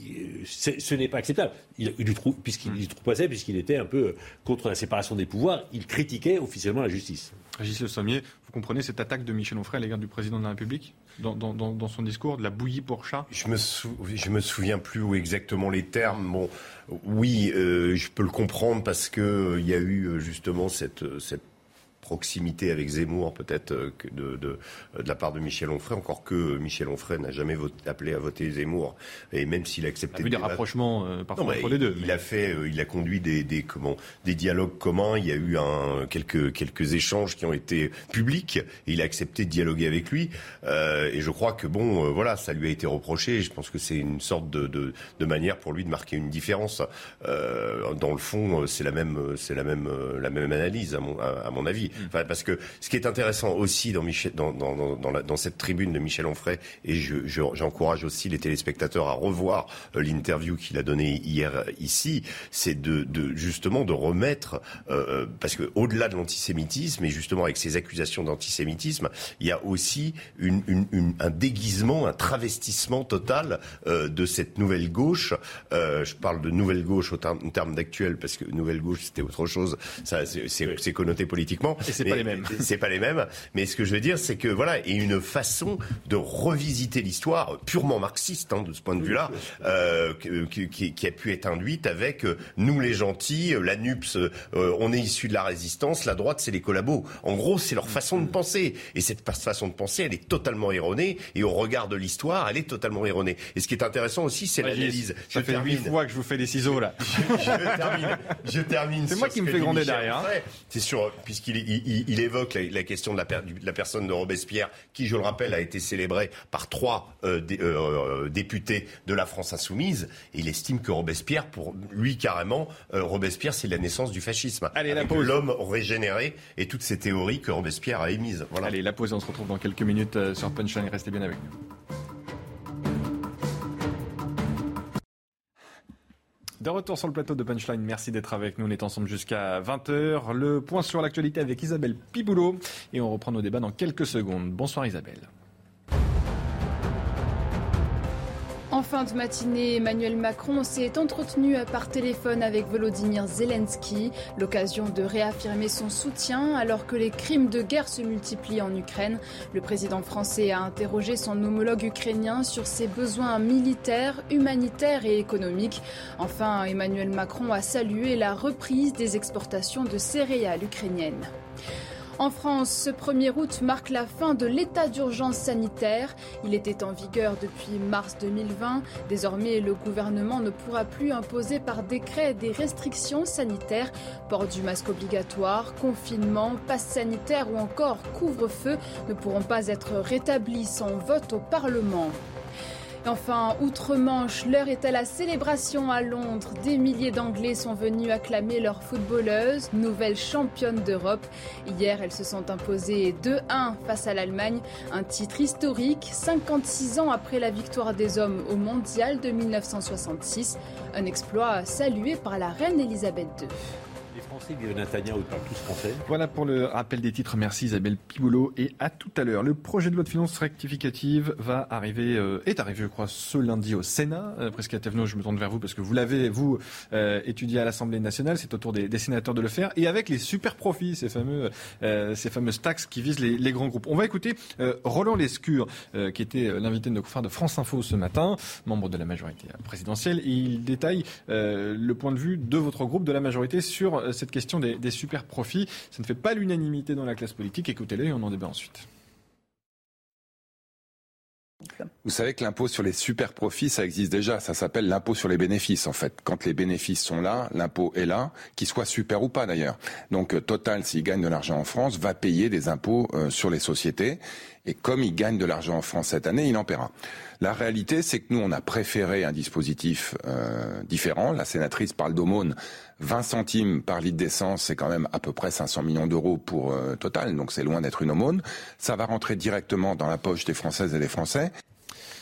ce n'est pas acceptable. Il, il, trouve, puisqu'il mmh. trouve pas ça, puisqu'il était un peu contre la séparation des pouvoirs, il critiquait officiellement la justice. Régis Le Sommier, vous comprenez cette attaque de Michel Onfray à l'égard du président de la République dans, dans, dans, dans son discours, de la bouillie pour chat? Je me sou... je me souviens plus où exactement les termes. Bon, oui, euh, je peux le comprendre parce que euh, il y a eu justement cette cette proximité avec Zemmour, peut-être euh, que de, de, de la part de Michel Onfray, encore que Michel Onfray n'a jamais voté, appelé à voter Zemmour, et même s'il a accepté... Il a eu des rapprochements euh, parfois non, entre les deux. Il, mais... il a fait, euh, il a conduit des, des, comment, des dialogues communs, il y a eu un, quelques, quelques échanges qui ont été publics, et il a accepté de dialoguer avec lui, euh, et je crois que bon, euh, voilà, ça lui a été reproché, et je pense que c'est une sorte de, de, de manière pour lui de marquer une différence. Euh, dans le fond, c'est la même, c'est la même, la même analyse, à mon, à, à mon avis. Enfin, parce que ce qui est intéressant aussi dans, Michel, dans, dans, dans, dans, la, dans cette tribune de Michel Onfray, et je, je, j'encourage aussi les téléspectateurs à revoir euh, l'interview qu'il a donnée hier ici, c'est de, de justement de remettre, euh, parce que au-delà de l'antisémitisme, et justement avec ces accusations d'antisémitisme, il y a aussi une, une, une, un déguisement, un travestissement total euh, de cette nouvelle gauche. Euh, je parle de nouvelle gauche au terme, en termes d'actuel, parce que nouvelle gauche c'était autre chose, ça, c'est, c'est, c'est connoté politiquement. Et c'est mais, pas les mêmes. C'est pas les mêmes. Mais ce que je veux dire, c'est que voilà, et une façon de revisiter l'histoire purement marxiste, hein, de ce point de vue-là, euh, qui, qui, qui a pu être induite avec euh, nous les gentils, euh, la N U P S, euh, on est issus de la résistance, la droite c'est les collabos. En gros, c'est leur façon de penser. Et cette façon de penser, elle est totalement erronée. Et au regard de l'histoire, elle est totalement erronée. Et ce qui est intéressant aussi, c'est ouais, l'analyse. Ça je fait huit fois que je vous fais des ciseaux là. je, je termine. Je termine. C'est moi qui me fais gronder derrière. Hein. C'est sûr, puisqu'il il, il, il évoque la, la question de la, de la personne de Robespierre, qui, je le rappelle, a été célébrée par trois euh, dé, euh, députés de la France insoumise. Et il estime que Robespierre, pour lui carrément, euh, Robespierre, c'est la naissance du fascisme. Allez, avec la pause. L'homme régénéré et toutes ces théories que Robespierre a émises. Voilà. Allez, la pause, on se retrouve dans quelques minutes euh, sur Punchline. Restez bien avec nous. De retour sur le plateau de Punchline, merci d'être avec nous, on est ensemble jusqu'à vingt heures. Le point sur l'actualité avec Isabelle Piboulot et on reprend nos débats dans quelques secondes. Bonsoir Isabelle. En fin de matinée, Emmanuel Macron s'est entretenu par téléphone avec Volodymyr Zelensky, l'occasion de réaffirmer son soutien alors que les crimes de guerre se multiplient en Ukraine. Le président français a interrogé son homologue ukrainien sur ses besoins militaires, humanitaires et économiques. Enfin, Emmanuel Macron a salué la reprise des exportations de céréales ukrainiennes. En France, ce premier août marque la fin de l'état d'urgence sanitaire. Il était en vigueur depuis mars deux mille vingt. Désormais, le gouvernement ne pourra plus imposer par décret des restrictions sanitaires. Port du masque obligatoire, confinement, passe sanitaire ou encore couvre-feu ne pourront pas être rétablis sans vote au Parlement. Enfin, outre-Manche, l'heure est à la célébration à Londres. Des milliers d'Anglais sont venus acclamer leur footballeuse, nouvelle championne d'Europe. Hier, elles se sont imposées deux un face à l'Allemagne. Un titre historique, cinquante-six ans après la victoire des hommes au Mondial de mille neuf cent soixante-six. Un exploit salué par la reine Elisabeth deux. Les Français vivent Netanyahu, ils parlent tous français. Voilà pour le rappel des titres. Merci Isabelle Piboulot et à tout à l'heure. Le projet de loi de finances rectificative va arriver, euh, est arrivé, je crois, ce lundi au Sénat. Euh, Prisca Thévenot, je me tourne vers vous parce que vous l'avez, vous, euh, étudié à l'Assemblée nationale. C'est au tour des, des sénateurs de le faire. Et avec les super profits, ces fameux, euh, ces fameuses taxes qui visent les, les grands groupes. On va écouter euh, Roland Lescure, euh, qui était l'invité de nos confrères de France Info ce matin, membre de la majorité présidentielle. Et il détaille euh, le point de vue de votre groupe, de la majorité, sur cette question des, des super profits. Ça ne fait pas l'unanimité dans la classe politique. Écoutez-le et on en débat ensuite. Vous savez que l'impôt sur les super profits, ça existe déjà. Ça s'appelle l'impôt sur les bénéfices, en fait. Quand les bénéfices sont là, l'impôt est là, qu'ils soient super ou pas d'ailleurs. Donc Total, s'il gagne de l'argent en France, va payer des impôts euh, sur les sociétés. Et comme il gagne de l'argent en France cette année, il en paiera. La réalité, c'est que nous, on a préféré un dispositif euh, différent. La sénatrice parle d'aumône. vingt centimes par litre d'essence, c'est quand même à peu près cinq cents millions d'euros pour euh, Total. Donc c'est loin d'être une aumône. Ça va rentrer directement dans la poche des Françaises et des Français.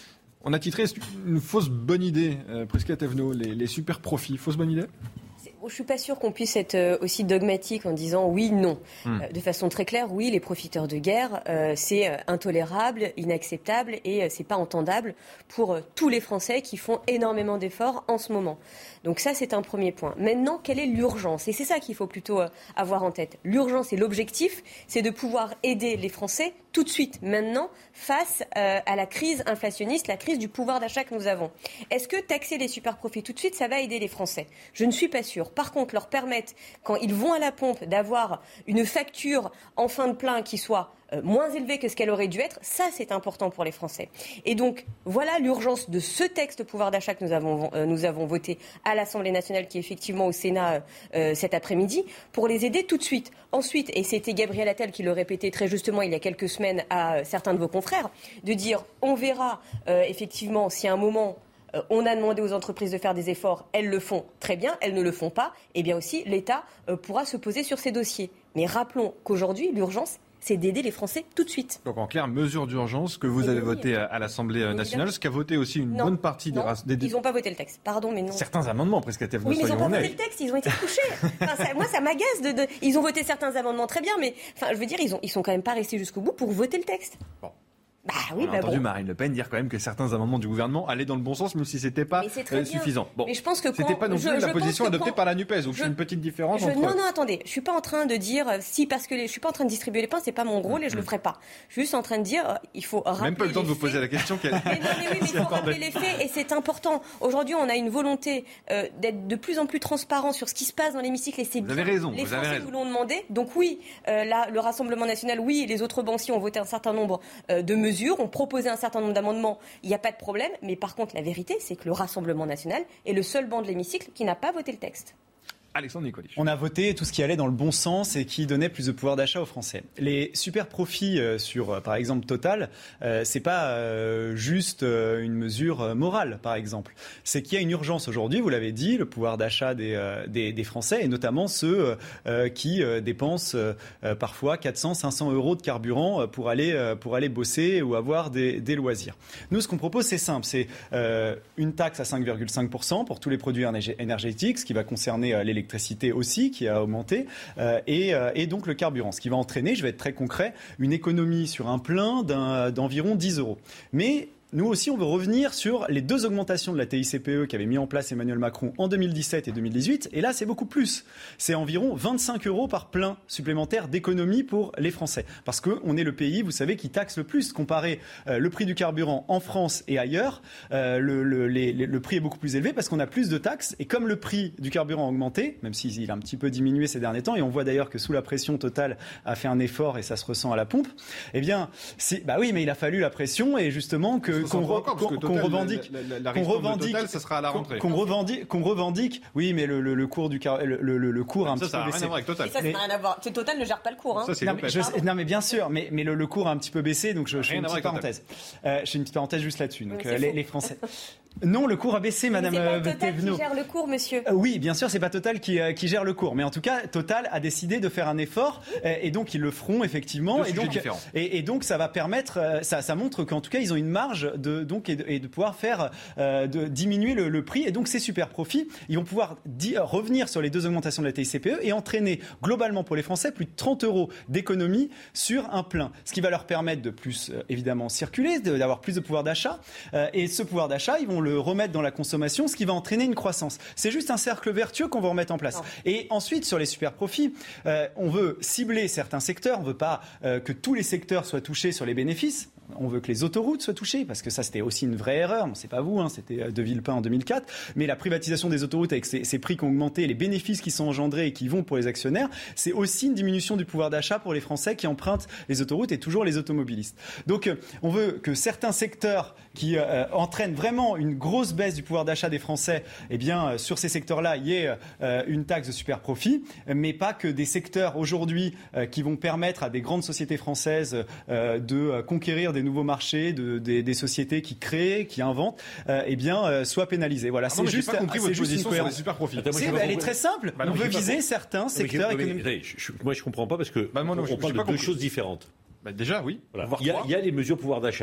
On a titré une fausse bonne idée, euh, Prisca Thévenot, les, les super profits. Fausse bonne idée ? Je ne suis pas sûre qu'on puisse être aussi dogmatique en disant oui, non. Mmh. Euh, de façon très claire, oui, les profiteurs de guerre, euh, c'est intolérable, inacceptable et euh, c'est pas entendable pour euh, tous les Français qui font énormément d'efforts en ce moment. Donc ça, c'est un premier point. Maintenant, quelle est l'urgence ? Et c'est ça qu'il faut plutôt euh, avoir en tête. L'urgence et l'objectif, c'est de pouvoir aider les Français tout de suite, maintenant, face euh, à la crise inflationniste, la crise du pouvoir d'achat que nous avons. Est-ce que taxer les super profits tout de suite, ça va aider les Français ? Je ne suis pas sûre. Par contre, leur permettre, quand ils vont à la pompe, d'avoir une facture en fin de plein qui soit euh, moins élevée que ce qu'elle aurait dû être, ça, c'est important pour les Français. Et donc, voilà l'urgence de ce texte pouvoir d'achat que nous avons, euh, nous avons voté à l'Assemblée nationale, qui est effectivement au Sénat euh, cet après-midi, pour les aider tout de suite. Ensuite, et c'était Gabriel Attal qui le répétait très justement il y a quelques semaines à euh, certains de vos confrères, de dire on verra euh, effectivement si à un moment euh, on a demandé aux entreprises de faire des efforts, elles le font très bien, elles ne le font pas, et bien aussi l'État euh, pourra se poser sur ces dossiers. Mais rappelons qu'aujourd'hui, l'urgence, c'est d'aider les Français tout de suite. Donc en clair, mesure d'urgence que vous avez votée à l'Assemblée nationale, ce qu'a voté aussi une non, bonne partie non, des... des... Ils n'ont pas voté le texte, pardon, mais non. Certains amendements, presque à Thévenot, oui, mais ils n'ont pas honnêtes. voté le texte, ils ont été touchés. Enfin, ça, moi, ça m'agace. De, de... Ils ont voté certains amendements très bien, mais enfin, je veux dire, ils ne ils sont quand même pas restés jusqu'au bout pour voter le texte. Bon. Bah oui, on a bah entendu bon. Marine Le Pen dire quand même que certains amendements du gouvernement allaient dans le bon sens, même si c'était pas euh, suffisant. Bon, mais je pense que quand, c'était pas non plus je, la je position adoptée quand, par la NUPES, donc je, c'est une petite différence je, entre. Non, non, attendez, je suis pas en train de dire euh, si parce que les, je suis pas en train de distribuer les pains, c'est pas mon rôle mmh. et je le ferai pas. Je suis juste en train de dire, euh, il faut rappeler. Même pas eu le temps de vous faits. poser la question. Qu'elle... mais non, mais oui, mais il faut rappeler les faits et c'est important. Aujourd'hui, on a une volonté euh, d'être de plus en plus transparent sur ce qui se passe dans l'hémicycle et c'est vous bien. Avez raison, les vous Français avez raison. nous l'ont demandé. Donc oui, euh, là, le Rassemblement national, oui, et les autres bancs aussi ont voté un certain nombre euh, de mesures, ont proposé un certain nombre d'amendements. Il n'y a pas de problème, mais par contre, la vérité, c'est que le Rassemblement national est le seul banc de l'hémicycle qui n'a pas voté le texte. Alexandre Nicolic. On a voté tout ce qui allait dans le bon sens et qui donnait plus de pouvoir d'achat aux Français. Les super profits euh, sur, euh, par exemple, Total, euh, c'est pas euh, juste euh, une mesure euh, morale, par exemple. C'est qu'il y a une urgence aujourd'hui, vous l'avez dit, le pouvoir d'achat des, euh, des, des Français et notamment ceux euh, qui euh, dépensent euh, parfois quatre cents, cinq cents euros de carburant pour aller, euh, pour aller bosser ou avoir des, des loisirs. Nous, ce qu'on propose, c'est simple. C'est euh, une taxe à cinq virgule cinq pour cent pour tous les produits énergétiques, ce qui va concerner euh, l'électricité. L'électricité aussi qui a augmenté euh, et, euh, et donc le carburant, ce qui va entraîner, je vais être très concret, une économie sur un plein d'un, d'environ dix euros. Mais nous aussi, on veut revenir sur les deux augmentations de la T I C P E qu'avait mis en place Emmanuel Macron en deux mille dix-sept et deux mille dix-huit. Et là, c'est beaucoup plus. C'est environ vingt-cinq euros par plein supplémentaire d'économie pour les Français. Parce qu'on est le pays, vous savez, qui taxe le plus. Comparer euh, le prix du carburant en France et ailleurs, euh, le, le, les, le prix est beaucoup plus élevé parce qu'on a plus de taxes. Et comme le prix du carburant a augmenté, même s'il a un petit peu diminué ces derniers temps, et on voit d'ailleurs que sous la pression, Total a fait un effort et ça se ressent à la pompe, eh bien, c'est, bah oui, mais il a fallu la pression et justement que qu'on, re, encore, qu'on, qu'on revendique, la, la, la qu'on revendique, Total, ça sera à la rentrée. Qu'on, qu'on revendique, qu'on revendique. Oui, mais le, le, le cours du car, le, le, le cours a un ça, petit ça peu a baissé. Rien à voir avec Total. Et ça, ça n'a rien à voir. Total ne gère pas le cours. Hein. Ça, c'est non, mais je, non, mais bien sûr, mais, mais le, le cours a un petit peu baissé, donc je, je fais une petite parenthèse. Euh, je fais une petite parenthèse juste là-dessus. Donc euh, les, les Français. Non, le cours a baissé, Madame Thévenot. C'est pas Total qui gère le cours, monsieur. Euh, oui, bien sûr, c'est pas Total qui, euh, qui gère le cours, mais en tout cas, Total a décidé de faire un effort, euh, et donc ils le feront effectivement. Deux et donc, et, et donc, ça va permettre, euh, ça, ça montre qu'en tout cas, ils ont une marge de donc et de, et de pouvoir faire euh, de diminuer le, le prix, et donc ces super profits, ils vont pouvoir di- revenir sur les deux augmentations de la T I C P E et entraîner globalement pour les Français plus de trente euros d'économie sur un plein, ce qui va leur permettre de plus euh, évidemment circuler, de, d'avoir plus de pouvoir d'achat, euh, et ce pouvoir d'achat, ils vont le remettre dans la consommation, ce qui va entraîner une croissance. C'est juste un cercle vertueux qu'on va remettre en place. Non. Et ensuite, sur les super profits, euh, on veut cibler certains secteurs. On ne veut pas euh, que tous les secteurs soient touchés sur les bénéfices. On veut que les autoroutes soient touchées, parce que ça, c'était aussi une vraie erreur. Bon, c'est pas vous, hein, c'était De Villepin en deux mille quatre. Mais la privatisation des autoroutes avec ces, ces prix qui ont augmenté, les bénéfices qui sont engendrés et qui vont pour les actionnaires, c'est aussi une diminution du pouvoir d'achat pour les Français qui empruntent les autoroutes et toujours les automobilistes. Donc, euh, on veut que certains secteurs qui euh, entraînent vraiment une grosse baisse du pouvoir d'achat des Français, eh bien, euh, sur ces secteurs-là, il y ait euh, une taxe de super profit, mais pas que des secteurs aujourd'hui euh, qui vont permettre à des grandes sociétés françaises euh, de euh, conquérir des nouveaux marchés, de, des, des sociétés qui créent, qui inventent, euh, eh bien, euh, soient pénalisées. Voilà, ah c'est non, juste, j'ai pas compris c'est votre juste position une sur les super profits. Attends, c'est, elle est très simple. Bah non, on veut viser pas certains non, secteurs mais économiques. Mais, je, je, moi, je comprends pas parce que bah, moi, non, on, je, on parle je de deux compris. choses différentes. Bah, déjà, oui. Voilà. Il, y a, il y a les mesures pouvoir d'achat.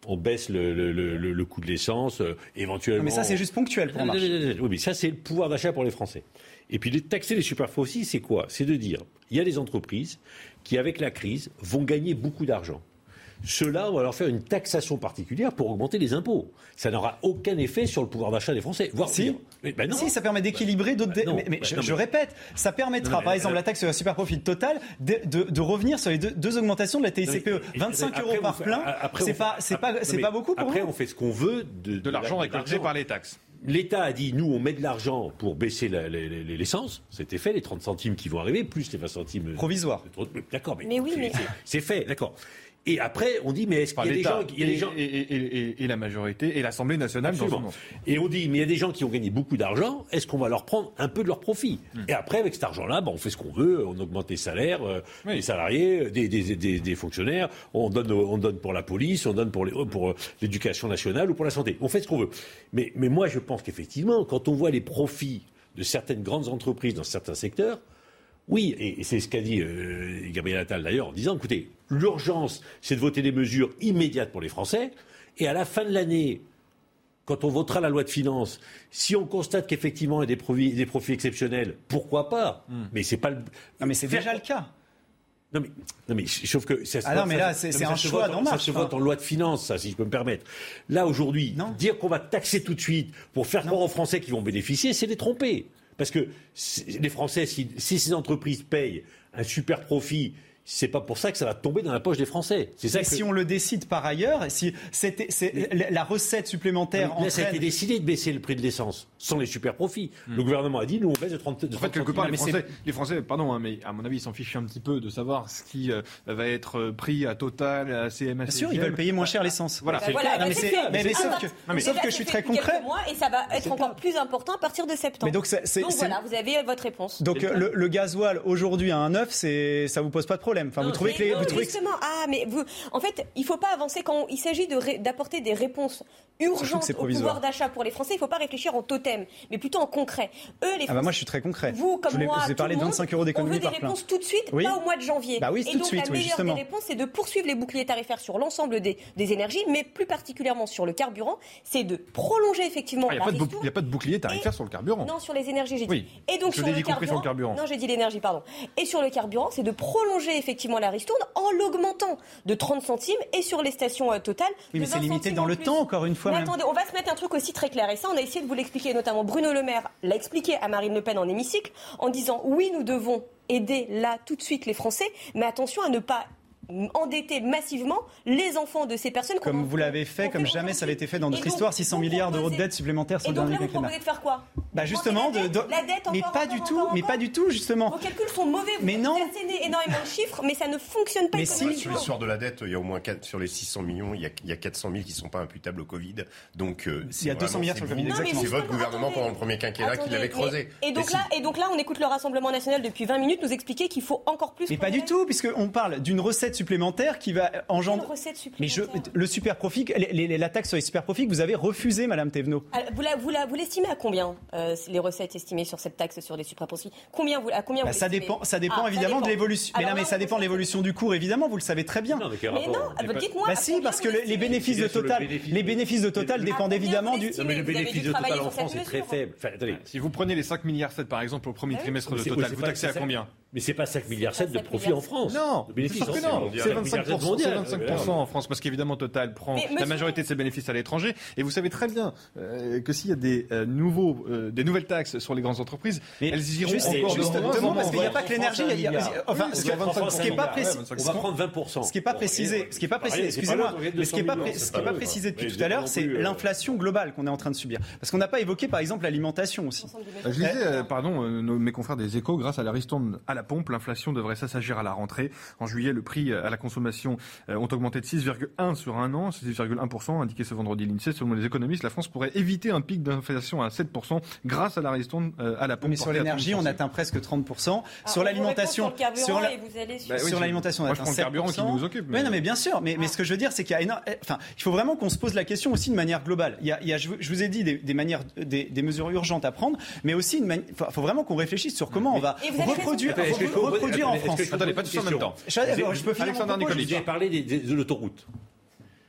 on baisse le, le, le, le coût de l'essence, euh, éventuellement... Mais ça, c'est juste ponctuel pour le marché. Oui, mais ça, c'est le pouvoir d'achat pour les Français. Et puis, taxer les superprofits, c'est quoi ? C'est de dire, il y a des entreprises qui, avec la crise, vont gagner beaucoup d'argent. Ceux-là, on va leur faire une taxation particulière pour augmenter les impôts. Ça n'aura aucun effet sur le pouvoir d'achat des Français. Voire si. pire. Mais ben non. Si, ça permet d'équilibrer d'autres... Ben non. Mais, mais Ben je, non, je mais... répète, ça permettra, non, mais, par exemple, euh... la taxe sur la superprofit totale, de, de, de revenir sur les deux, deux augmentations de la T I C P E. vingt-cinq euros par fait, plein, après, c'est pas, c'est pas, c'est pas beaucoup pour Après, vous. on fait ce qu'on veut de, de, de l'argent récolté par les taxes. L'État a dit, nous, on met de l'argent pour baisser la, la, la, l'essence. C'était fait, les trente centimes qui vont arriver, plus les vingt centimes... Provisoires. D'accord, mais, mais oui, mais... C'est, c'est fait, d'accord. Et après, on dit, mais est-ce qu'il y a des gens... Il y a des gens... Et, et, et, et la majorité, et l'Assemblée nationale, dans son Et on dit, mais il y a des gens qui ont gagné beaucoup d'argent, est-ce qu'on va leur prendre un peu de leur profit mmh. Et après, avec cet argent-là, bah, on fait ce qu'on veut, on augmente les salaires, euh, oui. les salariés, des, des, des, des fonctionnaires, on donne, on donne pour la police, on donne pour, les, pour l'éducation nationale ou pour la santé. On fait ce qu'on veut. Mais, mais moi, je pense qu'effectivement, quand on voit les profits de certaines grandes entreprises dans certains secteurs, oui, et c'est ce qu'a dit euh, Gabriel Attal d'ailleurs en disant, écoutez, l'urgence, c'est de voter des mesures immédiates pour les Français, et à la fin de l'année, quand on votera la loi de finances, si on constate qu'effectivement il y a des profits, des profits exceptionnels, pourquoi pas mm. Mais c'est pas le... Non, mais c'est Faire... déjà le cas. Non mais, non mais sauf que ça, ah non mais là c'est, c'est un choix en marche. Ça se vote en loi de finances, ça, si je peux me permettre. Là aujourd'hui, non. dire qu'on va taxer tout de suite pour faire croire aux Français qui vont bénéficier, c'est les tromper. Parce que les Français, si, si ces entreprises payent un super profit, c'est pas pour ça que ça va tomber dans la poche des Français. C'est ça que... si on le décide par ailleurs, si c'était, c'est, mais... la recette supplémentaire là, entraîne... ça a été décidé de baisser le prix de l'essence sans les super profits. Mmh. Le gouvernement a dit, nous on baisse de trente. De en fait, quelque part, les Français, les Français, pardon, hein, mais à mon avis, ils s'en fichent un petit peu de savoir ce qui euh, va être pris à Total, à C M A. Bien sûr, ils veulent payer moins cher l'essence. Voilà, c'est voilà, non, mais, c'est, mais, mais sauf que, non, mais sauf que je suis très concret. Mois, et ça va être c'est encore plus important à partir de septembre. Mais donc, c'est, c'est, donc c'est... voilà, vous avez votre réponse. Donc le, le gasoil aujourd'hui à un neuf, c'est ça vous pose pas de problème. Enfin, vous trouvez que les, vous trouvez justement, ah, mais vous, en fait, il faut pas avancer quand il s'agit de ré, d'apporter des réponses urgentes au pouvoir d'achat pour les Français. Il faut pas réfléchir en totem, mais plutôt en concret. Eux, les Français, ah bah moi je suis très concret. Vous, comme je voulais, moi, je vous ai parlé de vingt-cinq euros d'économie par plein. On veut des réponses tout de suite, oui. pas au mois de janvier. Bah oui, et tout donc de suite, la meilleure oui, des réponses, c'est de poursuivre les boucliers tarifaires sur l'ensemble des, des énergies, mais plus particulièrement sur le carburant, c'est de prolonger effectivement. Il ah, n'y a, a pas de bouclier tarifaire et... sur le carburant. Non, sur les énergies, j'ai dit. Oui. Et donc je sur le, carburant, sur le carburant. Non, j'ai dit l'énergie, pardon. Et sur le carburant, c'est de prolonger effectivement la ristourne en l'augmentant de trente centimes et sur les stations euh, Total. Oui, mais c'est limité dans le temps, encore une fois. Mais même. attendez, on va se mettre un truc aussi très clair. Et ça, on a essayé de vous l'expliquer, notamment Bruno Le Maire l'a expliqué à Marine Le Pen en hémicycle, en disant oui, nous devons aider là tout de suite les Français, mais attention à ne pas endetter massivement les enfants de ces personnes. Comme vous l'avez fait, comme jamais ça avait été fait dans notre histoire, six cents milliards d'euros de dette supplémentaires sur le dernier quinquennat. Et donc là, vous proposez de faire quoi? Bah justement, la dette, de, de... la dette encore, mais pas encore, du encore, tout, encore, mais encore. pas du tout justement. Vos calculs sont mauvais, vous mais non. assénez énormément de chiffres, mais ça ne fonctionne pas. Mais si, sur l'histoire de la dette, il y a au moins quatre, sur les six cents millions, il y a, il y a quatre cent mille qui ne sont pas imputables au Covid. Donc euh, il y a deux cents milliards sur le Covid. Exactement. C'est votre gouvernement attendez, pendant le premier quinquennat qui l'avait creusé. Et donc là, et donc là, on écoute le Rassemblement national depuis vingt minutes nous expliquer qu'il faut encore plus. Mais pas du tout, puisque on parle d'une recette supplémentaire qui va engendrer. Mais je, le super profit, les, les, la taxe sur les super profits que vous avez refusé, Madame Thévenot. Vous, la, vous, la, vous l'estimez à combien euh, les recettes estimées sur cette taxe sur les super profits? Combien vous, à combien bah, vous ça dépend, ça dépend ah, évidemment ça dépend. de l'évolution. Mais, non, mais ça dépend de l'évolution du cours, évidemment. Vous le savez très bien. Non, mais, mais non, dites-moi. Bah si, parce que les bénéfices de Total, les bénéfices de Total dépendent évidemment du. Non, mais le bénéfice de Total en France est très faible. Si vous prenez les cinq milliards sept par exemple au premier trimestre de Total, vous taxez à combien? Mais c'est pas cinq milliards sept de profit en France. Non, bénéfice que non. C'est vingt-cinq pour cent en France parce qu'évidemment Total prend la majorité de ses bénéfices à l'étranger. Et vous savez très bien euh, que s'il y a des euh, nouveaux, euh, des nouvelles taxes sur les grandes entreprises, mais elles iront juste, encore justement parce qu'il n'y a pas que l'énergie. Il y a, enfin, ce qui n'est pas précisé, on va prendre vingt pour cent. Ce qui n'est pas précisé, ce qui est pas précisé, excusez-moi, mais ce qui n'est pas, ce qui est pas précisé depuis tout à l'heure, c'est l'inflation globale qu'on est en train de subir. Parce qu'on n'a pas évoqué, par exemple, l'alimentation aussi. Je disais, pardon, mes confrères des Échos, grâce à la ristourne à la pompe, l'inflation devrait s'assagir à la rentrée. En juillet, le prix à la consommation ont augmenté de six virgule un sur un an, six virgule un pour cent, indiqué ce vendredi l'INSEE. Selon les économistes, la France pourrait éviter un pic d'inflation à sept pour cent grâce à la ristourne à la pompe. Mais sur l'énergie, on atteint presque trente pour cent. Alors, sur l'alimentation, sur, la... sur, bah oui, sur l'alimentation, on moi, atteint je prends le carburant qui nous occupe. Mais... Oui, non, mais bien sûr. Mais, ah. mais ce que je veux dire, c'est qu'il y a énorme... enfin, il faut vraiment qu'on se pose la question aussi de manière globale. Il y a, il y a je, je vous ai dit des, des manières, des, des mesures urgentes à prendre, mais aussi il mani... faut, faut vraiment qu'on réfléchisse sur comment mais... on va reproduire, re- reproduire en France. Attendez, pas tous en même temps. Je peux finir. Alexandre Nicolaï, vous avez parlé de l'autoroute.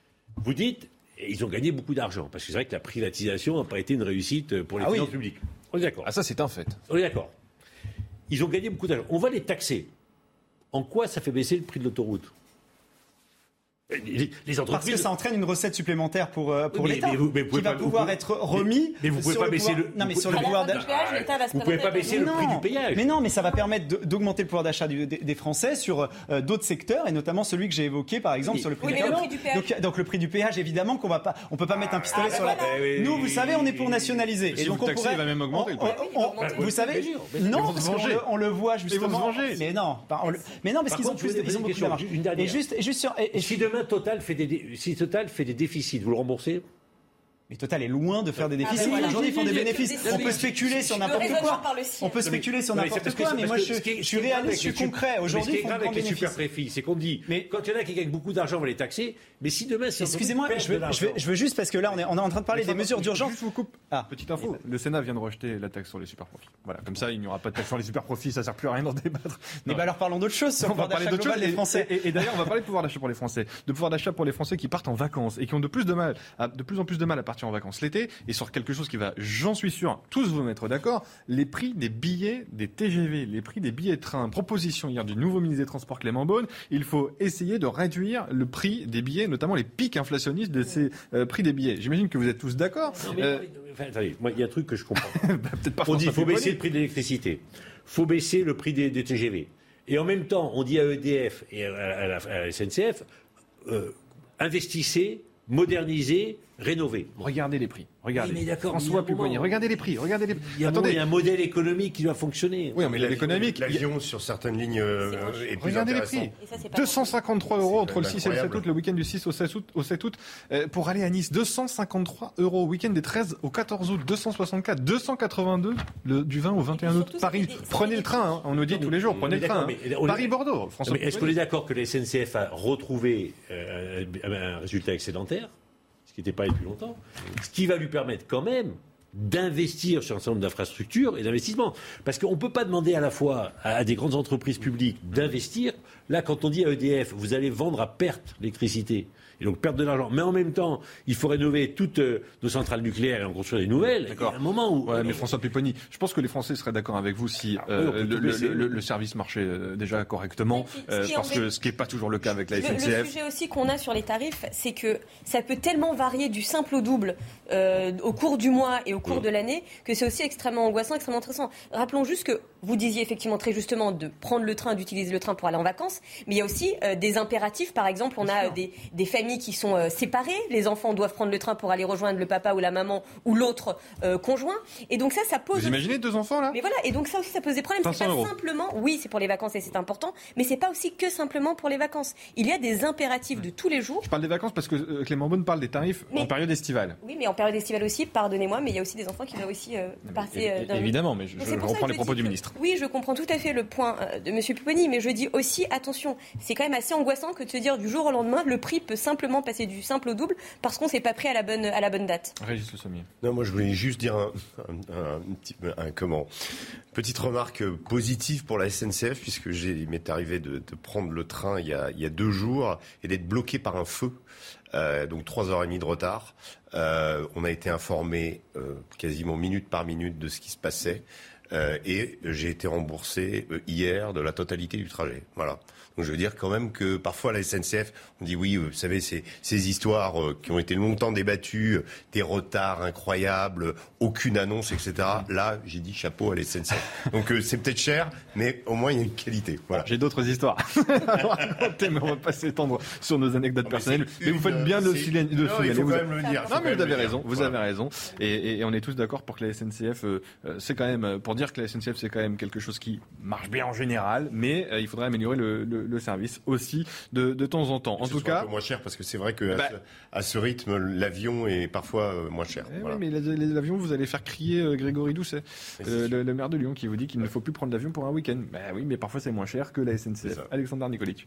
vous dites, ils ont gagné beaucoup d'argent, parce que c'est vrai que la privatisation n'a pas été une réussite pour les ah finances oui. publiques. On est d'accord. Ah ça, c'est un fait. On est d'accord. Ils ont gagné beaucoup d'argent. On va les taxer. En quoi ça fait baisser le prix de l'autoroute ? Les, les entreprises... Parce que ça entraîne une recette supplémentaire pour, pour mais, l'État, mais vous, mais vous qui va pas, pouvoir vous, être remis. Mais, mais vous pouvez pas baisser pouvoir, le. Non, mais sur le pouvoir d'achat. Vous pouvez pas baisser le prix du péage. Mais non, mais ça va permettre de, d'augmenter le pouvoir d'achat du, des, des Français sur euh, d'autres secteurs, et notamment celui que j'ai évoqué, par exemple, oui, sur le prix, oui, du, le prix du péage. Donc, donc le prix du péage, évidemment, qu'on va pas, on peut pas mettre un pistolet ah, sur la. voilà. Eh, Nous, vous savez, on est pour nationaliser. Si et donc vous on taxez, pourrait. il va même augmenter. On, on, on, vous savez, non, parce qu'on le, on le voit justement. Mais non, mais non, parce qu'ils ont plus, ils ont beaucoup de marge. Et juste, juste sur. Si demain Total fait des, si Total fait des déficits, vous le remboursez ? Mais Total est loin de faire des déficits. Ah, ben voilà. Aujourd'hui, ils font des bénéfices. Je, je, On peut spéculer sur n'importe quoi. On peut spéculer sur n'importe quoi, mais moi, je, je suis réaliste, je suis concret. Aujourd'hui, ce qui est grave avec les super profits, c'est qu'on dit, mais quand il y en a qui gagnent beaucoup d'argent, on va les taxer. Mais si demain, c'est excusez-moi, je veux, je, veux, je veux juste parce que là, on est, on est en train de parler des mesures d'urgence. Je vous coupe. Ah. Petite info. Le Sénat vient de rejeter la taxe sur les super profits. Voilà, comme ça, il n'y aura pas de taxe sur les super profits. Ça sert plus à rien d'en débattre. Mais bah alors parlons d'autre chose. Sur on va parler d'autre chose. Les Français. Et, et d'ailleurs, on va parler de pouvoir d'achat pour les Français, de pouvoir d'achat pour les Français qui partent en vacances et qui ont de plus de mal, à, de plus en plus de mal à partir en vacances l'été. Et sur quelque chose qui va, j'en suis sûr, tous vous mettre d'accord, les prix des billets des T G V, les prix des billets de train. Proposition hier du nouveau ministre des Transports Clément Beaune, il faut essayer de réduire le prix des billets, notamment les pics inflationnistes de ces euh, prix des billets. J'imagine que vous êtes tous d'accord. Non, mais, euh... enfin, attendez, moi, il y a un truc que je comprends. bah, peut-être pas. On dit qu'il faut baisser le prix de l'électricité, il faut baisser le prix des, des T G V. Et en même temps, on dit à E D F et à, à, la, à la S N C F, euh, investissez, modernisez, rénover. Regardez les prix. Regardez. Oui, mais François Pupponi, regardez les prix. Regardez les prix. Il y a, Attendez, il y a un modèle économique qui doit fonctionner. Oui, mais l'économique. L'avion sur certaines lignes euh, est plus regardez intéressant. les prix. deux cent cinquante-trois euros entre le six et le sept août, le week-end du six au sept août, au sept août euh, pour aller à Nice. deux cent cinquante-trois euros. Week-end des treize au quatorze août. deux cent soixante-quatre. deux cent quatre-vingt-deux le, du vingt au vingt et un août. Paris. Des, prenez le train. Hein. On nous dit tous les jours. Prenez le train. Hein. Paris-Bordeaux. François. Est-ce qu'on est d'accord que la S N C F a retrouvé euh, un résultat excédentaire? Ce qui n'était pas depuis longtemps, ce qui va lui permettre quand même d'investir sur un certain nombre d'infrastructures et d'investissements. Parce qu'on ne peut pas demander à la fois à des grandes entreprises publiques d'investir. Là, quand on dit à E D F, vous allez vendre à perte l'électricité, et donc perdre de l'argent, mais en même temps, il faut rénover toutes euh, nos centrales nucléaires et en construire des nouvelles. D'accord. Il y a un moment où... Ouais, mais François Pupponi, je pense que les Français seraient d'accord avec vous si euh, oui, le, le, le, le service marchait euh, déjà correctement, euh, parce que ce qui n'est pas toujours le cas avec la S N C F. Le, le sujet aussi qu'on a sur les tarifs, c'est que ça peut tellement varier du simple au double euh, au cours du mois et au cours mmh. de l'année, que c'est aussi extrêmement angoissant, extrêmement intéressant. Rappelons juste que vous disiez effectivement très justement de prendre le train, d'utiliser le train pour aller en vacances, mais il y a aussi euh, des impératifs. Par exemple, on a euh, des, des familles qui sont euh, séparées. Les enfants doivent prendre le train pour aller rejoindre le papa ou la maman ou l'autre euh, conjoint. Et donc ça, ça pose... Vous imaginez deux enfants là ? Mais voilà, et donc ça aussi, ça pose des problèmes. C'est pas euros. Simplement... Oui, c'est pour les vacances et c'est important, mais c'est pas aussi que simplement pour les vacances. Il y a des impératifs de tous les jours. Je parle des vacances parce que euh, Clément Beaune parle des tarifs mais... en période estivale. Oui, mais en période estivale aussi, pardonnez-moi, mais il y a aussi des enfants qui doivent aussi euh, partir... Euh, évidemment, mais je, je reprends les propos du ministre. Oui, je comprends tout à fait le point euh, de M. Pupponi, mais je dis aussi, attention, c'est quand même assez angoissant que de se dire du jour au lendemain, le prix peut simplement passer du simple au double parce qu'on ne s'est pas pris à la bonne, à la bonne date. Régis Le Sommier. Non, moi je voulais juste dire un, un, un, un petit, un, comment, petite remarque positive pour la S N C F, puisque j'ai, il m'est arrivé de, de prendre le train il y a, il y a deux jours et d'être bloqué par un feu. Euh, donc trois heures et demie de retard. Euh, on a été informé euh, quasiment minute par minute de ce qui se passait. Euh, et j'ai été remboursé euh, hier de la totalité du trajet. Voilà. Donc je veux dire quand même que parfois la S N C F, on dit oui, vous savez, ces, ces histoires euh, qui ont été longtemps débattues, euh, des retards incroyables, euh, aucune annonce, et cetera. Là, j'ai dit chapeau à la S N C F. Donc euh, c'est peut-être cher, mais au moins il y a une qualité. Voilà. J'ai d'autres histoires à raconter, mais on va pas s'étendre sur nos anecdotes non, personnelles. Mais, mais vous faites bien de signaler. Non, il faut vous quand même le dire. Non, mais vous avez raison. Vous avez raison. Et, et, et on est tous d'accord pour que la S N C F, euh, c'est quand même pour dire que la S N C F c'est quand même quelque chose qui marche bien en général, mais euh, il faudrait améliorer le, le, le service aussi de, de temps en temps. En tout cas, un peu moins cher parce que c'est vrai que bah, à, ce, à ce rythme, l'avion est parfois euh, moins cher. Eh voilà. Oui, mais l'avion, vous allez faire crier euh, Grégory Doucet, euh, le, le maire de Lyon, qui vous dit qu'il ouais. ne faut plus prendre l'avion pour un week-end. Bah oui, mais parfois c'est moins cher que la S N C F. Alexandre Nicolic.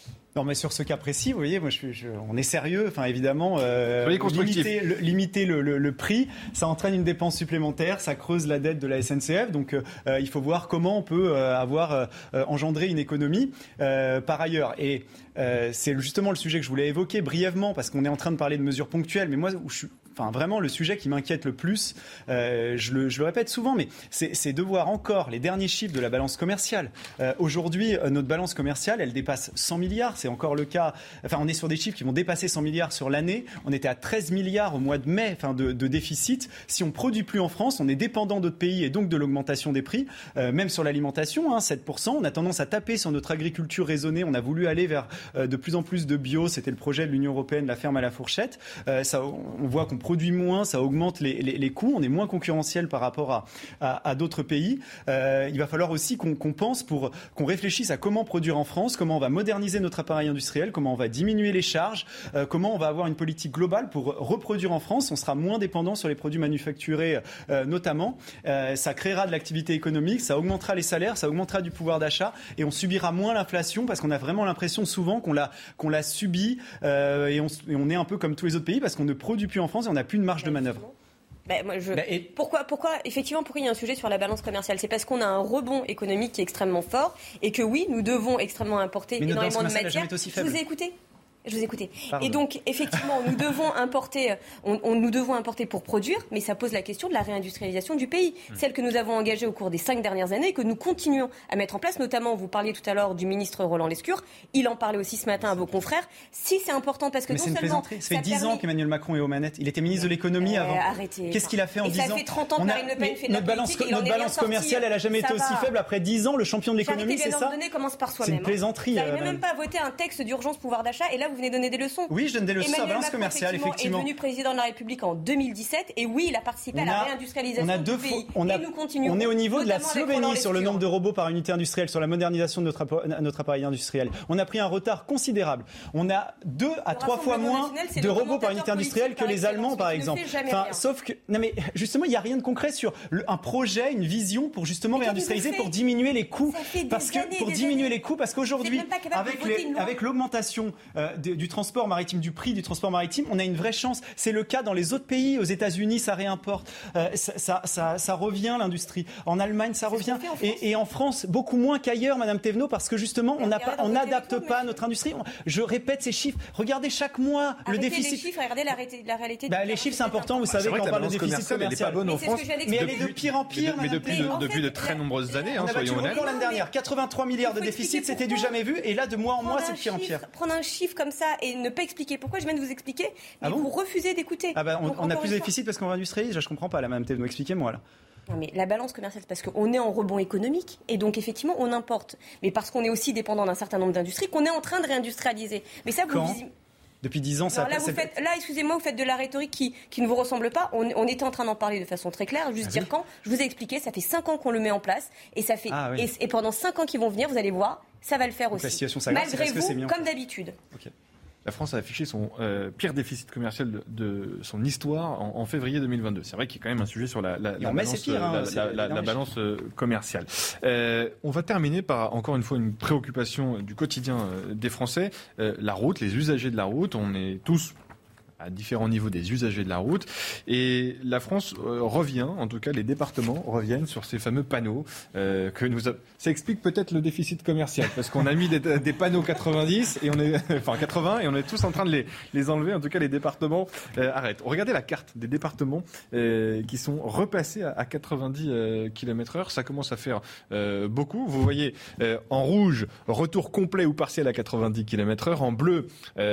Non, mais sur ce cas précis, vous voyez, moi, je, je, on est sérieux. Enfin, évidemment, euh, limiter, le, limiter le, le, le prix, ça entraîne une dépense supplémentaire, ça creuse la dette de la S N C F. Donc, euh, il faut voir comment on peut euh, avoir euh, engendré une économie euh, par ailleurs. Et euh, c'est justement le sujet que je voulais évoquer brièvement, parce qu'on est en train de parler de mesures ponctuelles. Mais moi, où je suis Enfin, vraiment, le sujet qui m'inquiète le plus, euh, je, le, je le répète souvent, mais c'est, c'est de voir encore les derniers chiffres de la balance commerciale. Euh, aujourd'hui, euh, notre balance commerciale, elle dépasse cent milliards. C'est encore le cas. Enfin, on est sur des chiffres qui vont dépasser cent milliards sur l'année. On était à treize milliards au mois de mai, enfin, de, de déficit. Si on produit plus en France, on est dépendant d'autres pays et donc de l'augmentation des prix. Euh, même sur l'alimentation, hein, sept pour cent. On a tendance à taper sur notre agriculture raisonnée. On a voulu aller vers euh, de plus en plus de bio. C'était le projet de l'Union européenne, la ferme à la fourchette. Euh, ça, on voit qu'on produit moins, ça augmente les, les, les coûts, on est moins concurrentiel par rapport à, à, à d'autres pays. Euh, il va falloir aussi qu'on, qu'on pense, pour, qu'on réfléchisse à comment produire en France, comment on va moderniser notre appareil industriel, comment on va diminuer les charges, euh, comment on va avoir une politique globale pour reproduire en France. On sera moins dépendant sur les produits manufacturés euh, notamment. Euh, ça créera de l'activité économique, ça augmentera les salaires, ça augmentera du pouvoir d'achat et on subira moins l'inflation parce qu'on a vraiment l'impression souvent qu'on l'a, qu'on l'a subi euh, et, on, et on est un peu comme tous les autres pays parce qu'on ne produit plus en France et on n'a plus de marge de manœuvre. Ben, moi, je... ben, et... pourquoi, pourquoi, effectivement, pourquoi il y a un sujet sur la balance commerciale ? C'est parce qu'on a un rebond économique qui est extrêmement fort et que oui, nous devons extrêmement importer mais énormément de matières. Je vous ai écouté ? Je vous ai écouté. Pardon. Et donc, effectivement, nous devons importer, on, on, nous devons importer pour produire, mais ça pose la question de la réindustrialisation du pays. Mmh. Celle que nous avons engagée au cours des cinq dernières années et que nous continuons à mettre en place, notamment, vous parliez tout à l'heure du ministre Roland Lescure, il en parlait aussi ce matin à vos confrères. Si c'est important, parce que mais non c'est une seulement... plaisanterie. Ça fait dix ans qu'Emmanuel Macron est aux manettes. Il était ministre de l'économie euh, avant. Arrêtez. Qu'est-ce qu'il a fait en dix ans ? Et ça fait trente ans que Marine Le Pen fait de la notre balance, politique, notre balance commerciale, elle a jamais été aussi faible après dix ans. Le champion de l'économie, c'est ça ? Commence par soi-même. C'est une plaisanterie. Vous n'avez même pas voté un texte d'urgence pouvoir d'achat et là, vous venez donner des leçons. Oui, je donne des leçons à balance Macron, commerciale, effectivement. est devenu président de la République en deux mille dix-sept et oui, il a participé on à la a, réindustrialisation on a deux du pays. On, a, et nous continuons, on est au niveau de la Slovénie sur le nombre de robots robots par unité industrielle, sur la modernisation de notre, notre appareil industriel. On a pris un retard considérable. On a deux à trois fois moins de robots par unité industrielle que les Allemands, par exemple. Enfin, sauf que, non mais justement, il n'y a rien de concret sur le, un projet, une vision pour justement mais réindustrialiser, pour diminuer les coûts. Parce que années, pour diminuer années. les coûts, parce qu'aujourd'hui, avec, les, avec l'augmentation euh, de, du transport maritime, du prix du transport maritime, on a une vraie chance. C'est le cas dans les autres pays. Aux États-Unis, ça réimporte. Euh, ça, ça, ça, ça revient, l'industrie. En Allemagne, ça revient. En et, et en France, beaucoup moins qu'ailleurs, Madame Thévenot, parce que justement, on n'adapte pas notre industrie. Je répète ces chiffres. Regardez chaque mois Arrêtez le déficit. les chiffres et regardez la, ré- la réalité. Bah, les chiffres, c'est important. Vous savez, quand on parle de déficit commercial, elle n'est pas bonne en France. Mais elle est de pire en pire. Mais depuis depuis de très nombreuses années, on a battu le record l'année dernière. quatre-vingt-trois milliards de déficit, c'était du jamais vu. Et là, de mois en mois, c'est de pire en pire. Prendre un chiffre comme ça et ne pas expliquer pourquoi, je viens de vous expliquer, mais vous refusez d'écouter. Ah bah, on, on a plus de déficit parce qu'on va industrialiser. Je comprends pas, la Madame Thévenot. Expliquez-moi là. Non mais la balance commerciale, c'est parce qu'on est en rebond économique et donc effectivement on importe. Mais parce qu'on est aussi dépendant d'un certain nombre d'industries qu'on est en train de réindustrialiser. Mais ça, vous... Quand Depuis dix ans, ça là, vous faites, là, excusez-moi, vous faites de la rhétorique qui, qui ne vous ressemble pas. On, on était en train d'en parler de façon très claire. Juste ah dire oui. quand. Je vous ai expliqué, ça fait cinq ans qu'on le met en place. Et, ça fait, ah oui. et, et pendant cinq ans qui vont venir, vous allez voir, ça va le faire donc aussi. La situation s'aggrave, malgré vous, c'est comme d'habitude. Okay. La France a affiché son euh, pire déficit commercial de, de son histoire en, en février deux mille vingt-deux. C'est vrai qu'il y a quand même un sujet sur la, la, la balance, pire, hein, la, la, la, la balance euh, commerciale. Euh, on va terminer par, encore une fois, une préoccupation du quotidien euh, des Français. Euh, la route, les usagers de la route. On est tous à différents niveaux des usagers de la route. Et la France euh, revient, en tout cas les départements reviennent sur ces fameux panneaux euh, que nous a... Ça explique peut-être le déficit commercial, parce qu'on a mis des, des panneaux quatre-vingt-dix, et on est, enfin quatre-vingts, et on est tous en train de les, les enlever. En tout cas, les départements euh, arrêtent. Regardez la carte des départements euh, qui sont repassés à, à quatre-vingt-dix euh, kilomètres heure. Ça commence à faire euh, beaucoup. Vous voyez, euh, en rouge, retour complet ou partiel à quatre-vingt-dix kilomètres heure. En bleu,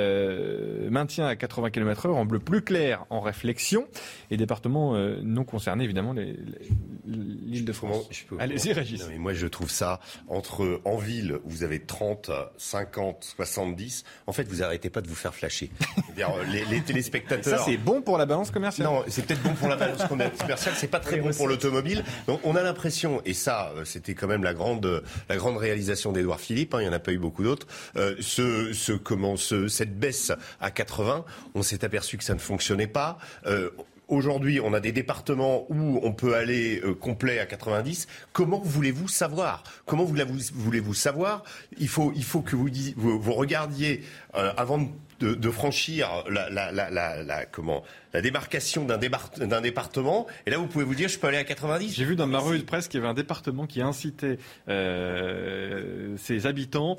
euh, maintien à quatre-vingts kilomètres heure. En bleu plus clair, en réflexion. Et départements euh, non concernés, évidemment, les, les, l'Île-de-France. Allez-y, Régis. Non, mais moi, je trouve ça, entre en ville, où vous avez trente, cinquante, soixante-dix, en fait, vous arrêtez pas de vous faire flasher. C'est-à-dire, les, les téléspectateurs... Ça, c'est bon pour la balance commerciale. Non, c'est peut-être bon pour la balance commerciale, c'est pas très bon pour l'automobile. Donc, on a l'impression, et ça, c'était quand même la grande, la grande réalisation d'Édouard Philippe, hein, il n'y en a pas eu beaucoup d'autres, euh, ce, ce, comment, ce, cette baisse à quatre-vingts, on s'est aperçu que ça ne fonctionnait pas. Euh, aujourd'hui, on a des départements où on peut aller euh, complet à quatre-vingt-dix. Comment voulez-vous savoir ? Comment voulez-vous, voulez-vous savoir ? Il faut, il faut que vous, vous, vous regardiez euh, avant de De, de franchir la, la, la, la, la, comment, la démarcation d'un, débar- d'un département. Et là, vous pouvez vous dire, je peux aller à quatre-vingt-dix. J'ai vu dans ma revue de presse qu'il y avait un département qui incitait euh, ses habitants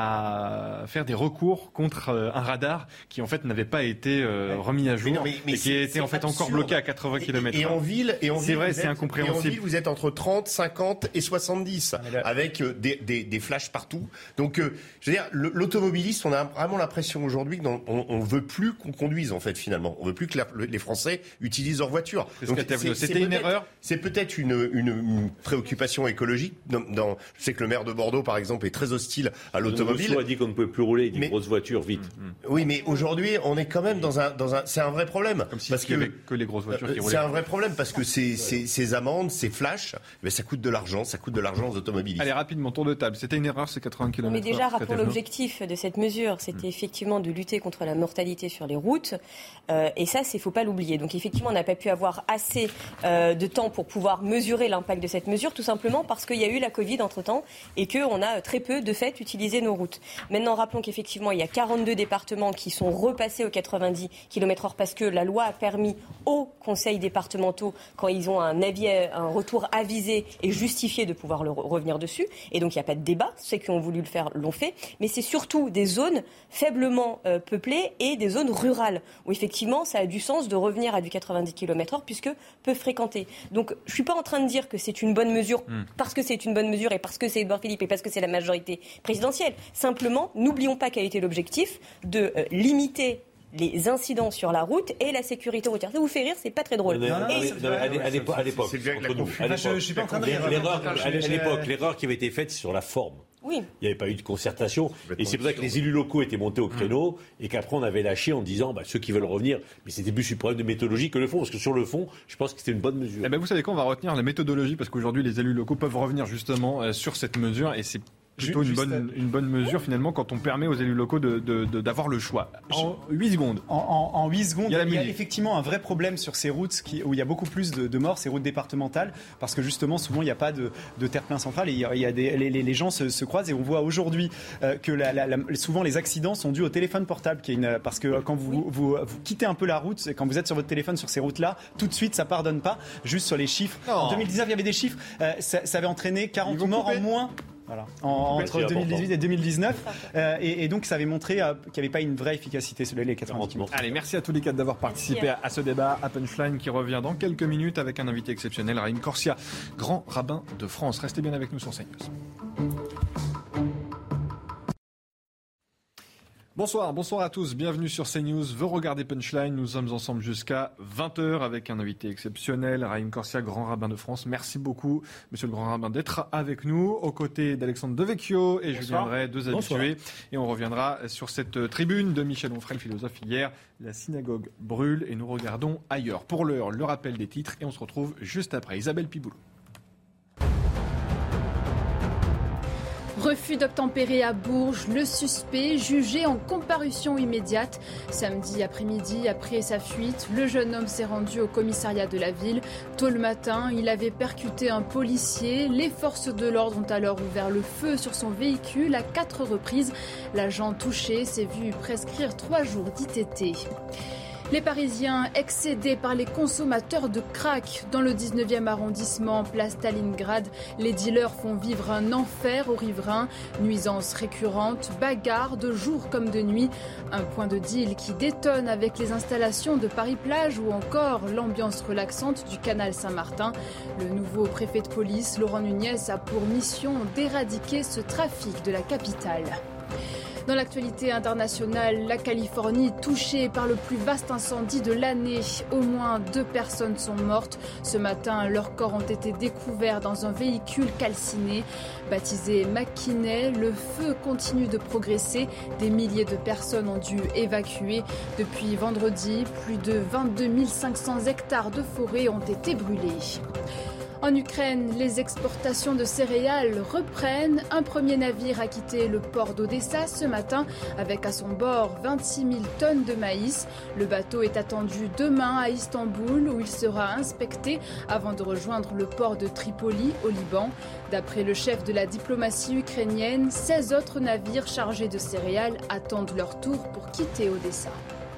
à faire des recours contre euh, un radar qui, en fait, n'avait pas été euh, remis à jour mais non, mais, mais et qui était en fait absurde. Encore bloqué à quatre-vingts kilomètres heure. Et en ville, et en c'est ville, vrai, c'est êtes, incompréhensible. Et en ville, vous êtes entre trente, cinquante et soixante-dix, avec euh, des, des, des flashs partout. Donc, euh, je veux dire, le, l'automobiliste, on a vraiment l'impression aujourd'hui que dans on ne veut plus qu'on conduise, en fait, finalement. On ne veut plus que la, les Français utilisent leur voiture. Donc, c'est, c'était une erreur. C'est peut-être une, une, une préoccupation écologique. Dans, dans, je sais que le maire de Bordeaux, par exemple, est très hostile à l'automobile. Le a dit qu'on ne pouvait plus rouler des mais, grosses voitures vite. Mm-hmm. Oui, mais aujourd'hui, on est quand même dans un... Dans un c'est un vrai problème. Comme si parce il n'y avait que les grosses voitures qui roulaient. C'est un vrai problème parce que ces, ces, ces amendes, ces flashs, mais ça coûte de l'argent. Ça coûte de l'argent aux automobilistes. Allez, rapidement, tour de table. C'était une erreur, c'est quatre-vingts kilomètres heure. Mais déjà, rappelons l'objectif de cette mesure. C'était mm. effectivement de lutter contre la mortalité sur les routes. Euh, et ça, il ne faut pas l'oublier. Donc effectivement, on n'a pas pu avoir assez euh, de temps pour pouvoir mesurer l'impact de cette mesure, tout simplement parce qu'il y a eu la Covid entre-temps et qu'on a très peu, de fait, utilisé nos routes. Maintenant, rappelons qu'effectivement, il y a quarante-deux départements qui sont repassés aux quatre-vingt-dix kilomètres heure parce que la loi a permis aux conseils départementaux, quand ils ont un avis, un retour avisé et justifié, de pouvoir le re- revenir dessus. Et donc, il n'y a pas de débat. Ceux qui ont voulu le faire l'ont fait. Mais c'est surtout des zones faiblement euh, peuplées et des zones rurales, où effectivement ça a du sens de revenir à du quatre-vingt-dix kilomètres heure puisque peu fréquenté. Donc je ne suis pas en train de dire que c'est une bonne mesure mmh. parce que c'est une bonne mesure et parce que c'est Édouard Philippe et parce que c'est la majorité présidentielle. Simplement, n'oublions pas quel était l'objectif de euh, limiter les incidents sur la route et la sécurité routière. Ça vous fait rire, c'est pas très drôle. Non, non, non, et non, à, à l'époque, à l'époque, entre nous, à l'époque, je, je suis pas en train de dire. L'erreur, à l'époque, l'erreur qui avait été faite, c'est sur la forme. Oui. Il n'y avait pas eu de concertation. Et c'est pour ça que les élus locaux étaient montés au créneau mmh. et qu'après on avait lâché en disant bah, ceux qui veulent revenir. Mais c'était plus un problème de méthodologie que le fond. Parce que sur le fond, je pense que c'était une bonne mesure. Eh ben, vous savez quoi, on va retenir la méthodologie parce qu'aujourd'hui les élus locaux peuvent revenir justement euh, sur cette mesure et c'est plutôt une bonne, une bonne mesure finalement quand on permet aux élus locaux de, de, de, d'avoir le choix. En huit secondes. En, en, en huit secondes, il y, a, il y a effectivement un vrai problème sur ces routes qui, où il y a beaucoup plus de, de morts, ces routes départementales, parce que justement souvent il n'y a pas de, de terre-plein central et il y a, il y a des, les, les gens se, se croisent et on voit aujourd'hui euh, que la, la, la, souvent les accidents sont dus au téléphone portable, qui est une, parce que quand vous, vous, vous quittez un peu la route, quand vous êtes sur votre téléphone sur ces routes-là, tout de suite ça pardonne pas. Juste sur les chiffres. Non. En deux mille dix-neuf, il y avait des chiffres, euh, ça, ça avait entraîné quarante morts couper. en moins. Voilà. En, entre deux mille dix-huit et deux mille dix-neuf. Euh, et, et donc, ça avait montré euh, qu'il n'y avait pas une vraie efficacité sur les quatre-vingt-dix kilomètres. Allez, merci à tous les quatre d'avoir participé à, à ce débat à Punchline qui revient dans quelques minutes avec un invité exceptionnel, Raïm Corsia, grand rabbin de France. Restez bien avec nous sur CNews. Bonsoir, bonsoir à tous, bienvenue sur CNews. Vous regardez Punchline, nous sommes ensemble jusqu'à vingt heures avec un invité exceptionnel, Raïm Corsia, grand rabbin de France. Merci beaucoup, monsieur le grand rabbin, d'être avec nous, aux côtés d'Alexandre Devecchio et Julien Drey, deux habitués. Et on reviendra sur cette tribune de Michel Onfray, le philosophe, hier. La synagogue brûle et nous regardons ailleurs. Pour l'heure, le rappel des titres et on se retrouve juste après. Isabelle Piboulot. Refus d'obtempérer à Bourges, le suspect jugé en comparution immédiate. Samedi après-midi, après sa fuite, le jeune homme s'est rendu au commissariat de la ville. Tôt le matin, il avait percuté un policier. Les forces de l'ordre ont alors ouvert le feu sur son véhicule à quatre reprises. L'agent touché s'est vu prescrire trois jours d'I T T. Les Parisiens excédés par les consommateurs de crack. Dans le dix-neuvième arrondissement, place Stalingrad, les dealers font vivre un enfer aux riverains. Nuisances récurrentes, bagarres de jour comme de nuit. Un point de deal qui détonne avec les installations de Paris-Plage ou encore l'ambiance relaxante du canal Saint-Martin. Le nouveau préfet de police, Laurent Nunez, a pour mission d'éradiquer ce trafic de la capitale. Dans l'actualité internationale, la Californie touchée par le plus vaste incendie de l'année. Au moins deux personnes sont mortes. Ce matin, leurs corps ont été découverts dans un véhicule calciné. Baptisé McKinney, le feu continue de progresser. Des milliers de personnes ont dû évacuer. Depuis vendredi, plus de vingt-deux mille cinq cents hectares de forêt ont été brûlés. En Ukraine, les exportations de céréales reprennent. Un premier navire a quitté le port d'Odessa ce matin avec à son bord vingt-six mille tonnes de maïs. Le bateau est attendu demain à Istanbul où il sera inspecté avant de rejoindre le port de Tripoli au Liban. D'après le chef de la diplomatie ukrainienne, seize autres navires chargés de céréales attendent leur tour pour quitter Odessa.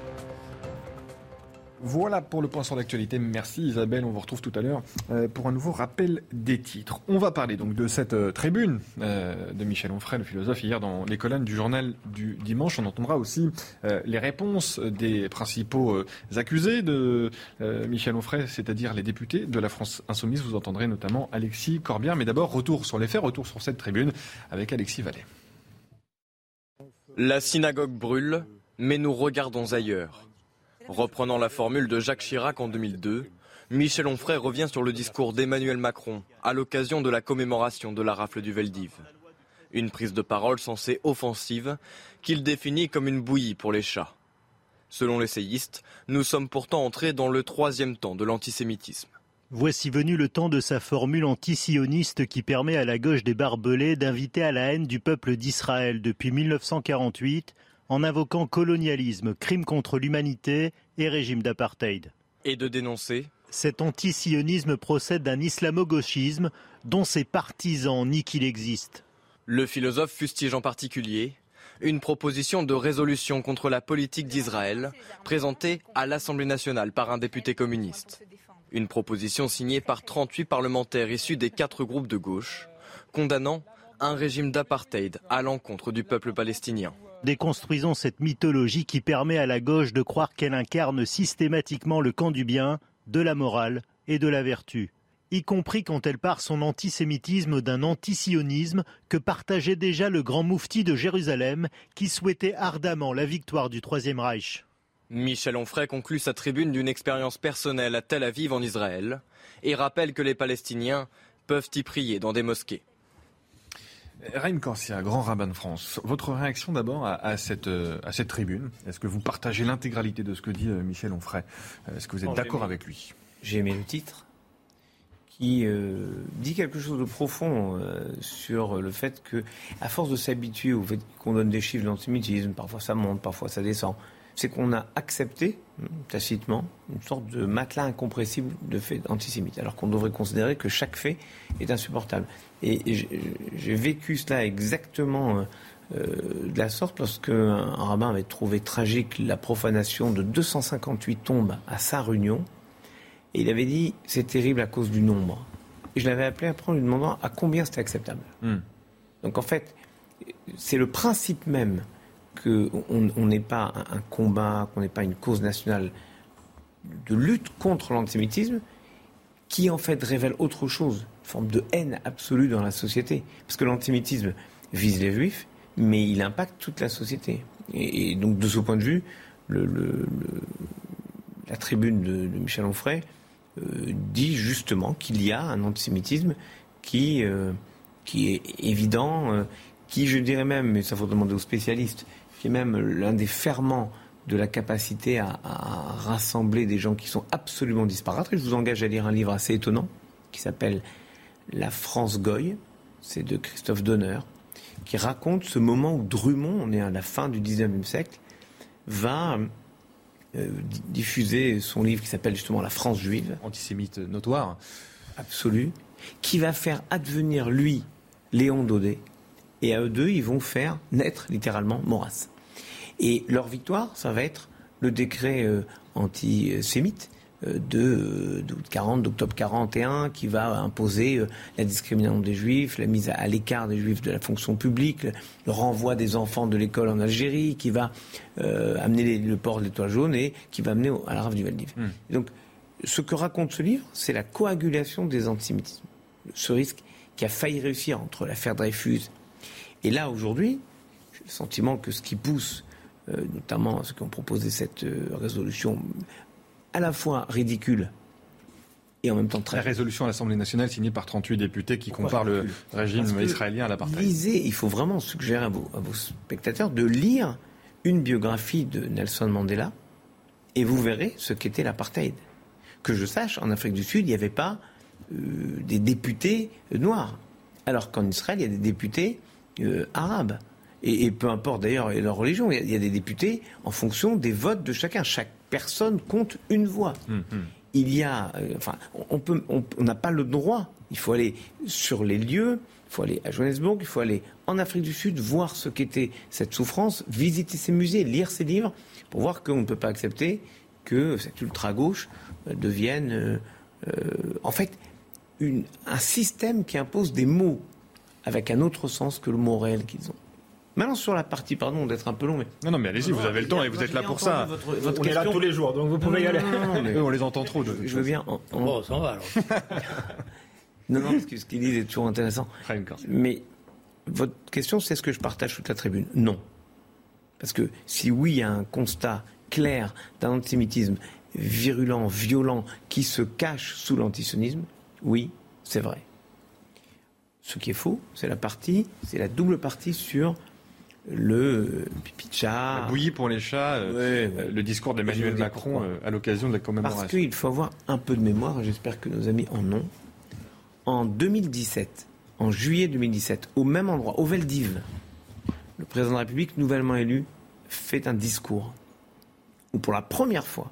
Voilà pour le point sur l'actualité. Merci Isabelle, on vous retrouve tout à l'heure pour un nouveau rappel des titres. On va parler donc de cette tribune de Michel Onfray, le philosophe, hier dans les colonnes du journal du dimanche. On entendra aussi les réponses des principaux accusés de Michel Onfray, c'est-à-dire les députés de la France Insoumise. Vous entendrez notamment Alexis Corbière. Mais d'abord, retour sur les faits, retour sur cette tribune avec Alexis Vallée. La synagogue brûle, mais nous regardons ailleurs. Reprenant la formule de Jacques Chirac en deux mille deux, Michel Onfray revient sur le discours d'Emmanuel Macron à l'occasion de la commémoration de la rafle du Veldiv. Une prise de parole censée offensive qu'il définit comme une bouillie pour les chats. Selon l'essayiste, nous sommes pourtant entrés dans le troisième temps de l'antisémitisme. Voici venu le temps de sa formule antisioniste qui permet à la gauche des barbelés d'inviter à la haine du peuple d'Israël depuis mille neuf cent quarante-huit en invoquant colonialisme, crime contre l'humanité et régime d'apartheid. Et de dénoncer. Cet antisionisme procède d'un islamo-gauchisme dont ses partisans nient qu'il existe. Le philosophe fustige en particulier une proposition de résolution contre la politique d'Israël présentée à l'Assemblée nationale par un député communiste. Une proposition signée par trente-huit parlementaires issus des quatre groupes de gauche, condamnant un régime d'apartheid à l'encontre du peuple palestinien. Déconstruisons cette mythologie qui permet à la gauche de croire qu'elle incarne systématiquement le camp du bien, de la morale et de la vertu, y compris quand elle part son antisémitisme d'un antisionisme que partageait déjà le grand moufti de Jérusalem qui souhaitait ardemment la victoire du Troisième Reich. Michel Onfray conclut sa tribune d'une expérience personnelle à Tel Aviv en Israël et rappelle que les Palestiniens peuvent y prier dans des mosquées. Raïm Corsia, grand rabbin de France, votre réaction d'abord à, à, cette, à cette tribune. Est-ce que vous partagez l'intégralité de ce que dit Michel Onfray ? Est-ce que vous êtes bon, d'accord avec lui ? J'ai aimé le titre, qui euh, dit quelque chose de profond euh, sur le fait que, à force de s'habituer au fait qu'on donne des chiffres d'antisémitisme, parfois ça monte, parfois ça descend, c'est qu'on a accepté, tacitement, une sorte de matelas incompressible de faits antisémites, alors qu'on devrait considérer que chaque fait est insupportable. Et j'ai vécu cela exactement euh, de la sorte lorsqu'un rabbin avait trouvé tragique la profanation de deux cent cinquante-huit tombes à Saint-Réunion, et il avait dit « c'est terrible à cause du nombre ». Et je l'avais appelé après en lui demandant à combien c'était acceptable. Mm. Donc en fait, c'est le principe même qu'on n'ait pas un combat, qu'on n'ait pas une cause nationale de lutte contre l'antisémitisme qui en fait révèle autre chose, une forme de haine absolue dans la société. Parce que l'antisémitisme vise les juifs, mais il impacte toute la société. Et, et donc de ce point de vue, le, le, le, la tribune de, de Michel Onfray euh, dit justement qu'il y a un antisémitisme qui, euh, qui est évident, euh, qui je dirais même, mais ça faut demander aux spécialistes, qui est même l'un des ferments de la capacité à, à rassembler des gens qui sont absolument disparates. Et je vous engage à lire un livre assez étonnant qui s'appelle « La France Goy », c'est de Christophe Donner, qui raconte ce moment où Drummond, on est à la fin du dix-neuvième siècle, va euh, diffuser son livre qui s'appelle justement « La France juive ». Antisémite notoire. Absolu. Qui va faire advenir, lui, Léon Daudet. Et à eux deux, ils vont faire naître littéralement Maurras. Et leur victoire, ça va être le décret euh, antisémite euh, de, de quarante, d'octobre quarante et un, qui va imposer euh, la discrimination des Juifs, la mise à, à l'écart des Juifs de la fonction publique, le, le renvoi des enfants de l'école en Algérie, qui va euh, amener les, le port de l'étoile jaune et qui va amener au, à la rafle du Veldiv. Mmh. Et donc, ce que raconte ce livre, c'est la coagulation des antisémitismes. Ce risque qui a failli réussir entre l'affaire Dreyfus. Et là, aujourd'hui, j'ai le sentiment que ce qui pousse, euh, notamment ceux qui ont proposé cette euh, résolution, à la fois ridicule et en même temps très... La résolution à l'Assemblée nationale signée par trente-huit députés qui comparent le régime israélien à l'apartheid. Lisez, il faut vraiment suggérer à vos, à vos spectateurs de lire une biographie de Nelson Mandela et vous verrez ce qu'était l'apartheid. Que je sache, en Afrique du Sud, il n'y avait pas euh, des députés noirs. Alors qu'en Israël, il y a des députés euh, arabes. Et, et peu importe d'ailleurs leur religion, il y, a, il y a des députés en fonction des votes de chacun. Chaque personne compte une voix. Mmh. Il y a, euh, enfin, on peut, on n'a pas le droit. Il faut aller sur les lieux, il faut aller à Johannesburg, il faut aller en Afrique du Sud, voir ce qu'était cette souffrance, visiter ces musées, lire ces livres, pour voir qu'on ne peut pas accepter que cette ultra-gauche euh, devienne, euh, euh, en fait, une, un système qui impose des mots avec un autre sens que le mot réel qu'ils ont. Maintenant, sur la partie, pardon d'être un peu long, mais... Non, non, mais allez-y, vous avez le temps et vous êtes là pour ça. Votre, votre on question... est là tous les jours, donc vous pouvez non, y aller. Non, non, mais... Eux, on les entend trop. De... Je veux bien... En, en... Bon, ça va, alors. non, non, parce que ce qu'ils disent est toujours intéressant. Mais votre question, c'est est-ce que je partage toute la tribune ? Non. Parce que si oui, il y a un constat clair d'un antisémitisme virulent, violent, qui se cache sous l'antisionisme, oui, c'est vrai. Ce qui est faux, c'est la partie, c'est la double partie sur le pipi de chat. La bouillie pour les chats, euh, ouais, ouais. Le discours d'Emmanuel Macron euh, à l'occasion de la commémoration. Parce qu'il faut avoir un peu de mémoire, et j'espère que nos amis en ont. En deux mille dix-sept, en juillet deux mille dix-sept, au même endroit, au Veldiv, le président de la République, nouvellement élu, fait un discours où pour la première fois,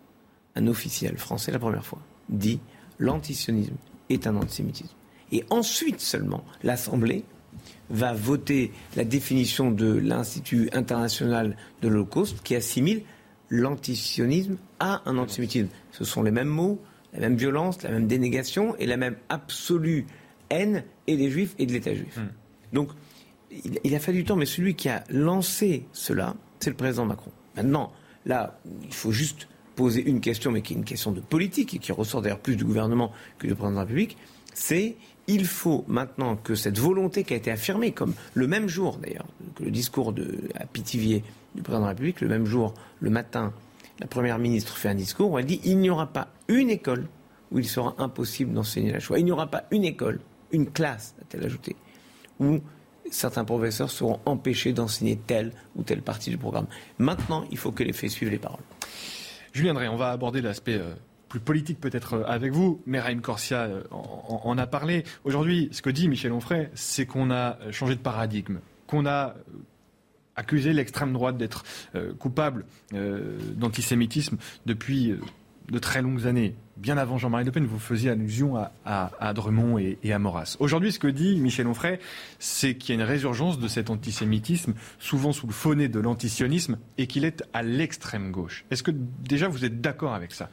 un officiel français, la première fois, dit l'antisionisme est un antisémitisme. Et ensuite seulement, l'Assemblée va voter la définition de l'Institut international de l'Holocauste qui assimile l'antisionisme à un antisémitisme. Ce sont les mêmes mots, la même violence, la même dénégation et la même absolue haine et des Juifs et de l'État juif. Hum. Donc, il, il a fallu du temps, mais celui qui a lancé cela, c'est le président Macron. Maintenant, là, il faut juste poser une question, mais qui est une question de politique et qui ressort d'ailleurs plus du gouvernement que du président de la République, c'est il faut maintenant que cette volonté qui a été affirmée, comme le même jour d'ailleurs, que le discours de, à Pithiviers du président de la République, le même jour, le matin, la première ministre fait un discours où elle dit il n'y aura pas une école où il sera impossible d'enseigner la Shoah. Il n'y aura pas une école, une classe, a-t-elle ajouté, où certains professeurs seront empêchés d'enseigner telle ou telle partie du programme. Maintenant, il faut que les faits suivent les paroles. Julien Drey, on va aborder l'aspect euh, plus politique peut-être avec vous, mais Raïm Corsia euh, en, en a parlé. Aujourd'hui, ce que dit Michel Onfray, c'est qu'on a changé de paradigme, qu'on a euh, accusé l'extrême droite d'être euh, coupable euh, d'antisémitisme depuis euh, de très longues années. Bien avant Jean-Marie Le Pen, vous faisiez allusion à, à, à Dremont et, et à Maurras. Aujourd'hui, ce que dit Michel Onfray, c'est qu'il y a une résurgence de cet antisémitisme, souvent sous le faux-nez de l'antisionisme, et qu'il est à l'extrême gauche. Est-ce que déjà vous êtes d'accord avec ça ?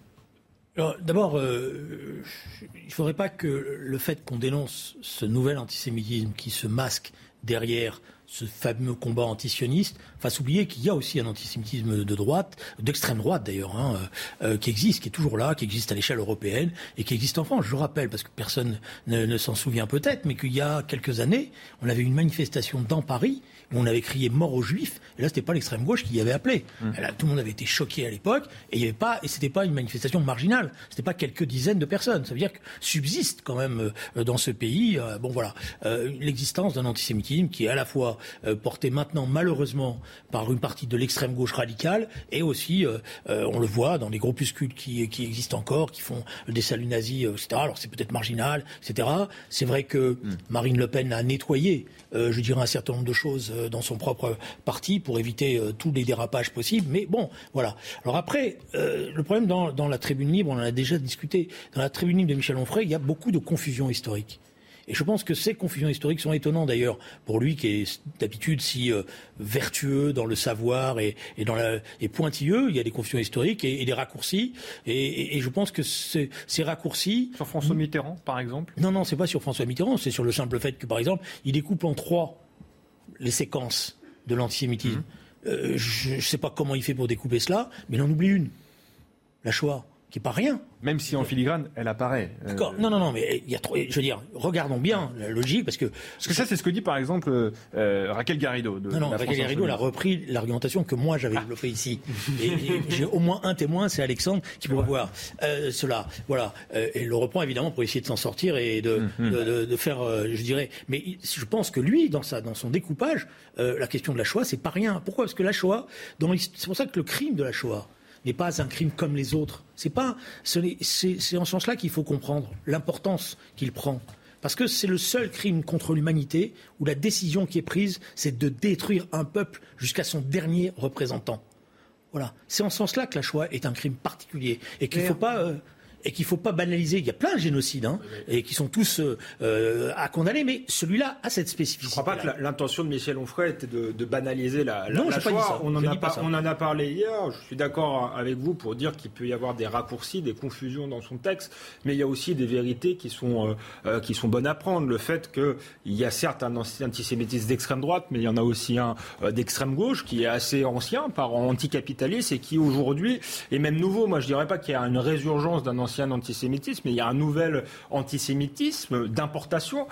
Alors, d'abord, euh, il ne faudrait pas que le fait qu'on dénonce ce nouvel antisémitisme qui se masque derrière ce fameux combat antisioniste fasse oublier qu'il y a aussi un antisémitisme de droite, d'extrême droite d'ailleurs, hein, euh, qui existe, qui est toujours là, qui existe à l'échelle européenne et qui existe en France. Je rappelle, parce que personne ne, ne s'en souvient peut-être, mais qu'il y a quelques années, on avait une manifestation dans Paris où on avait crié mort aux Juifs, et là c'était pas l'extrême gauche qui y avait appelé. Mmh. Là, tout le monde avait été choqué à l'époque, et il y avait pas, et c'était pas une manifestation marginale, c'était pas quelques dizaines de personnes. Ça veut dire que subsiste quand même euh, dans ce pays, euh, bon voilà, euh, l'existence d'un antisémitisme qui est à la fois euh, porté maintenant malheureusement par une partie de l'extrême gauche radicale, et aussi, euh, euh, on le voit dans les groupuscules qui, qui existent encore, qui font des saluts nazis, euh, et cetera. Alors c'est peut-être marginal, et cetera. C'est vrai que mmh. Marine Le Pen a nettoyé, euh, je dirais, un certain nombre de choses euh, dans son propre parti pour éviter euh, tous les dérapages possibles. Mais bon, voilà. Alors après, euh, le problème dans, dans la tribune libre, on en a déjà discuté, dans la tribune libre de Michel Onfray, il y a beaucoup de confusion historique. Et je pense que ces confusions historiques sont étonnantes d'ailleurs pour lui qui est d'habitude si euh, vertueux dans le savoir et, et, dans la, et pointilleux. Il y a des confusions historiques et, et des raccourcis. Et, et, et je pense que ces, ces raccourcis... Sur François Mitterrand, par exemple ? Non, non, c'est pas sur François Mitterrand. C'est sur le simple fait que, par exemple, il découpe en trois les séquences de l'antisémitisme. Mmh. Euh, je ne sais pas comment il fait pour découper cela, mais il en oublie une. La Shoah. Qui n'est pas rien. Même si en filigrane, elle apparaît. Euh... D'accord. Non, non, non, mais il y a trop. Je veux dire, regardons bien la logique, parce que. Parce que ça, c'est ce que dit par exemple euh, Raquel Garrido. De, non, non, de la Raquel Garrido, elle a repris l'argumentation que moi j'avais ah. développée ici. Et, et j'ai au moins un témoin, c'est Alexandre, qui pourra voir euh, cela. Voilà. Euh, et le reprend évidemment pour essayer de s'en sortir et de, mm-hmm. de, de, de faire, euh, je dirais. Mais je pense que lui, dans sa, dans son découpage, euh, la question de la Shoah, c'est pas rien. Pourquoi ? Parce que la Shoah, dans c'est pour ça que le crime de la Shoah n'est pas un crime comme les autres. C'est pas, c'est, c'est en ce sens-là qu'il faut comprendre l'importance qu'il prend. Parce que c'est le seul crime contre l'humanité où la décision qui est prise, c'est de détruire un peuple jusqu'à son dernier représentant. Voilà. C'est en ce sens-là que la Shoah est un crime particulier et qu'il ne faut pas... Euh, et qu'il ne faut pas banaliser. Il y a plein de génocides hein, et qui sont tous euh, à condamner, mais celui-là a cette spécificité. Je ne crois pas que l'intention de Michel Onfray était de, de banaliser la, la, non, la Shoah. Pas dit ça. On, en a pas, on en a parlé hier. Je suis d'accord avec vous pour dire qu'il peut y avoir des raccourcis, des confusions dans son texte, mais il y a aussi des vérités qui sont, euh, qui sont bonnes à prendre. Le fait qu'il y a certes un antisémitisme d'extrême droite, mais il y en a aussi un euh, d'extrême gauche qui est assez ancien, par anticapitaliste, et qui aujourd'hui est même nouveau. Moi, je ne dirais pas qu'il y a une résurgence d'un ancien antisémitisme, mais il y a un nouvel antisémitisme d'importation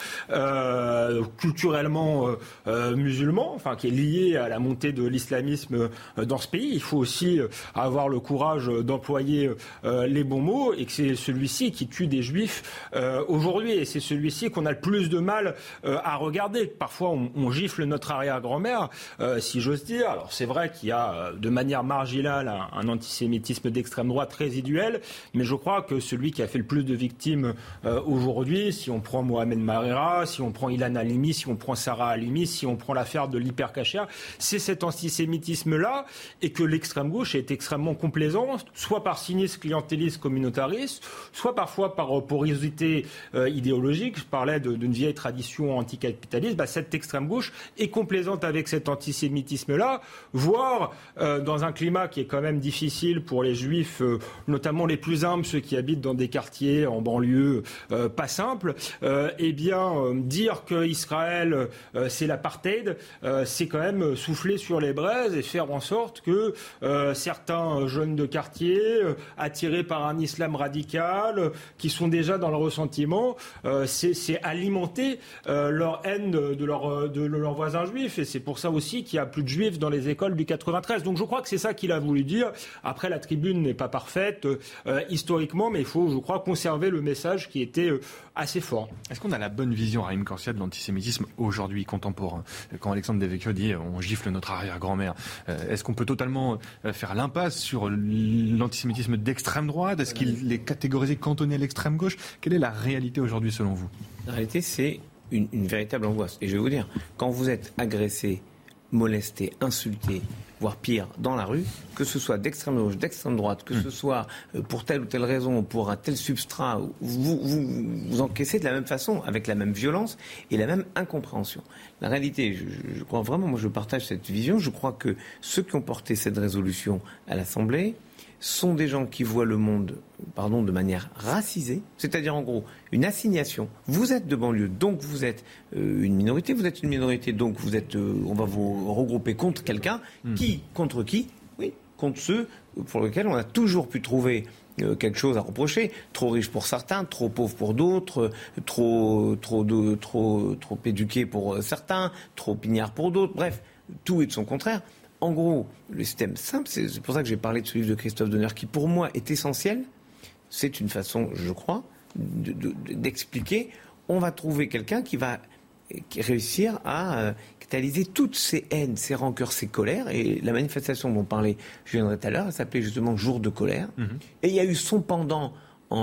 euh, culturellement euh, euh, musulman, enfin qui est lié à la montée de l'islamisme euh, dans ce pays. Il faut aussi euh, avoir le courage d'employer euh, les bons mots, et que c'est celui-ci qui tue des juifs euh, aujourd'hui, et c'est celui-ci qu'on a le plus de mal euh, à regarder. Parfois, on, on gifle notre arrière-grand-mère, euh, si j'ose dire. Alors c'est vrai qu'il y a de manière marginale un, un antisémitisme d'extrême droite résiduel, mais je crois que celui qui a fait le plus de victimes euh, aujourd'hui, si on prend Mohamed Marera, si on prend Ilan Halimi, si on prend Sarah Halimi, si on prend l'affaire de l'hypercacher, c'est cet antisémitisme-là, et que l'extrême gauche est extrêmement complaisante, soit par cynisme clientéliste communautariste, soit parfois par euh, porosité euh, idéologique. Je parlais de, d'une vieille tradition anticapitaliste. Bah, cette extrême gauche est complaisante avec cet antisémitisme-là, voire euh, dans un climat qui est quand même difficile pour les juifs, euh, notamment les plus humbles, ceux qui habitent dans des quartiers en banlieue euh, pas simples, euh, eh bien euh, dire que Israël euh, c'est l'apartheid, euh, c'est quand même souffler sur les braises et faire en sorte que euh, certains jeunes de quartier euh, attirés par un islam radical, euh, qui sont déjà dans le ressentiment, euh, c'est, c'est alimenter euh, leur haine de, de leurs de leurs voisins juifs, et c'est pour ça aussi qu'il y a plus de juifs dans les écoles du quatre-vingt-treize. Donc je crois que c'est ça qu'il a voulu dire. Après, la tribune n'est pas parfaite euh, historiquement, mais il faut, je crois, conserver le message qui était euh, assez fort. Est-ce qu'on a la bonne vision, Raïm Corsia, de l'antisémitisme aujourd'hui, contemporain ? Quand Alexandre Devecchio dit « on gifle notre arrière-grand-mère », est-ce qu'on peut totalement faire l'impasse sur l'antisémitisme d'extrême droite ? Est-ce qu'il est catégorisé, cantonné à l'extrême gauche ? Quelle est la réalité aujourd'hui, selon vous ? La réalité, c'est une, une véritable angoisse. Et je vais vous dire, quand vous êtes agressé, molesté, insulté, voire pire, dans la rue, que ce soit d'extrême gauche, d'extrême droite, que mmh. ce soit pour telle ou telle raison, pour un tel substrat, vous, vous, vous encaissez de la même façon, avec la même violence et la même incompréhension. La réalité, je, je crois vraiment, moi je partage cette vision, je crois que ceux qui ont porté cette résolution à l'Assemblée sont des gens qui voient le monde, pardon, de manière racisée, c'est-à-dire en gros une assignation. Vous êtes de banlieue, donc vous êtes euh, une minorité, vous êtes une minorité, donc vous êtes, euh, on va vous regrouper contre quelqu'un. Mmh. Qui contre qui ? Oui, contre ceux pour lesquels on a toujours pu trouver euh, quelque chose à reprocher. Trop riche pour certains, trop pauvre pour d'autres, trop, trop, de, trop, trop éduqué pour certains, trop pignard pour d'autres. Bref, tout est de son contraire. En gros, le système simple, c'est pour ça que j'ai parlé de ce livre de Christophe Donner, qui pour moi est essentiel. C'est une façon, je crois, de, de, d'expliquer. On va trouver quelqu'un qui va qui réussir à euh, catalyser toutes ces haines, ces rancœurs, ces colères. Et la manifestation dont parlait Julien tout à l'heure, elle s'appelait justement Jour de colère. Mmh. Et il y a eu son pendant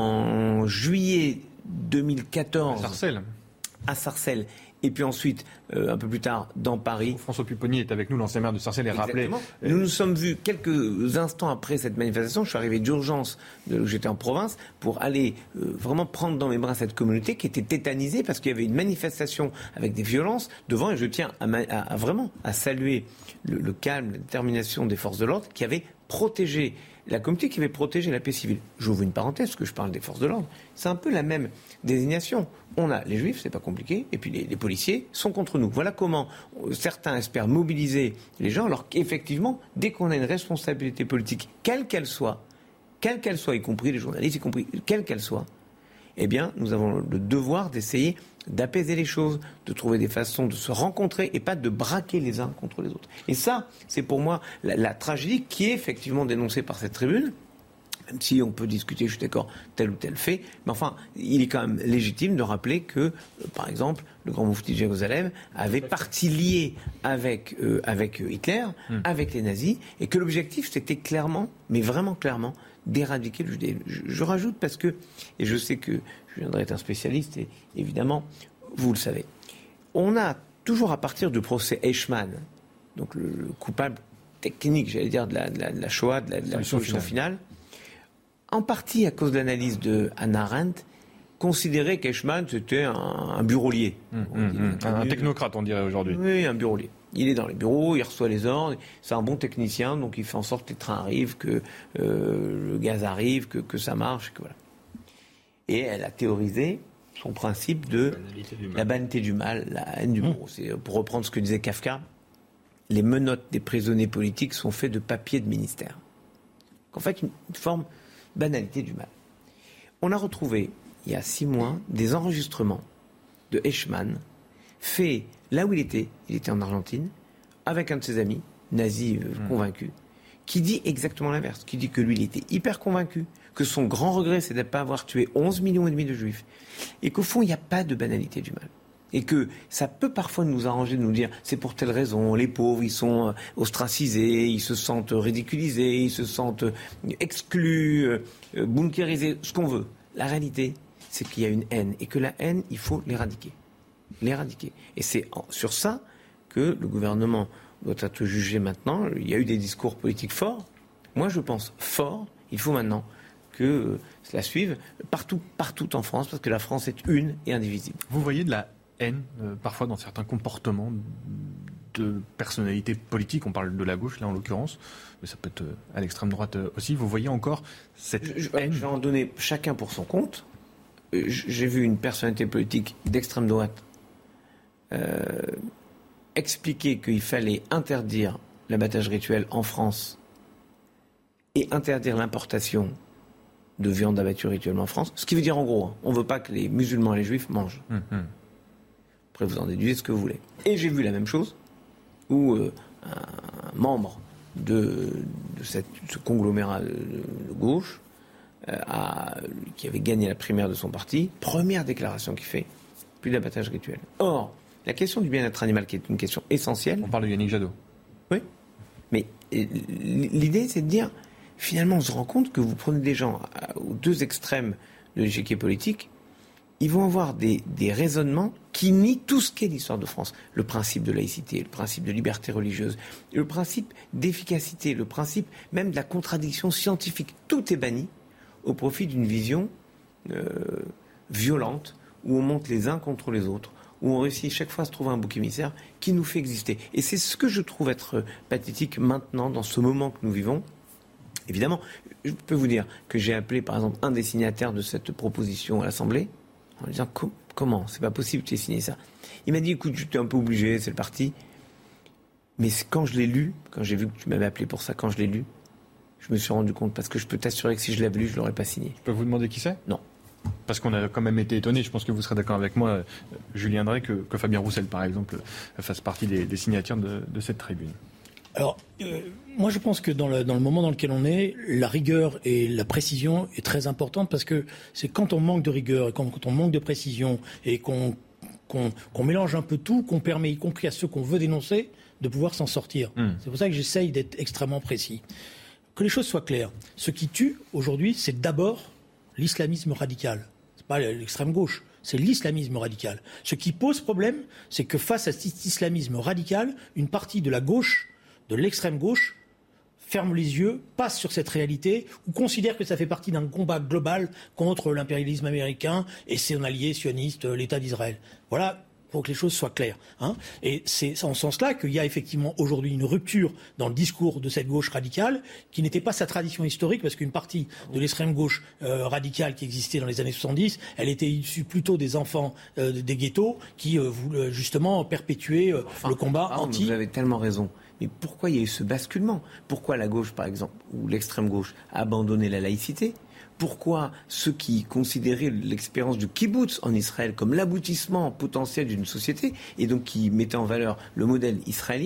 en juillet deux mille quatorze. À Sarcelles. À Sarcelles. Et puis ensuite, euh, un peu plus tard, dans Paris. François Pupponi est avec nous, l'ancien maire de Sarcelles, et rappelé. Nous nous sommes vus quelques instants après cette manifestation. Je suis arrivé d'urgence, de, j'étais en province, pour aller euh, vraiment prendre dans mes bras cette communauté qui était tétanisée parce qu'il y avait une manifestation avec des violences devant. Et je tiens à, à, à vraiment à saluer le, le calme, la détermination des forces de l'ordre qui avaient protégé la communauté, qui avait protégé la paix civile. J'ouvre une parenthèse, parce que je parle des forces de l'ordre. C'est un peu la même désignation. On a les juifs, c'est pas compliqué, et puis les, les policiers sont contre nous. Voilà comment certains espèrent mobiliser les gens, alors qu'effectivement, dès qu'on a une responsabilité politique, quelle qu'elle soit, quelle qu'elle soit, y compris les journalistes, y compris quelle qu'elle soit, eh bien, nous avons le devoir d'essayer d'apaiser les choses, de trouver des façons de se rencontrer et pas de braquer les uns contre les autres. Et ça, c'est pour moi la, la tragédie qui est effectivement dénoncée par cette tribune, Même si on peut discuter, je suis d'accord, tel ou tel fait. Mais enfin, il est quand même légitime de rappeler que, euh, par exemple, le grand moufti de Jérusalem avait partie liée avec, euh, avec Hitler, mmh. avec les nazis, et que l'objectif, c'était clairement, mais vraiment clairement, d'éradiquer le judaïsme. Je, je rajoute parce que, et je sais que je viendrai être un spécialiste, et évidemment, vous le savez, on a toujours à partir du procès Eichmann, donc le, le coupable technique, j'allais dire, de la, de la, de la Shoah, de la, de la solution finale, finale en partie à cause de l'analyse de Hannah Arendt, considérait qu'Eichmann c'était un, un bureaulier. Mmh, mmh, un, un technocrate, on dirait aujourd'hui. Oui, un bureaulier. Il est dans les bureaux, il reçoit les ordres, c'est un bon technicien, donc il fait en sorte que les trains arrivent, que euh, le gaz arrive, que, que ça marche, que voilà. Et elle a théorisé son principe de la banalité du mal, la haine du bourreau. Mmh. C'est, pour reprendre ce que disait Kafka, les menottes des prisonniers politiques sont faites de papier de ministère. En fait, une, une forme banalité du mal. On a retrouvé, il y a six mois, des enregistrements de Eichmann faits là où il était, il était en Argentine, avec un de ses amis, nazi euh, mmh. convaincu, qui dit exactement l'inverse, qui dit que lui, il était hyper convaincu, que son grand regret, c'est de ne pas avoir tué onze millions et demi de juifs, et qu'au fond, il n'y a pas de banalité du mal. Et que ça peut parfois nous arranger de nous dire c'est pour telle raison, les pauvres ils sont ostracisés, ils se sentent ridiculisés, ils se sentent exclus, euh, bunkérisés, ce qu'on veut. La réalité, c'est qu'il y a une haine et que la haine, il faut l'éradiquer. L'éradiquer. Et c'est sur ça que le gouvernement doit être jugé maintenant. Il y a eu des discours politiques forts. Moi, je pense forts. Il faut maintenant que euh, cela suive partout, partout en France, parce que la France est une et indivisible. Vous voyez de la haine, euh, parfois dans certains comportements de personnalités politiques, on parle de la gauche là en l'occurrence, mais ça peut être à l'extrême droite aussi, vous voyez encore cette je, haine? Je vais en donner chacun pour son compte. J'ai vu une personnalité politique d'extrême droite euh, expliquer qu'il fallait interdire l'abattage rituel en France et interdire l'importation de viande abattue rituellement en France, ce qui veut dire en gros, hein, on ne veut pas que les musulmans et les juifs mangent. Hum, hum. Après, vous en déduisez ce que vous voulez. Et j'ai vu la même chose, où euh, un membre de, de cette, ce conglomérat de, de gauche, euh, a, qui avait gagné la primaire de son parti, première déclaration qu'il fait, plus d'abattage rituel. Or, la question du bien-être animal, qui est une question essentielle... On parle de Yannick Jadot. Oui, mais l'idée, c'est de dire, finalement, on se rend compte que vous prenez des gens aux deux extrêmes de l'échiquier politique, ils vont avoir des, des raisonnements qui nient tout ce qu'est l'histoire de France. Le principe de laïcité, le principe de liberté religieuse, le principe d'efficacité, le principe même de la contradiction scientifique. Tout est banni au profit d'une vision euh, violente où on monte les uns contre les autres, où on réussit chaque fois à se trouver un bouc émissaire qui nous fait exister. Et c'est ce que je trouve être pathétique maintenant, dans ce moment que nous vivons. Évidemment, je peux vous dire que j'ai appelé par exemple un des signataires de cette proposition à l'Assemblée, en disant Com- comment c'est pas possible que tu aies signé ça. Il m'a dit écoute, j'étais un peu obligé, c'est le parti. Mais quand je l'ai lu, quand j'ai vu que tu m'avais appelé pour ça, quand je l'ai lu, je me suis rendu compte, parce que je peux t'assurer que si je l'avais lu, je l'aurais pas signé. Je peux vous demander qui c'est ? Non. Parce qu'on a quand même été étonnés, je pense que vous serez d'accord avec moi, Julien Drey, que, que Fabien Roussel, par exemple, fasse partie des, des signataires de, de cette tribune. Alors, euh, moi je pense que dans le, dans le moment dans lequel on est, la rigueur et la précision est très importante, parce que c'est quand on manque de rigueur et quand, quand on manque de précision et qu'on, qu'on, qu'on mélange un peu tout, qu'on permet, y compris à ceux qu'on veut dénoncer, de pouvoir s'en sortir. Mmh. C'est pour ça que j'essaye d'être extrêmement précis. Que les choses soient claires. Ce qui tue aujourd'hui, c'est d'abord l'islamisme radical. C'est pas l'extrême gauche. C'est l'islamisme radical. Ce qui pose problème, c'est que face à cet islamisme radical, une partie de la gauche, de l'extrême gauche, ferme les yeux, passe sur cette réalité, ou considère que ça fait partie d'un combat global contre l'impérialisme américain et son allié sioniste, l'État d'Israël. Voilà. Il faut que les choses soient claires. Hein. Et c'est en ce sens-là qu'il y a effectivement aujourd'hui une rupture dans le discours de cette gauche radicale qui n'était pas sa tradition historique, parce qu'une partie de l'extrême gauche euh, radicale qui existait dans les années soixante-dix, elle était issue plutôt des enfants euh, des ghettos qui euh, voulaient justement perpétuer euh, enfin, le combat ah, anti... Vous avez tellement raison. Mais pourquoi il y a eu ce basculement ? Pourquoi la gauche, par exemple, ou l'extrême gauche, a abandonné la laïcité ? Pourquoi ceux qui considéraient l'expérience du kibbutz en Israël comme l'aboutissement potentiel d'une société, et donc qui mettaient en valeur le modèle israélien,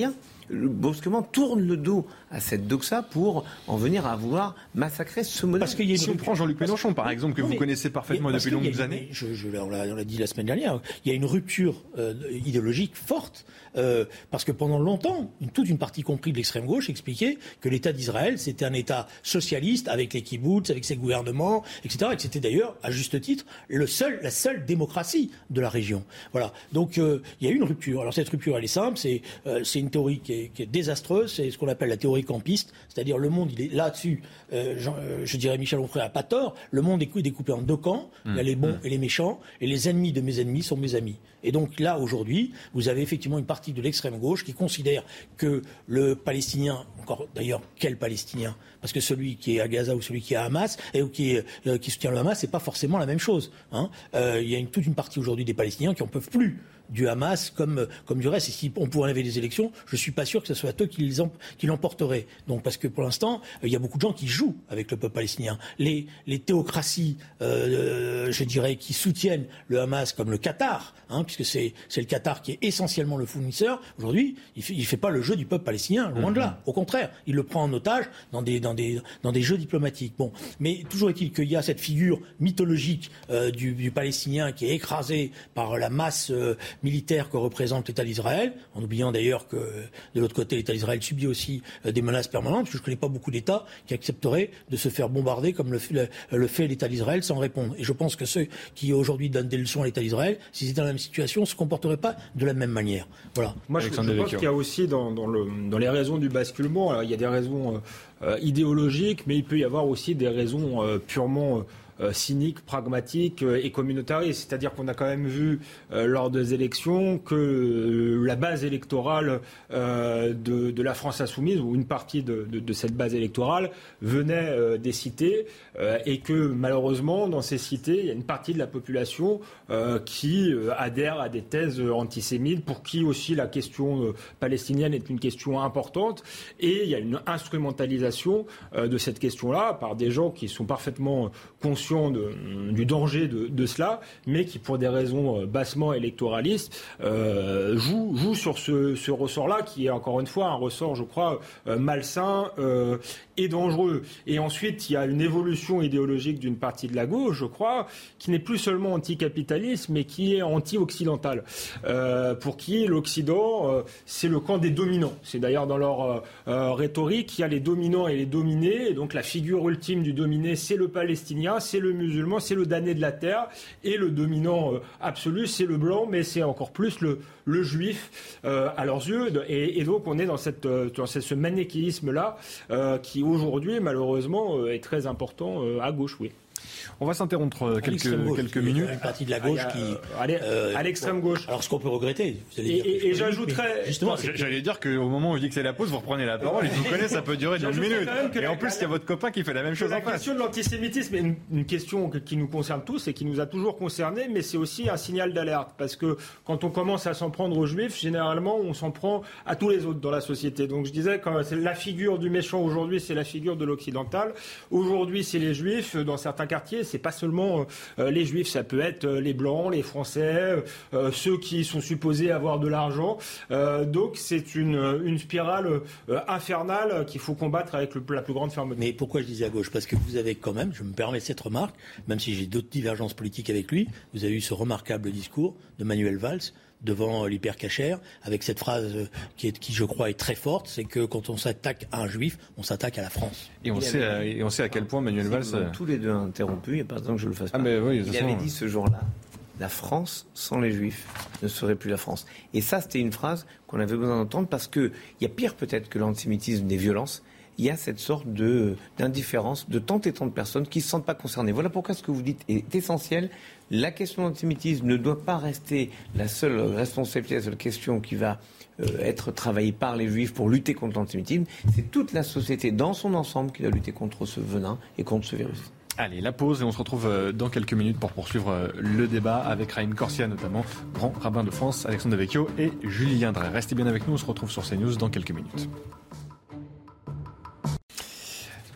brusquement tourne le dos à cette doxa pour en venir à vouloir massacrer ce modèle. Parce qu'il y a une... Si on prend Jean-Luc Mélenchon, par exemple, que non, vous mais, connaissez parfaitement depuis longues une... années. Je, je, on l'a dit la semaine dernière, il y a une rupture euh, idéologique forte, euh, parce que pendant longtemps, une, toute une partie compris de l'extrême gauche expliquait que l'État d'Israël, c'était un État socialiste, avec les kibboutz, avec ses gouvernements, et cetera, et que c'était d'ailleurs, à juste titre, le seul, la seule démocratie de la région. Voilà. Donc, euh, il y a eu une rupture. Alors, cette rupture, elle est simple, c'est, euh, c'est une théorie qui est, qui est désastreuse, c'est ce qu'on appelle la théorie campiste, c'est-à-dire le monde, il est là-dessus, euh, je, euh, je dirais Michel Onfray n'a pas tort, le monde est découpé en deux camps, mmh. il y a les bons mmh. et les méchants, et les ennemis de mes ennemis sont mes amis. Et donc là, aujourd'hui, vous avez effectivement une partie de l'extrême gauche qui considère que le Palestinien, encore d'ailleurs, quel Palestinien ? Parce que celui qui est à Gaza ou celui qui est à Hamas, et, ou qui, est, euh, qui soutient le Hamas, c'est pas forcément la même chose. Hein. Euh, il y a une, toute une partie aujourd'hui des Palestiniens qui n'en peuvent plus du Hamas comme, comme du reste. Et si on pouvait enlever les élections, je ne suis pas sûr que ce soit eux qui, les en, qui l'emporteraient. Donc, parce que pour l'instant, il y a beaucoup de gens qui jouent avec le peuple palestinien. Les, les théocraties, euh, je dirais, qui soutiennent le Hamas, comme le Qatar, hein, puisque c'est, c'est le Qatar qui est essentiellement le fournisseur, aujourd'hui, il ne fait, il fait pas le jeu du peuple palestinien, loin mmh. de là. Au contraire, il le prend en otage dans des, dans des, dans des jeux diplomatiques. Bon, mais toujours est-il qu'il y a cette figure mythologique euh, du, du Palestinien qui est écrasé par la masse euh, militaire que représente l'État d'Israël, en oubliant d'ailleurs que de l'autre côté, l'État d'Israël subit aussi euh, des menaces permanentes, parce que je ne connais pas beaucoup d'États qui accepteraient de se faire bombarder comme le, le, le fait l'État d'Israël sans répondre. Et je pense que ceux qui aujourd'hui donnent des leçons à l'État d'Israël, s'ils étaient dans la même situation, ne se comporteraient pas de la même manière. Voilà. Moi, je, je pense qu'il y a aussi dans, dans, le, dans les raisons du basculement, alors, il y a des raisons euh, idéologiques, mais il peut y avoir aussi des raisons euh, purement... Euh, Euh, cynique, pragmatique euh, et communautariste. C'est-à-dire qu'on a quand même vu euh, lors des élections que euh, la base électorale euh, de, de la France insoumise, ou une partie de, de, de cette base électorale, venait euh, des cités euh, et que malheureusement, dans ces cités, il y a une partie de la population euh, qui euh, adhère à des thèses antisémites, pour qui aussi la question euh, palestinienne est une question importante. Et il y a une instrumentalisation euh, de cette question-là par des gens qui sont parfaitement conscients De, du danger de, de cela, mais qui, pour des raisons bassement électoralistes, euh, jouent, jouent sur ce, ce ressort-là, qui est encore une fois un ressort, je crois, euh, malsain euh, et dangereux. Et ensuite, il y a une évolution idéologique d'une partie de la gauche, je crois, qui n'est plus seulement anticapitaliste, mais qui est anti-occidental, euh, pour qui l'Occident, euh, c'est le camp des dominants. C'est d'ailleurs dans leur euh, euh, rhétorique, il y a les dominants et les dominés, et donc la figure ultime du dominé, c'est le Palestinien, c'est le musulman, c'est le damné de la terre, et le dominant euh, absolu, c'est le blanc, mais c'est encore plus le, le juif euh, à leurs yeux. Et, et donc on est dans, cette, euh, dans ce manichéisme-là euh, qui aujourd'hui, malheureusement, euh, est très important euh, à gauche, oui. On va s'interrompre quelques, gauche, quelques minutes. Une partie de la gauche ah, qui... Euh, à l'extrême bon, gauche. Alors ce qu'on peut regretter... Vous allez et dire et, et j'ajouterais... Justement, j'allais dire qu'au moment où je dis que c'est la pause, vous reprenez la parole. Et je vous connais, ça peut durer une minute. Et en plus, il y a votre copain qui fait la même chose en face. La question de l'antisémitisme est une, une question qui nous concerne tous et qui nous a toujours concernés, mais c'est aussi un signal d'alerte. Parce que quand on commence à s'en prendre aux juifs, généralement, on s'en prend à tous les autres dans la société. Donc je disais, quand c'est la figure du méchant aujourd'hui, c'est la figure de l'occidental. Aujourd'hui, c'est les juifs. Dans certains quartiers, c'est pas seulement euh, les juifs, ça peut être euh, les blancs, les français, euh, ceux qui sont supposés avoir de l'argent. Euh, donc c'est une, une spirale euh, infernale qu'il faut combattre avec le, la plus grande fermeté. Mais pourquoi je disais à gauche ? Parce que vous avez quand même, je me permets cette remarque, même si j'ai d'autres divergences politiques avec lui, vous avez eu ce remarquable discours de Manuel Valls devant l'hypercachère, avec cette phrase qui, est, qui, je crois, est très forte, c'est que quand on s'attaque à un juif, on s'attaque à la France. Et on, il sait, avait, et on sait à quel point Manuel Valls... Ils ont tous les deux interrompu, il n'y a pas besoin que je le fasse pas. Ah mais oui, il avait dit ce jour-là, la France sans les juifs ne serait plus la France. Et ça, c'était une phrase qu'on avait besoin d'entendre, parce qu'il y a pire peut-être que l'antisémitisme des violences. Il y a cette sorte de, d'indifférence de tant et tant de personnes qui ne se sentent pas concernées. Voilà pourquoi ce que vous dites est essentiel. La question de l'antisémitisme ne doit pas rester la seule responsabilité, la seule question qui va euh, être travaillée par les juifs pour lutter contre l'antisémitisme. C'est toute la société dans son ensemble qui doit lutter contre ce venin et contre ce virus. Allez, la pause et on se retrouve dans quelques minutes pour poursuivre le débat avec Raïm Corsia notamment, grand rabbin de France, Alexandre Devecchio et Julien Drey. Restez bien avec nous, on se retrouve sur CNews dans quelques minutes.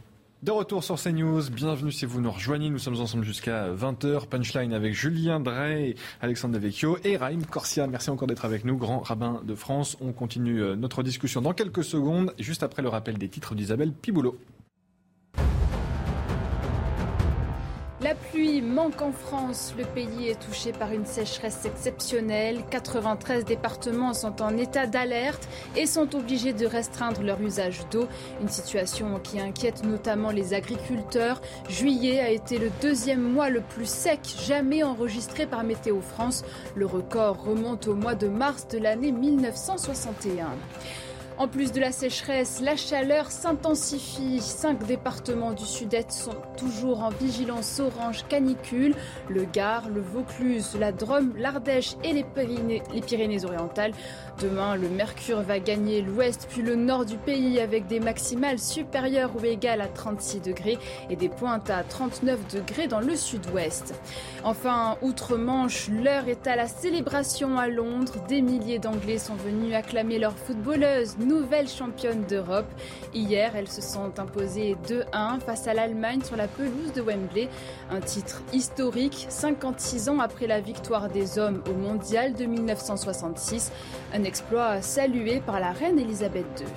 De retour sur CNews, bienvenue si vous nous rejoignez, nous sommes ensemble jusqu'à vingt heures, Punchline avec Julien Drey, Alexandre Devecchio et Raïm Corsia. Merci encore d'être avec nous, grand rabbin de France. On continue notre discussion dans quelques secondes, juste après le rappel des titres d'Isabelle Piboulot. La pluie manque en France. Le pays est touché par une sécheresse exceptionnelle. quatre-vingt-treize départements sont en état d'alerte et sont obligés de restreindre leur usage d'eau. Une situation qui inquiète notamment les agriculteurs. Juillet a été le deuxième mois le plus sec jamais enregistré par Météo France. Le record remonte au mois de mars de l'année mille neuf cent soixante et un. En plus de la sécheresse, la chaleur s'intensifie. Cinq départements du sud-est sont toujours en vigilance orange canicule. Le Gard, le Vaucluse, la Drôme, l'Ardèche et les Pyrénées, les Pyrénées-Orientales. Demain, le mercure va gagner l'ouest puis le nord du pays avec des maximales supérieures ou égales à trente-six degrés et des pointes à trente-neuf degrés dans le sud-ouest. Enfin, outre-Manche, l'heure est à la célébration à Londres. Des milliers d'Anglais sont venus acclamer leur footballeuse, nouvelle championne d'Europe. Hier, elles se sont imposées deux un face à l'Allemagne sur la pelouse de Wembley. Un titre historique, cinquante-six ans après la victoire des hommes au Mondial de mille neuf cent soixante-six. Un exploit salué par la reine Elisabeth deux.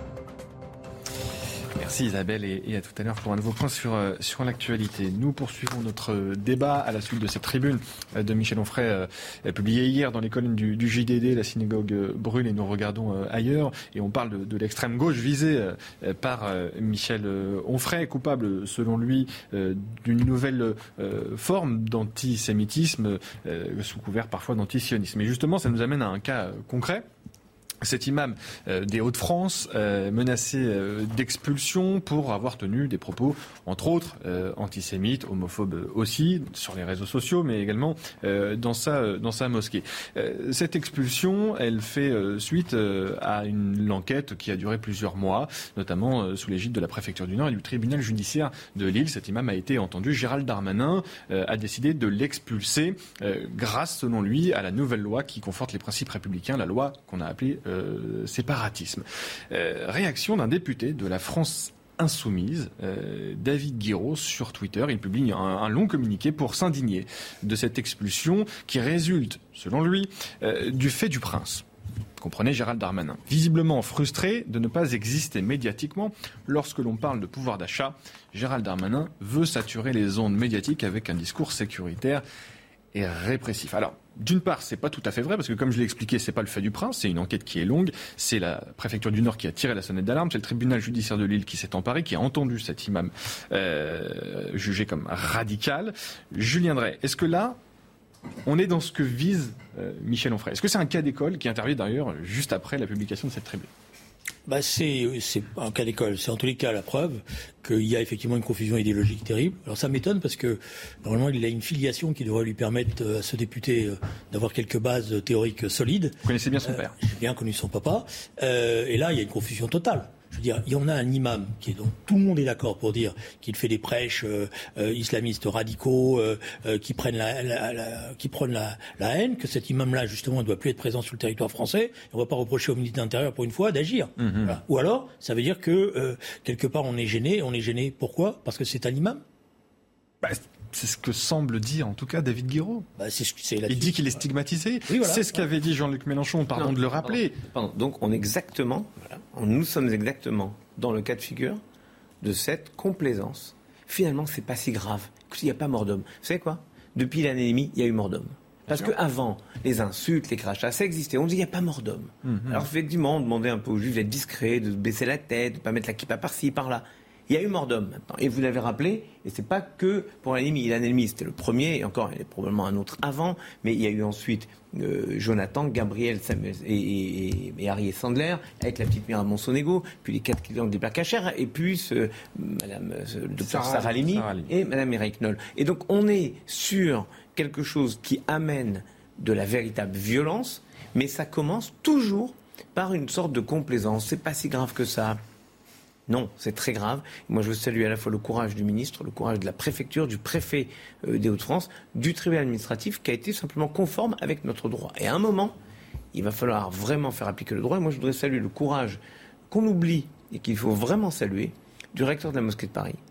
Merci Isabelle et, et à tout à l'heure pour un nouveau point sur, euh, sur l'actualité. Nous poursuivons notre débat à la suite de cette tribune euh, de Michel Onfray euh, publiée hier dans les colonnes du, du J D D. La synagogue euh, brûle et nous regardons euh, ailleurs. Et on parle de, de l'extrême gauche visée euh, par euh, Michel euh, Onfray, coupable selon lui euh, d'une nouvelle euh, forme d'antisémitisme euh, sous couvert parfois d'antisionisme. Et justement, ça nous amène à un cas euh, concret. Cet imam euh, des Hauts-de-France euh, menacé euh, d'expulsion pour avoir tenu des propos, entre autres, euh, antisémites, homophobes aussi, sur les réseaux sociaux, mais également euh, dans sa dans sa mosquée. Euh, cette expulsion, elle fait euh, suite euh, à une enquête qui a duré plusieurs mois, notamment euh, sous l'égide de la préfecture du Nord et du tribunal judiciaire de Lille. Cet imam a été entendu. Gérald Darmanin euh, a décidé de l'expulser euh, grâce, selon lui, à la nouvelle loi qui conforte les principes républicains, la loi qu'on a appelée Euh, séparatisme. Euh, réaction d'un député de la France Insoumise, euh, David Guiraud, sur Twitter. Il publie un, un long communiqué pour s'indigner de cette expulsion qui résulte, selon lui, euh, du fait du prince. Comprenez Gérald Darmanin. Visiblement frustré de ne pas exister médiatiquement lorsque l'on parle de pouvoir d'achat, Gérald Darmanin veut saturer les ondes médiatiques avec un discours sécuritaire et répressif. Alors, d'une part, c'est pas tout à fait vrai, parce que comme je l'ai expliqué, c'est pas le fait du prince, c'est une enquête qui est longue, c'est la préfecture du Nord qui a tiré la sonnette d'alarme, c'est le tribunal judiciaire de Lille qui s'est emparé, qui a entendu cet imam euh, jugé comme radical. Julien Drey, est-ce que là, on est dans ce que vise euh, Michel Onfray? Est-ce que c'est un cas d'école qui intervient d'ailleurs juste après la publication de cette tribune? Bah c'est, c'est un cas d'école. C'est en tous les cas la preuve qu'il y a effectivement une confusion idéologique terrible. Alors ça m'étonne parce que normalement il a une filiation qui devrait lui permettre à ce député d'avoir quelques bases théoriques solides. Vous connaissez bien son père. Euh, j'ai bien connu son papa. Euh, et là il y a une confusion totale. Je veux dire, il y en a un imam qui est donc tout le monde est d'accord pour dire qu'il fait des prêches euh, euh, islamistes radicaux euh, euh, qui prennent la, la, la qui prennent la, la haine, que cet imam-là justement ne doit plus être présent sur le territoire français. On ne va pas reprocher au ministre de l'Intérieur pour une fois d'agir. Mmh. Voilà. Ou alors, ça veut dire que euh, quelque part on est gêné. On est gêné. Pourquoi? Parce que c'est un imam. Bah, c'est ce que semble dire en tout cas David Guiraud. Bah, c'est, c'est il dit qu'il est stigmatisé. Oui, voilà. C'est ce qu'avait dit Jean-Luc Mélenchon, pardon non, de le rappeler. Pardon, pardon. Donc on est exactement, voilà, nous sommes exactement dans le cas de figure de cette complaisance. Finalement, c'est pas si grave. Il n'y a pas mort d'homme. Vous savez quoi? Depuis l'année et demie, il y a eu mort d'homme. Parce qu'avant, les insultes, les crachats, ça existait. On dit il n'y a pas mort d'homme. Mmh. Alors effectivement, on demandait un peu aux juifs d'être discrets, de baisser la tête, de ne pas mettre la kippa par-ci, par-là. Il y a eu mort d'homme maintenant. Et vous l'avez rappelé, et c'est pas que pour l'ennemi. L'ennemi, c'était le premier, et encore, il y a probablement un autre avant, mais il y a eu ensuite euh, Jonathan, Gabriel Samuel, et, et, et Harry Sandler, avec la petite Mira Monsonego, puis les quatre clients des Placachères, et puis ce, Madame, ce, le docteur Sarah, Sarah Halimi et Madame Mireille Knoll. Et donc, on est sur quelque chose qui amène de la véritable violence, mais ça commence toujours par une sorte de complaisance. C'est pas si grave que ça. Non, c'est très grave. Moi, je veux saluer à la fois le courage du ministre, le courage de la préfecture, du préfet euh, des Hauts-de-France, du tribunal administratif, qui a été simplement conforme avec notre droit. Et à un moment, il va falloir vraiment faire appliquer le droit. Et moi, je voudrais saluer le courage qu'on oublie et qu'il faut vraiment saluer du recteur de la mosquée de Paris,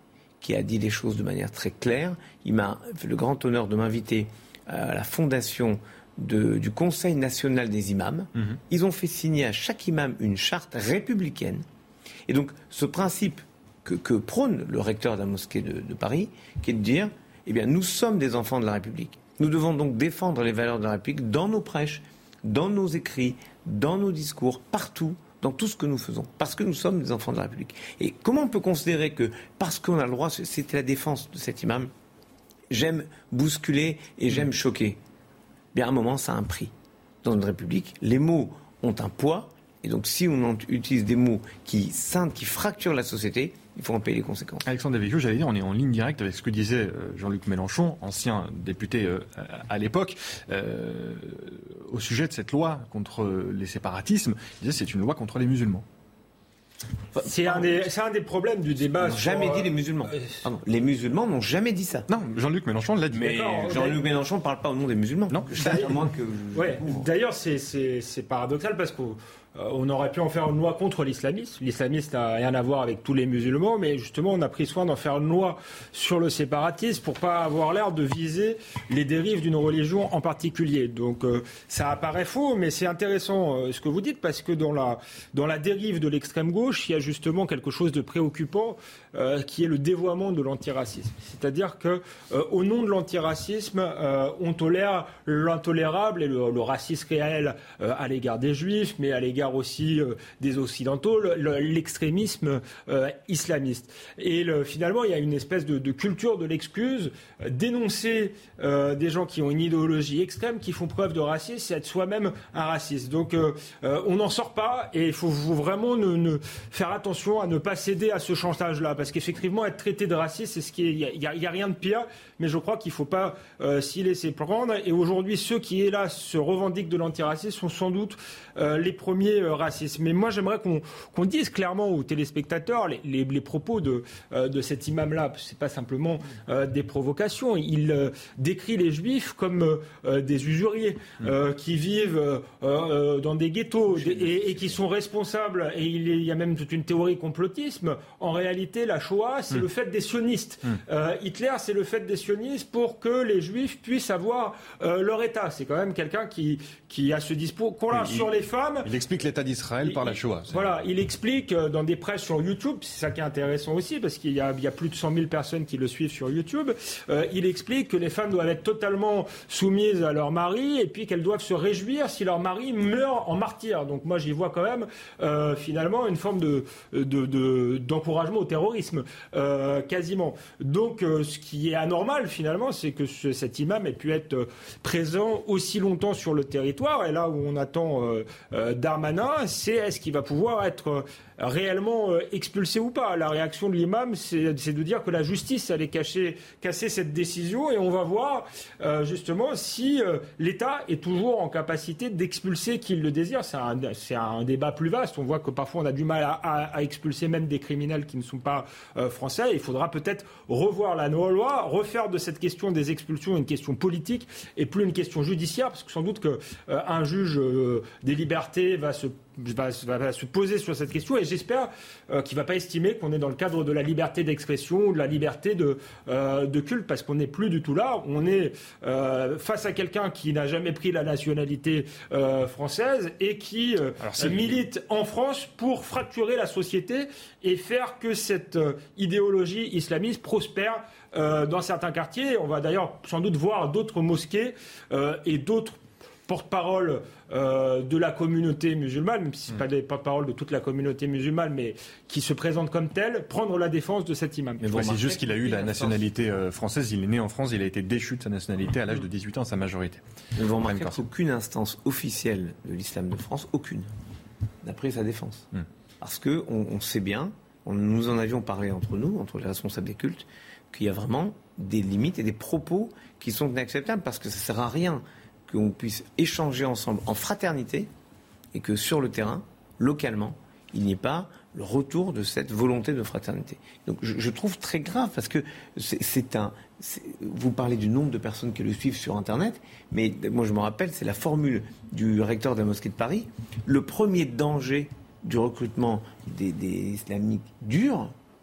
qui a dit les choses de manière très claire. Il m'a fait le grand honneur de m'inviter à la fondation de, du Conseil national des imams. Mmh. Ils ont fait signer à chaque imam une charte républicaine. Et donc, ce principe que, que prône le recteur de la mosquée de, de Paris, qui est de dire, eh bien, nous sommes des enfants de la République. Nous devons donc défendre les valeurs de la République dans nos prêches, dans nos écrits, dans nos discours, partout, dans tout ce que nous faisons, parce que nous sommes des enfants de la République. Et comment on peut considérer que, parce qu'on a le droit, c'était la défense de cet imam, j'aime bousculer et j'aime choquer. Bien, à un moment, ça a un prix. Dans une République, les mots ont un poids, et donc si on utilise des mots qui scindent, qui fracturent la société, il faut en payer les conséquences. Alexandre Devecchio, j'allais dire, on est en ligne directe avec ce que disait Jean-Luc Mélenchon, ancien député à l'époque, euh, au sujet de cette loi contre les séparatismes. Il disait c'est une loi contre les musulmans. C'est un, des, c'est un des problèmes du débat. Ils n'ont jamais dit les musulmans. Pardon, les musulmans n'ont jamais dit ça. Non, Jean-Luc Mélenchon l'a dit. Mais Jean-Luc Mélenchon ne parle pas au nom des musulmans. Non, à moins que. Ouais. D'ailleurs, c'est, c'est, c'est paradoxal parce qu'on on aurait pu en faire une loi contre l'islamisme. L'islamisme n'a rien à voir avec tous les musulmans, mais justement, on a pris soin d'en faire une loi sur le séparatisme pour pas avoir l'air de viser les dérives d'une religion en particulier. Donc, euh, ça apparaît faux, mais c'est intéressant euh, ce que vous dites parce que dans la dans la dérive de l'extrême gauche, il y a justement quelque chose de préoccupant euh, qui est le dévoiement de l'antiracisme. C'est-à-dire que euh, au nom de l'antiracisme, euh, on tolère l'intolérable et le, le racisme réel euh, à l'égard des juifs, mais à l'égard aussi euh, des occidentaux, le, l'extrémisme euh, islamiste. Et le, finalement, il y a une espèce de, de culture de l'excuse. Euh, dénoncer euh, des gens qui ont une idéologie extrême, qui font preuve de racisme, c'est être soi-même un raciste. Donc, euh, euh, on n'en sort pas et il faut, faut vraiment ne, ne faire attention à ne pas céder à ce chantage-là, parce qu'effectivement, être traité de raciste, c'est ce qui est, il y a, y a rien de pire, mais je crois qu'il ne faut pas euh, s'y laisser prendre. Et aujourd'hui, ceux qui, hélas, se revendiquent de l'antiracisme sont sans doute euh, les premiers euh, racistes. Mais moi, j'aimerais qu'on, qu'on dise clairement aux téléspectateurs les, les, les propos de, euh, de cet imam-là. C'est pas simplement euh, des provocations. Il euh, décrit les juifs comme euh, des usuriers euh, qui vivent euh, euh, dans des ghettos des, et, et qui sont responsables. Et il, il y a même toute une théorie complotisme. En réalité, la Shoah, c'est mmh. le fait des sionistes. Mmh. Euh, Hitler, c'est le fait des sionistes pour que les juifs puissent avoir euh, leur État. C'est quand même quelqu'un qui, qui a ce discours qu'on l'a sur les femmes. Il explique l'État d'Israël il, par la Shoah. C'est... Voilà, il explique euh, dans des presses sur YouTube, c'est ça qui est intéressant aussi, parce qu'il y a, il y a plus de cent mille personnes qui le suivent sur YouTube. Euh, il explique que les femmes doivent être totalement soumises à leur mari et puis qu'elles doivent se réjouir si leur mari meurt en martyr. Donc moi, j'y vois quand même euh, finalement une forme de, de, de, d'encouragement au terrorisme, euh, quasiment. Donc euh, ce qui est anormal finalement, c'est que ce, cet imam ait pu être présent aussi longtemps sur le territoire. Et là où on attend euh, euh, Darmanin, c'est est-ce qu'il va pouvoir être euh, réellement euh, expulsé ou pas. La réaction de l'imam, c'est, c'est de dire que la justice allait cacher, casser cette décision, et on va voir euh, justement si euh, l'État est toujours en capacité d'expulser qui le désire. C'est un, c'est un débat plus vaste. On voit que parfois on a du mal à, à, à expulser même des criminels qui ne sont pas euh, français. Il faudra peut-être revoir la loi, refaire de cette question des expulsions une question politique et plus une question judiciaire, parce que sans doute qu'un euh, juge euh, des libertés va se Va, va, va se poser sur cette question, et j'espère euh, qu'il ne va pas estimer qu'on est dans le cadre de la liberté d'expression ou de la liberté de, euh, de culte, parce qu'on n'est plus du tout là. On est euh, face à quelqu'un qui n'a jamais pris la nationalité euh, française et qui euh, Alors, milite en France pour fracturer la société et faire que cette euh, idéologie islamiste prospère euh, dans certains quartiers. On va d'ailleurs sans doute voir d'autres mosquées euh, et d'autres porte-parole euh, de la communauté musulmane, même si ce n'est pas des porte-parole de toute la communauté musulmane, mais qui se présentent comme tels, prendre la défense de cet imam. Mais c'est juste qu'il a eu la nationalité euh, française, il est né en France, il a été déchu de sa nationalité à l'âge de dix-huit ans, sa majorité. Mais vous remarquez qu'aucune instance officielle de l'islam de France, aucune, n'a pris sa défense. Hmm. Parce qu'on on sait bien, on, nous en avions parlé entre nous, entre les responsables des cultes, qu'il y a vraiment des limites et des propos qui sont inacceptables, parce que ça ne sert à rien qu'on puisse échanger ensemble en fraternité et que sur le terrain, localement, il n'y ait pas le retour de cette volonté de fraternité. Donc je, je trouve très grave, parce que c'est, c'est un... C'est, vous parlez du nombre de personnes qui le suivent sur Internet, mais moi je me rappelle, c'est la formule du recteur de la mosquée de Paris. Le premier danger du recrutement des, des islamiques durs,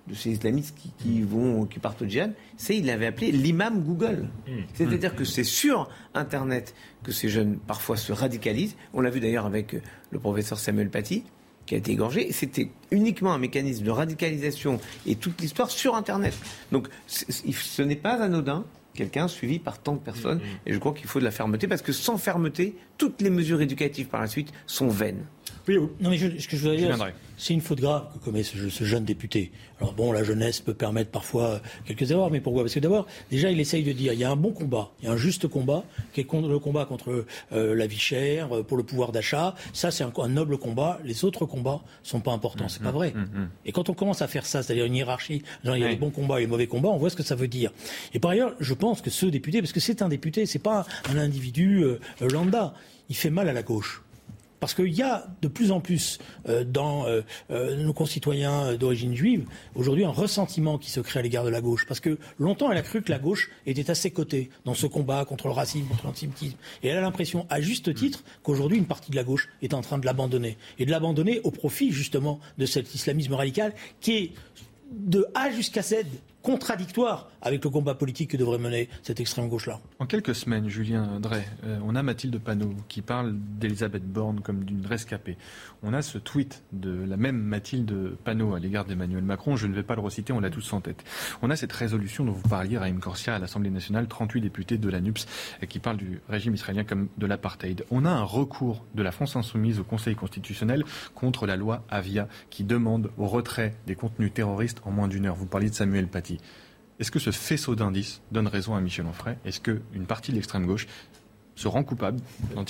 de ces islamistes qui, qui, vont, qui partent au djihad, c'est il l'avait appelé l'imam Google. Mmh. C'est-à-dire que c'est sur Internet que ces jeunes parfois se radicalisent. On l'a vu d'ailleurs avec le professeur Samuel Paty, qui a été égorgé. C'était uniquement un mécanisme de radicalisation et toute l'histoire sur Internet. Donc ce n'est pas anodin. Quelqu'un suivi par tant de personnes. Mmh. Et je crois qu'il faut de la fermeté, parce que sans fermeté, toutes les mesures éducatives par la suite sont vaines. Oui, non, mais je, ce que je voudrais dire, c'est une faute grave que commet ce, ce jeune député. Alors bon, la jeunesse peut permettre parfois quelques erreurs, mais pourquoi ? Parce que d'abord, déjà, il essaye de dire, il y a un bon combat, il y a un juste combat, qui est contre le combat contre euh, la vie chère, pour le pouvoir d'achat. Ça, c'est un, un noble combat. Les autres combats sont pas importants. C'est mmh, pas vrai. Mmh, mmh. Et quand on commence à faire ça, c'est-à-dire une hiérarchie, genre il y a oui. les bons combats et les mauvais combats, on voit ce que ça veut dire. Et par ailleurs, je pense que ce député, parce que c'est un député, c'est pas un individu euh, lambda, il fait mal à la gauche. Parce qu'il y a de plus en plus euh, dans euh, euh, nos concitoyens d'origine juive, aujourd'hui, un ressentiment qui se crée à l'égard de la gauche. Parce que longtemps, elle a cru que la gauche était à ses côtés dans ce combat contre le racisme, contre l'antisémitisme. Et elle a l'impression, à juste titre, qu'aujourd'hui, une partie de la gauche est en train de l'abandonner. Et de l'abandonner au profit, justement, de cet islamisme radical qui est de A jusqu'à Z contradictoire avec le combat politique que devrait mener cette extrême gauche-là. En quelques semaines, Julien Drey, euh, on a Mathilde Panot qui parle d'Elisabeth Borne comme d'une rescapée. On a ce tweet de la même Mathilde Panot à l'égard d'Emmanuel Macron. Je ne vais pas le reciter, on l'a tous en tête. On a cette résolution dont vous parliez, Raïm Corsia, à l'Assemblée nationale, trente-huit députés de la N U P S euh, qui parlent du régime israélien comme de l'apartheid. On a un recours de la France insoumise au Conseil constitutionnel contre la loi Avia qui demande au retrait des contenus terroristes en moins d'une heure. Vous parliez de Samuel Paty. Est-ce que ce faisceau d'indices donne raison à Michel Onfray ? Est-ce qu'une partie de l'extrême gauche se rend coupable d'antisémitisme ?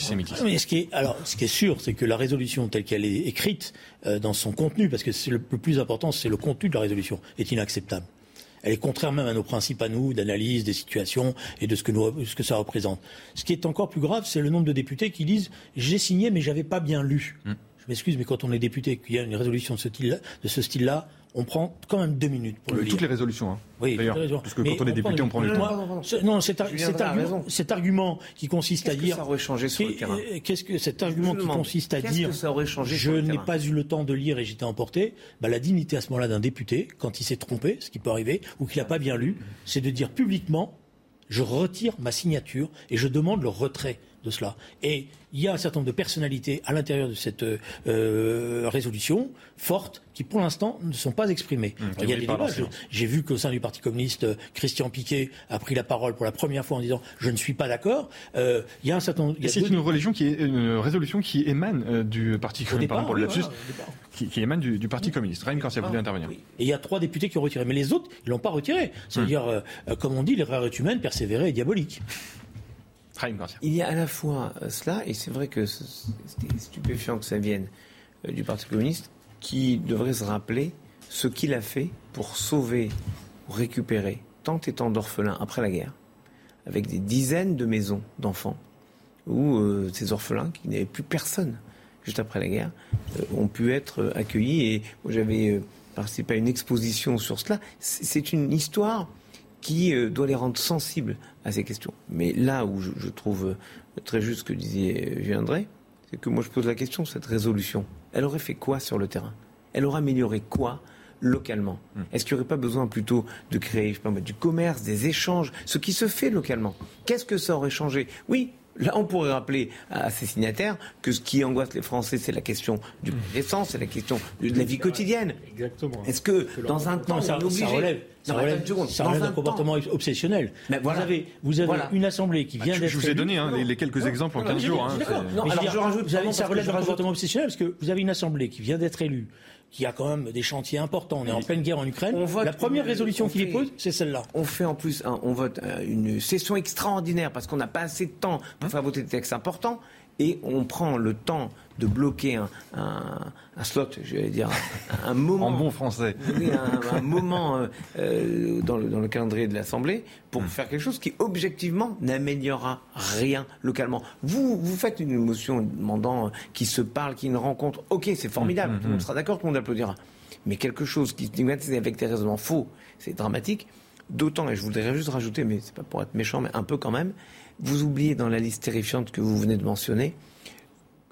Mais ce qui est, alors, ce qui est sûr, c'est que la résolution telle qu'elle est écrite euh, dans son contenu, parce que c'est le, le plus important, c'est le contenu de la résolution, est inacceptable. Elle est contraire même à nos principes à nous, d'analyse des situations et de ce que, nous, ce que ça représente. Ce qui est encore plus grave, c'est le nombre de députés qui disent « j'ai signé mais j'avais pas bien lu mmh. ». Je m'excuse, mais quand on est député, qu'il y a une résolution de ce style-là, de ce style-là on prend quand même deux minutes pour oui, le lire. Toutes les résolutions, hein. Oui, d'ailleurs. Parce que quand on est député, on prend le temps. Non, cet, ar- cet, argument, cet argument qui consiste qu'est-ce à dire... Qu'est-ce que ça aurait changé sur le terrain ? Qu'est-ce que cet argument qui consiste à qu'est-ce dire... Que ça aurait changé je n'ai pas eu le temps de lire et j'étais emporté. Bah, la dignité à ce moment-là d'un député, quand il s'est trompé, ce qui peut arriver, ou qu'il n'a pas bien lu, c'est de dire publiquement, je retire ma signature et je demande le retrait de cela. Et il y a un certain nombre de personnalités à l'intérieur de cette euh, résolution forte qui, pour l'instant, ne sont pas exprimées. Mmh, il y a des débats. Je, j'ai vu qu'au sein du Parti communiste, Christian Piquet a pris la parole pour la première fois en disant « je ne suis pas d'accord euh, ». Il y a un certain nombre... Et c'est deux... une, religion qui est, une résolution qui émane euh, du Parti communiste, pardon pour le lapsus, qui, qui émane du, du Parti mmh. communiste. Raïm Corsia, vous voulez intervenir. Oui. Et il y a trois députés qui ont retiré. Mais les autres, ils ne l'ont pas retiré. C'est-à-dire, mmh. euh, comme on dit, l'erreur est humaine, persévérer est diabolique. Il y a à la fois cela, et c'est vrai que c'est stupéfiant que ça vienne du Parti communiste, qui devrait se rappeler ce qu'il a fait pour sauver, pour récupérer tant et tant d'orphelins après la guerre, avec des dizaines de maisons d'enfants, où euh, ces orphelins, qui n'avaient plus personne juste après la guerre, euh, ont pu être accueillis. Et moi, j'avais euh, participé à une exposition sur cela. C'est une histoire qui euh, doit les rendre sensibles à ces questions. Mais là où je, je trouve euh, très juste ce que disait Julien Drey, c'est que moi je pose la question, cette résolution, elle aurait fait quoi sur le terrain ? Elle aurait amélioré quoi localement ? mmh. Est-ce qu'il n'y aurait pas besoin plutôt de créer, je sais pas, du commerce, des échanges, ce qui se fait localement ? Qu'est-ce que ça aurait changé ? Oui, là, on pourrait rappeler à ces signataires que ce qui angoisse les Français, c'est la question du prix de l'essence, c'est la question de la vie quotidienne. Exactement. Est-ce que, dans un temps, ça, on est obligé... ça relève, ça non, relève, seconde, ça relève d'un comportement obsessionnel. Mais voilà. Vous avez, vous avez voilà. une assemblée qui vient ah, d'être... Je vous ai donné hein, les, les quelques non, exemples en quinze jours. Hein, d'accord. Non, alors, dire, je rajoute... Vous avez, ça relève d'un comportement rajoute... obsessionnel parce que vous avez une assemblée qui vient d'être élue, qui a quand même des chantiers importants. On est en pleine guerre en Ukraine. La première résolution qu'il dépose, c'est celle-là. On fait en plus, un, on vote une session extraordinaire parce qu'on n'a pas assez de temps pour faire voter des textes importants. Et on prend le temps de bloquer un, un, un slot, je vais dire, un, un moment... en bon français. Oui, un, un moment euh, euh, dans, le, dans le calendrier de l'Assemblée pour mmh. faire quelque chose qui, objectivement, n'améliorera rien localement. Vous, vous faites une motion demandant euh, qui se parle, qui une rencontre. Ok, c'est formidable, mmh, tout le monde sera d'accord, tout le monde applaudira. Mais quelque chose qui stigmatise avec des raisonnements faux, c'est dramatique. D'autant, et je voudrais juste rajouter, mais c'est pas pour être méchant, mais un peu quand même, vous oubliez dans la liste terrifiante que vous venez de mentionner,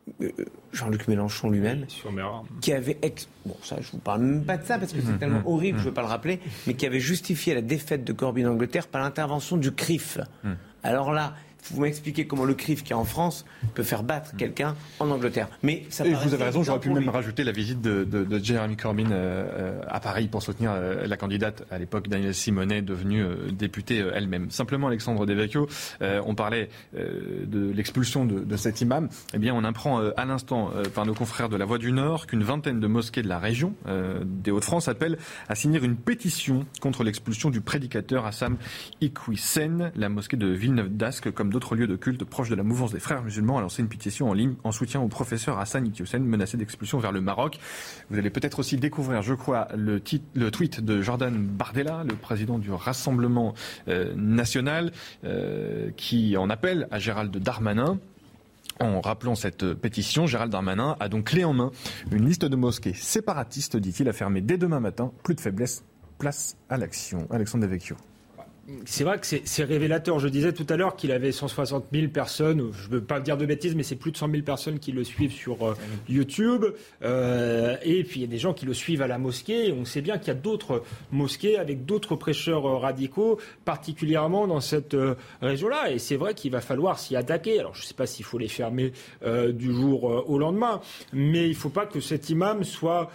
Jean-Luc Mélenchon lui-même, qui avait ex... bon ça je vous parle même pas de ça parce que c'est tellement horrible, je ne veux pas le rappeler, mais qui avait justifié la défaite de Corbyn en Angleterre par l'intervention du C R I F. Alors là, vous m'expliquez comment le C R I F qui est en France peut faire battre quelqu'un en Angleterre. Mais ça et vous avez raison, j'aurais pu même rajouter la visite de, de, de Jeremy Corbyn euh, à Paris pour soutenir euh, la candidate à l'époque, Danielle Simonet, devenue euh, députée euh, elle-même. Simplement, Alexandre Devecchio, euh, on parlait euh, de l'expulsion de, de cet imam. Eh bien, on apprend euh, à l'instant euh, par nos confrères de La Voix du Nord qu'une vingtaine de mosquées de la région euh, des Hauts-de-France appellent à signer une pétition contre l'expulsion du prédicateur Hassam Iquioussen. La mosquée de Villeneuve-d'Ascq, comme d'autres lieux de culte proches de la mouvance des frères musulmans, a lancé une pétition en ligne en soutien au professeur Hassan Iquioussen menacé d'expulsion vers le Maroc. Vous allez peut-être aussi découvrir, je crois, le, tit- le tweet de Jordan Bardella, le président du Rassemblement euh, national, euh, qui en appelle à Gérald Darmanin. En rappelant cette pétition, Gérald Darmanin a donc clé en main une liste de mosquées séparatistes, dit-il, à fermer dès demain matin. Plus de faiblesse, place à l'action. Alexandre Devecchio. C'est vrai que c'est, c'est révélateur. Je disais tout à l'heure qu'il avait cent soixante mille personnes, je ne veux pas dire de bêtises, mais c'est plus de cent mille personnes qui le suivent sur euh, YouTube. Euh, et puis il y a des gens qui le suivent à la mosquée. Et on sait bien qu'il y a d'autres mosquées avec d'autres prêcheurs euh, radicaux, particulièrement dans cette euh, région-là. Et c'est vrai qu'il va falloir s'y attaquer. Alors je ne sais pas s'il faut les fermer euh, du jour euh, au lendemain, mais il ne faut pas que cet imam soit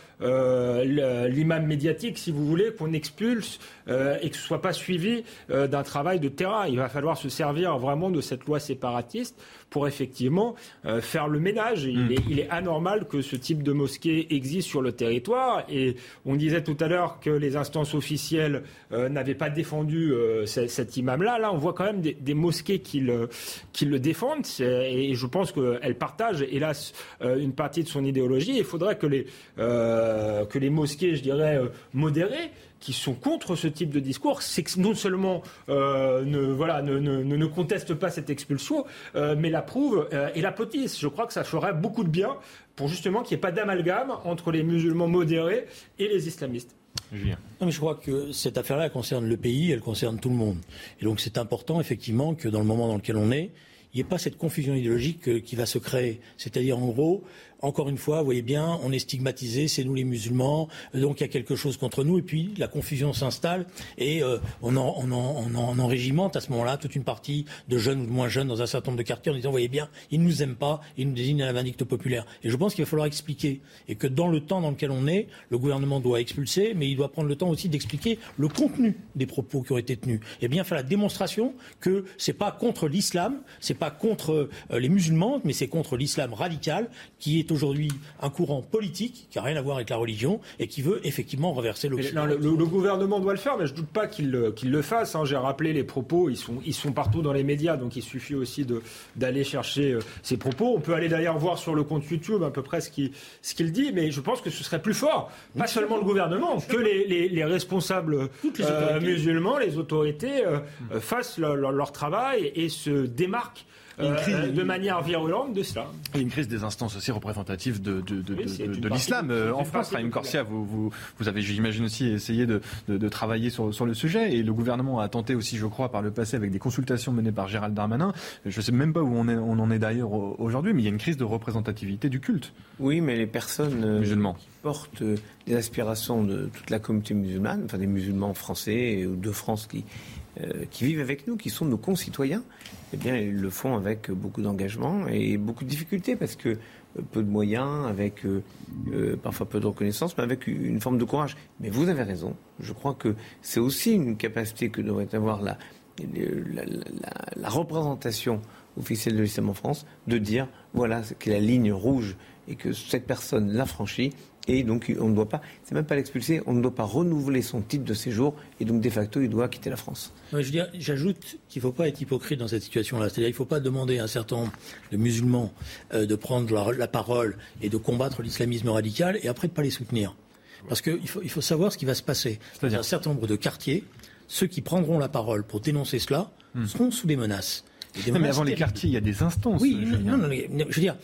euh, l'imam médiatique, si vous voulez, qu'on expulse euh, et que ce ne soit pas suivi Euh, d'un travail de terrain. Il va falloir se servir vraiment de cette loi séparatiste pour effectivement euh, faire le ménage. Il, mmh. est, il est anormal que ce type de mosquée existe sur le territoire. Et on disait tout à l'heure que les instances officielles euh, n'avaient pas défendu euh, c- cet imam-là. Là, on voit quand même des, des mosquées qui le, qui le défendent. Et je pense qu'elles partagent, hélas, euh, une partie de son idéologie. Il faudrait que les, euh, que les mosquées, je dirais, euh, modérées, qui sont contre ce type de discours, c'est que non seulement euh, ne, voilà, ne, ne, ne contestent pas cette expulsion, euh, mais l'approuvent euh, et l'applaudissent. Je crois que ça ferait beaucoup de bien pour justement qu'il n'y ait pas d'amalgame entre les musulmans modérés et les islamistes. Julien. Non, mais je crois que cette affaire-là elle concerne le pays, elle concerne tout le monde. Et donc c'est important effectivement que dans le moment dans lequel on est, il n'y ait pas cette confusion idéologique euh, qui va se créer. C'est-à-dire en gros, encore une fois, vous voyez bien, on est stigmatisé, c'est nous les musulmans, donc il y a quelque chose contre nous, et puis la confusion s'installe, et euh, on, en, on, en, on, en, on en régimente à ce moment-là toute une partie de jeunes ou de moins jeunes dans un certain nombre de quartiers en disant, vous voyez bien, ils ne nous aiment pas, ils nous désignent à la vindicte populaire. Et je pense qu'il va falloir expliquer, et que dans le temps dans lequel on est, le gouvernement doit expulser, mais il doit prendre le temps aussi d'expliquer le contenu des propos qui ont été tenus. Et bien faire la démonstration que c'est pas contre l'islam, c'est pas contre euh, les musulmans, mais c'est contre l'islam radical, qui est aujourd'hui un courant politique qui n'a rien à voir avec la religion et qui veut effectivement renverser l'Occident. Le, le, le gouvernement doit le faire, mais je ne doute pas qu'il, qu'il le fasse. Hein. J'ai rappelé les propos, ils sont, ils sont partout dans les médias, donc il suffit aussi de, d'aller chercher euh, ces propos. On peut aller d'ailleurs voir sur le compte YouTube à peu près ce qu'il, ce qu'il dit, mais je pense que ce serait plus fort, pas seulement le gouvernement, que les, les, les responsables les euh, musulmans, les autorités euh, euh, fassent leur, leur, leur travail et se démarquent Euh, crise, de manière virulente de cela. Il y a une crise des instances aussi représentatives de, de, de, oui, de, de, de l'islam. Euh, en France, Raïm Corsia, vous, vous, vous avez, j'imagine aussi, essayé de, de, de travailler sur, sur le sujet. Et le gouvernement a tenté aussi, je crois, par le passé, avec des consultations menées par Gérald Darmanin. Je ne sais même pas où on, est, on en est d'ailleurs aujourd'hui, mais il y a une crise de représentativité du culte. Oui, mais les personnes euh, musulmans qui portent euh, les aspirations de toute la communauté musulmane, enfin des musulmans français ou de France qui, euh, qui vivent avec nous, qui sont nos concitoyens, eh bien, ils le font avec beaucoup d'engagement et beaucoup de difficultés parce que peu de moyens, avec euh, euh, parfois peu de reconnaissance, mais avec une forme de courage. Mais vous avez raison. Je crois que c'est aussi une capacité que devrait avoir la, la, la, la représentation officielle de l'islam en France de dire voilà ce qu'est la ligne rouge et que cette personne l'a franchie. Et donc, on ne doit pas, c'est même pas l'expulser, on ne doit pas renouveler son titre de séjour, et donc, de facto, il doit quitter la France. Ouais, je veux dire, j'ajoute qu'il ne faut pas être hypocrite dans cette situation-là. C'est-à-dire, il ne faut pas demander à un certain nombre de musulmans euh, de prendre la, la parole et de combattre l'islamisme radical, et après de ne pas les soutenir. Parce qu'il faut, il faut savoir ce qui va se passer. C'est-à-dire, un certain nombre de quartiers, ceux qui prendront la parole pour dénoncer cela, hmm. seront sous des menaces. Des non, menaces mais avant les quartiers, il y a des instances. Oui, non, non, non, je veux dire...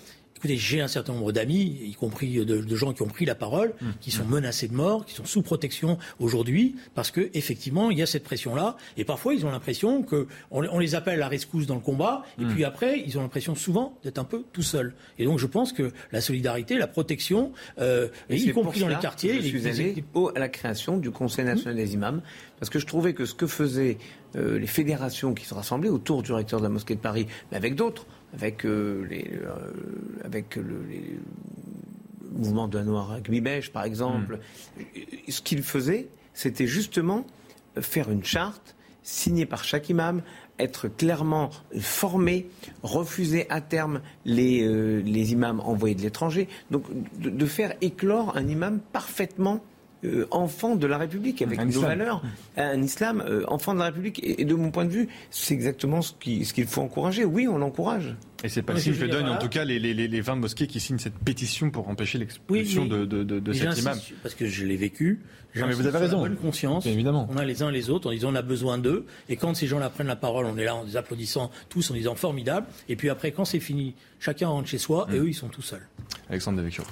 Écoutez, j'ai un certain nombre d'amis, y compris de, de gens qui ont pris la parole, mmh. qui sont menacés de mort, qui sont sous protection aujourd'hui, parce que effectivement, il y a cette pression-là. Et parfois, ils ont l'impression qu'on on les appelle à la rescousse dans le combat, et mmh. puis après, ils ont l'impression souvent d'être un peu tout seuls. Et donc, je pense que la solidarité, la protection, euh, y compris dans les quartiers... Je suis les, allé les... au, à la création du Conseil national mmh. des imams, parce que je trouvais que ce que faisaient euh, les fédérations qui se rassemblaient autour du recteur de la mosquée de Paris, mais avec d'autres, avec, euh, les, euh, avec le, les mouvements de Anwar Rugby-Beige, par exemple, mmh. ce qu'ils faisaient, c'était justement faire une charte signée par chaque imam, être clairement formé, refuser à terme les, euh, les imams envoyés de l'étranger, donc de, de faire éclore un imam parfaitement Euh, enfant de la République, avec un nos islam. valeurs, un islam euh, enfant de la République. Et, et de mon point de vue, c'est exactement ce, qui, ce qu'il faut encourager. Oui, on l'encourage. Et c'est pas si je le donne, en tout cas, les, les, les vingt mosquées qui signent cette pétition pour empêcher l'expulsion oui, de, de, de, de cet imam. Parce que je l'ai vécu. Non, mais vous avez raison. On a bonne conscience. Bien évidemment. On a les uns et les autres en disant on a besoin d'eux. Et quand ces gens-là prennent la parole, on est là en les applaudissant tous, en disant formidable. Et puis après, quand c'est fini, chacun rentre chez soi mmh. et eux, ils sont tout seuls. Alexandre Devecchio.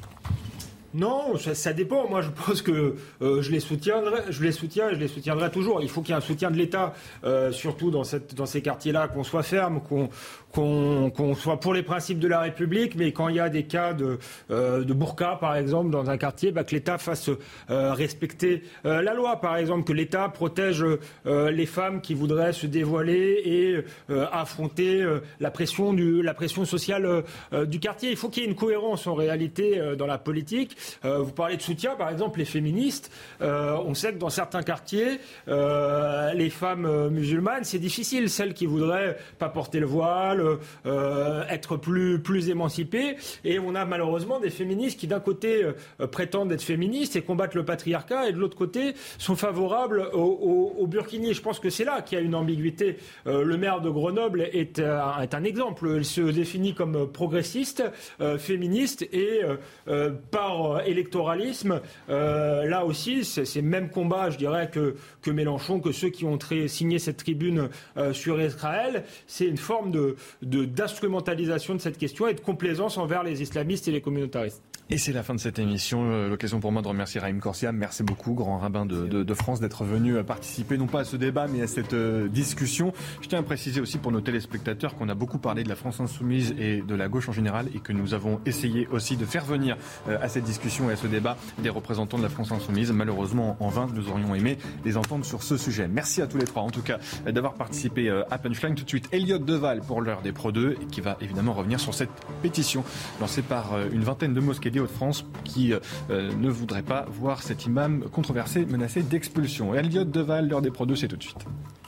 Non, ça, ça dépend. Moi, je pense que euh, je les soutiendrai, je les soutiens, je les soutiendrai toujours. Il faut qu'il y ait un soutien de l'État, euh, surtout dans cette, dans ces quartiers-là, qu'on soit ferme, qu'on, qu'on, qu'on soit pour les principes de la République, mais quand il y a des cas de, euh, de burqa, par exemple, dans un quartier, bah, que l'État fasse euh, respecter euh, la loi, par exemple, que l'État protège euh, les femmes qui voudraient se dévoiler et euh, affronter euh, la pression du, la pression sociale euh, du quartier. Il faut qu'il y ait une cohérence en réalité euh, dans la politique. Euh, vous parlez de soutien, par exemple, les féministes. Euh, on sait que dans certains quartiers, euh, les femmes euh, musulmanes, c'est difficile. Celles qui voudraient pas porter le voile, euh, être plus plus émancipées. Et on a malheureusement des féministes qui, d'un côté, euh, prétendent être féministes et combattent le patriarcat, et de l'autre côté, sont favorables au, au, au burkini. Je pense que c'est là qu'il y a une ambiguïté. Euh, le maire de Grenoble est, euh, est un exemple. Il se définit comme progressiste, euh, féministe et euh, euh, par électoralisme, euh, là aussi, c'est, c'est le même combat, je dirais, que, que Mélenchon, que ceux qui ont très, signé cette tribune euh, sur Israël. C'est une forme de, de, d'instrumentalisation de cette question et de complaisance envers les islamistes et les communautaristes. Et c'est la fin de cette émission. L'occasion pour moi de remercier Raïm Corsia. Merci beaucoup, grand rabbin de, de, de France, d'être venu participer, non pas à ce débat, mais à cette euh, discussion. Je tiens à préciser aussi pour nos téléspectateurs qu'on a beaucoup parlé de la France insoumise et de la gauche en général, et que nous avons essayé aussi de faire venir euh, à cette discussion et à ce débat des représentants de la France insoumise. Malheureusement, en vain, nous aurions aimé les entendre sur ce sujet. Merci à tous les trois, en tout cas, d'avoir participé euh, à Punchline. Tout de suite, Elliot Deval pour l'heure des Pro deux, et qui va évidemment revenir sur cette pétition lancée par euh, une vingtaine de mosquées de France qui euh, ne voudrait pas voir cet imam controversé menacé d'expulsion. Elliot Deval, l'heure des Pro deux, c'est tout de suite.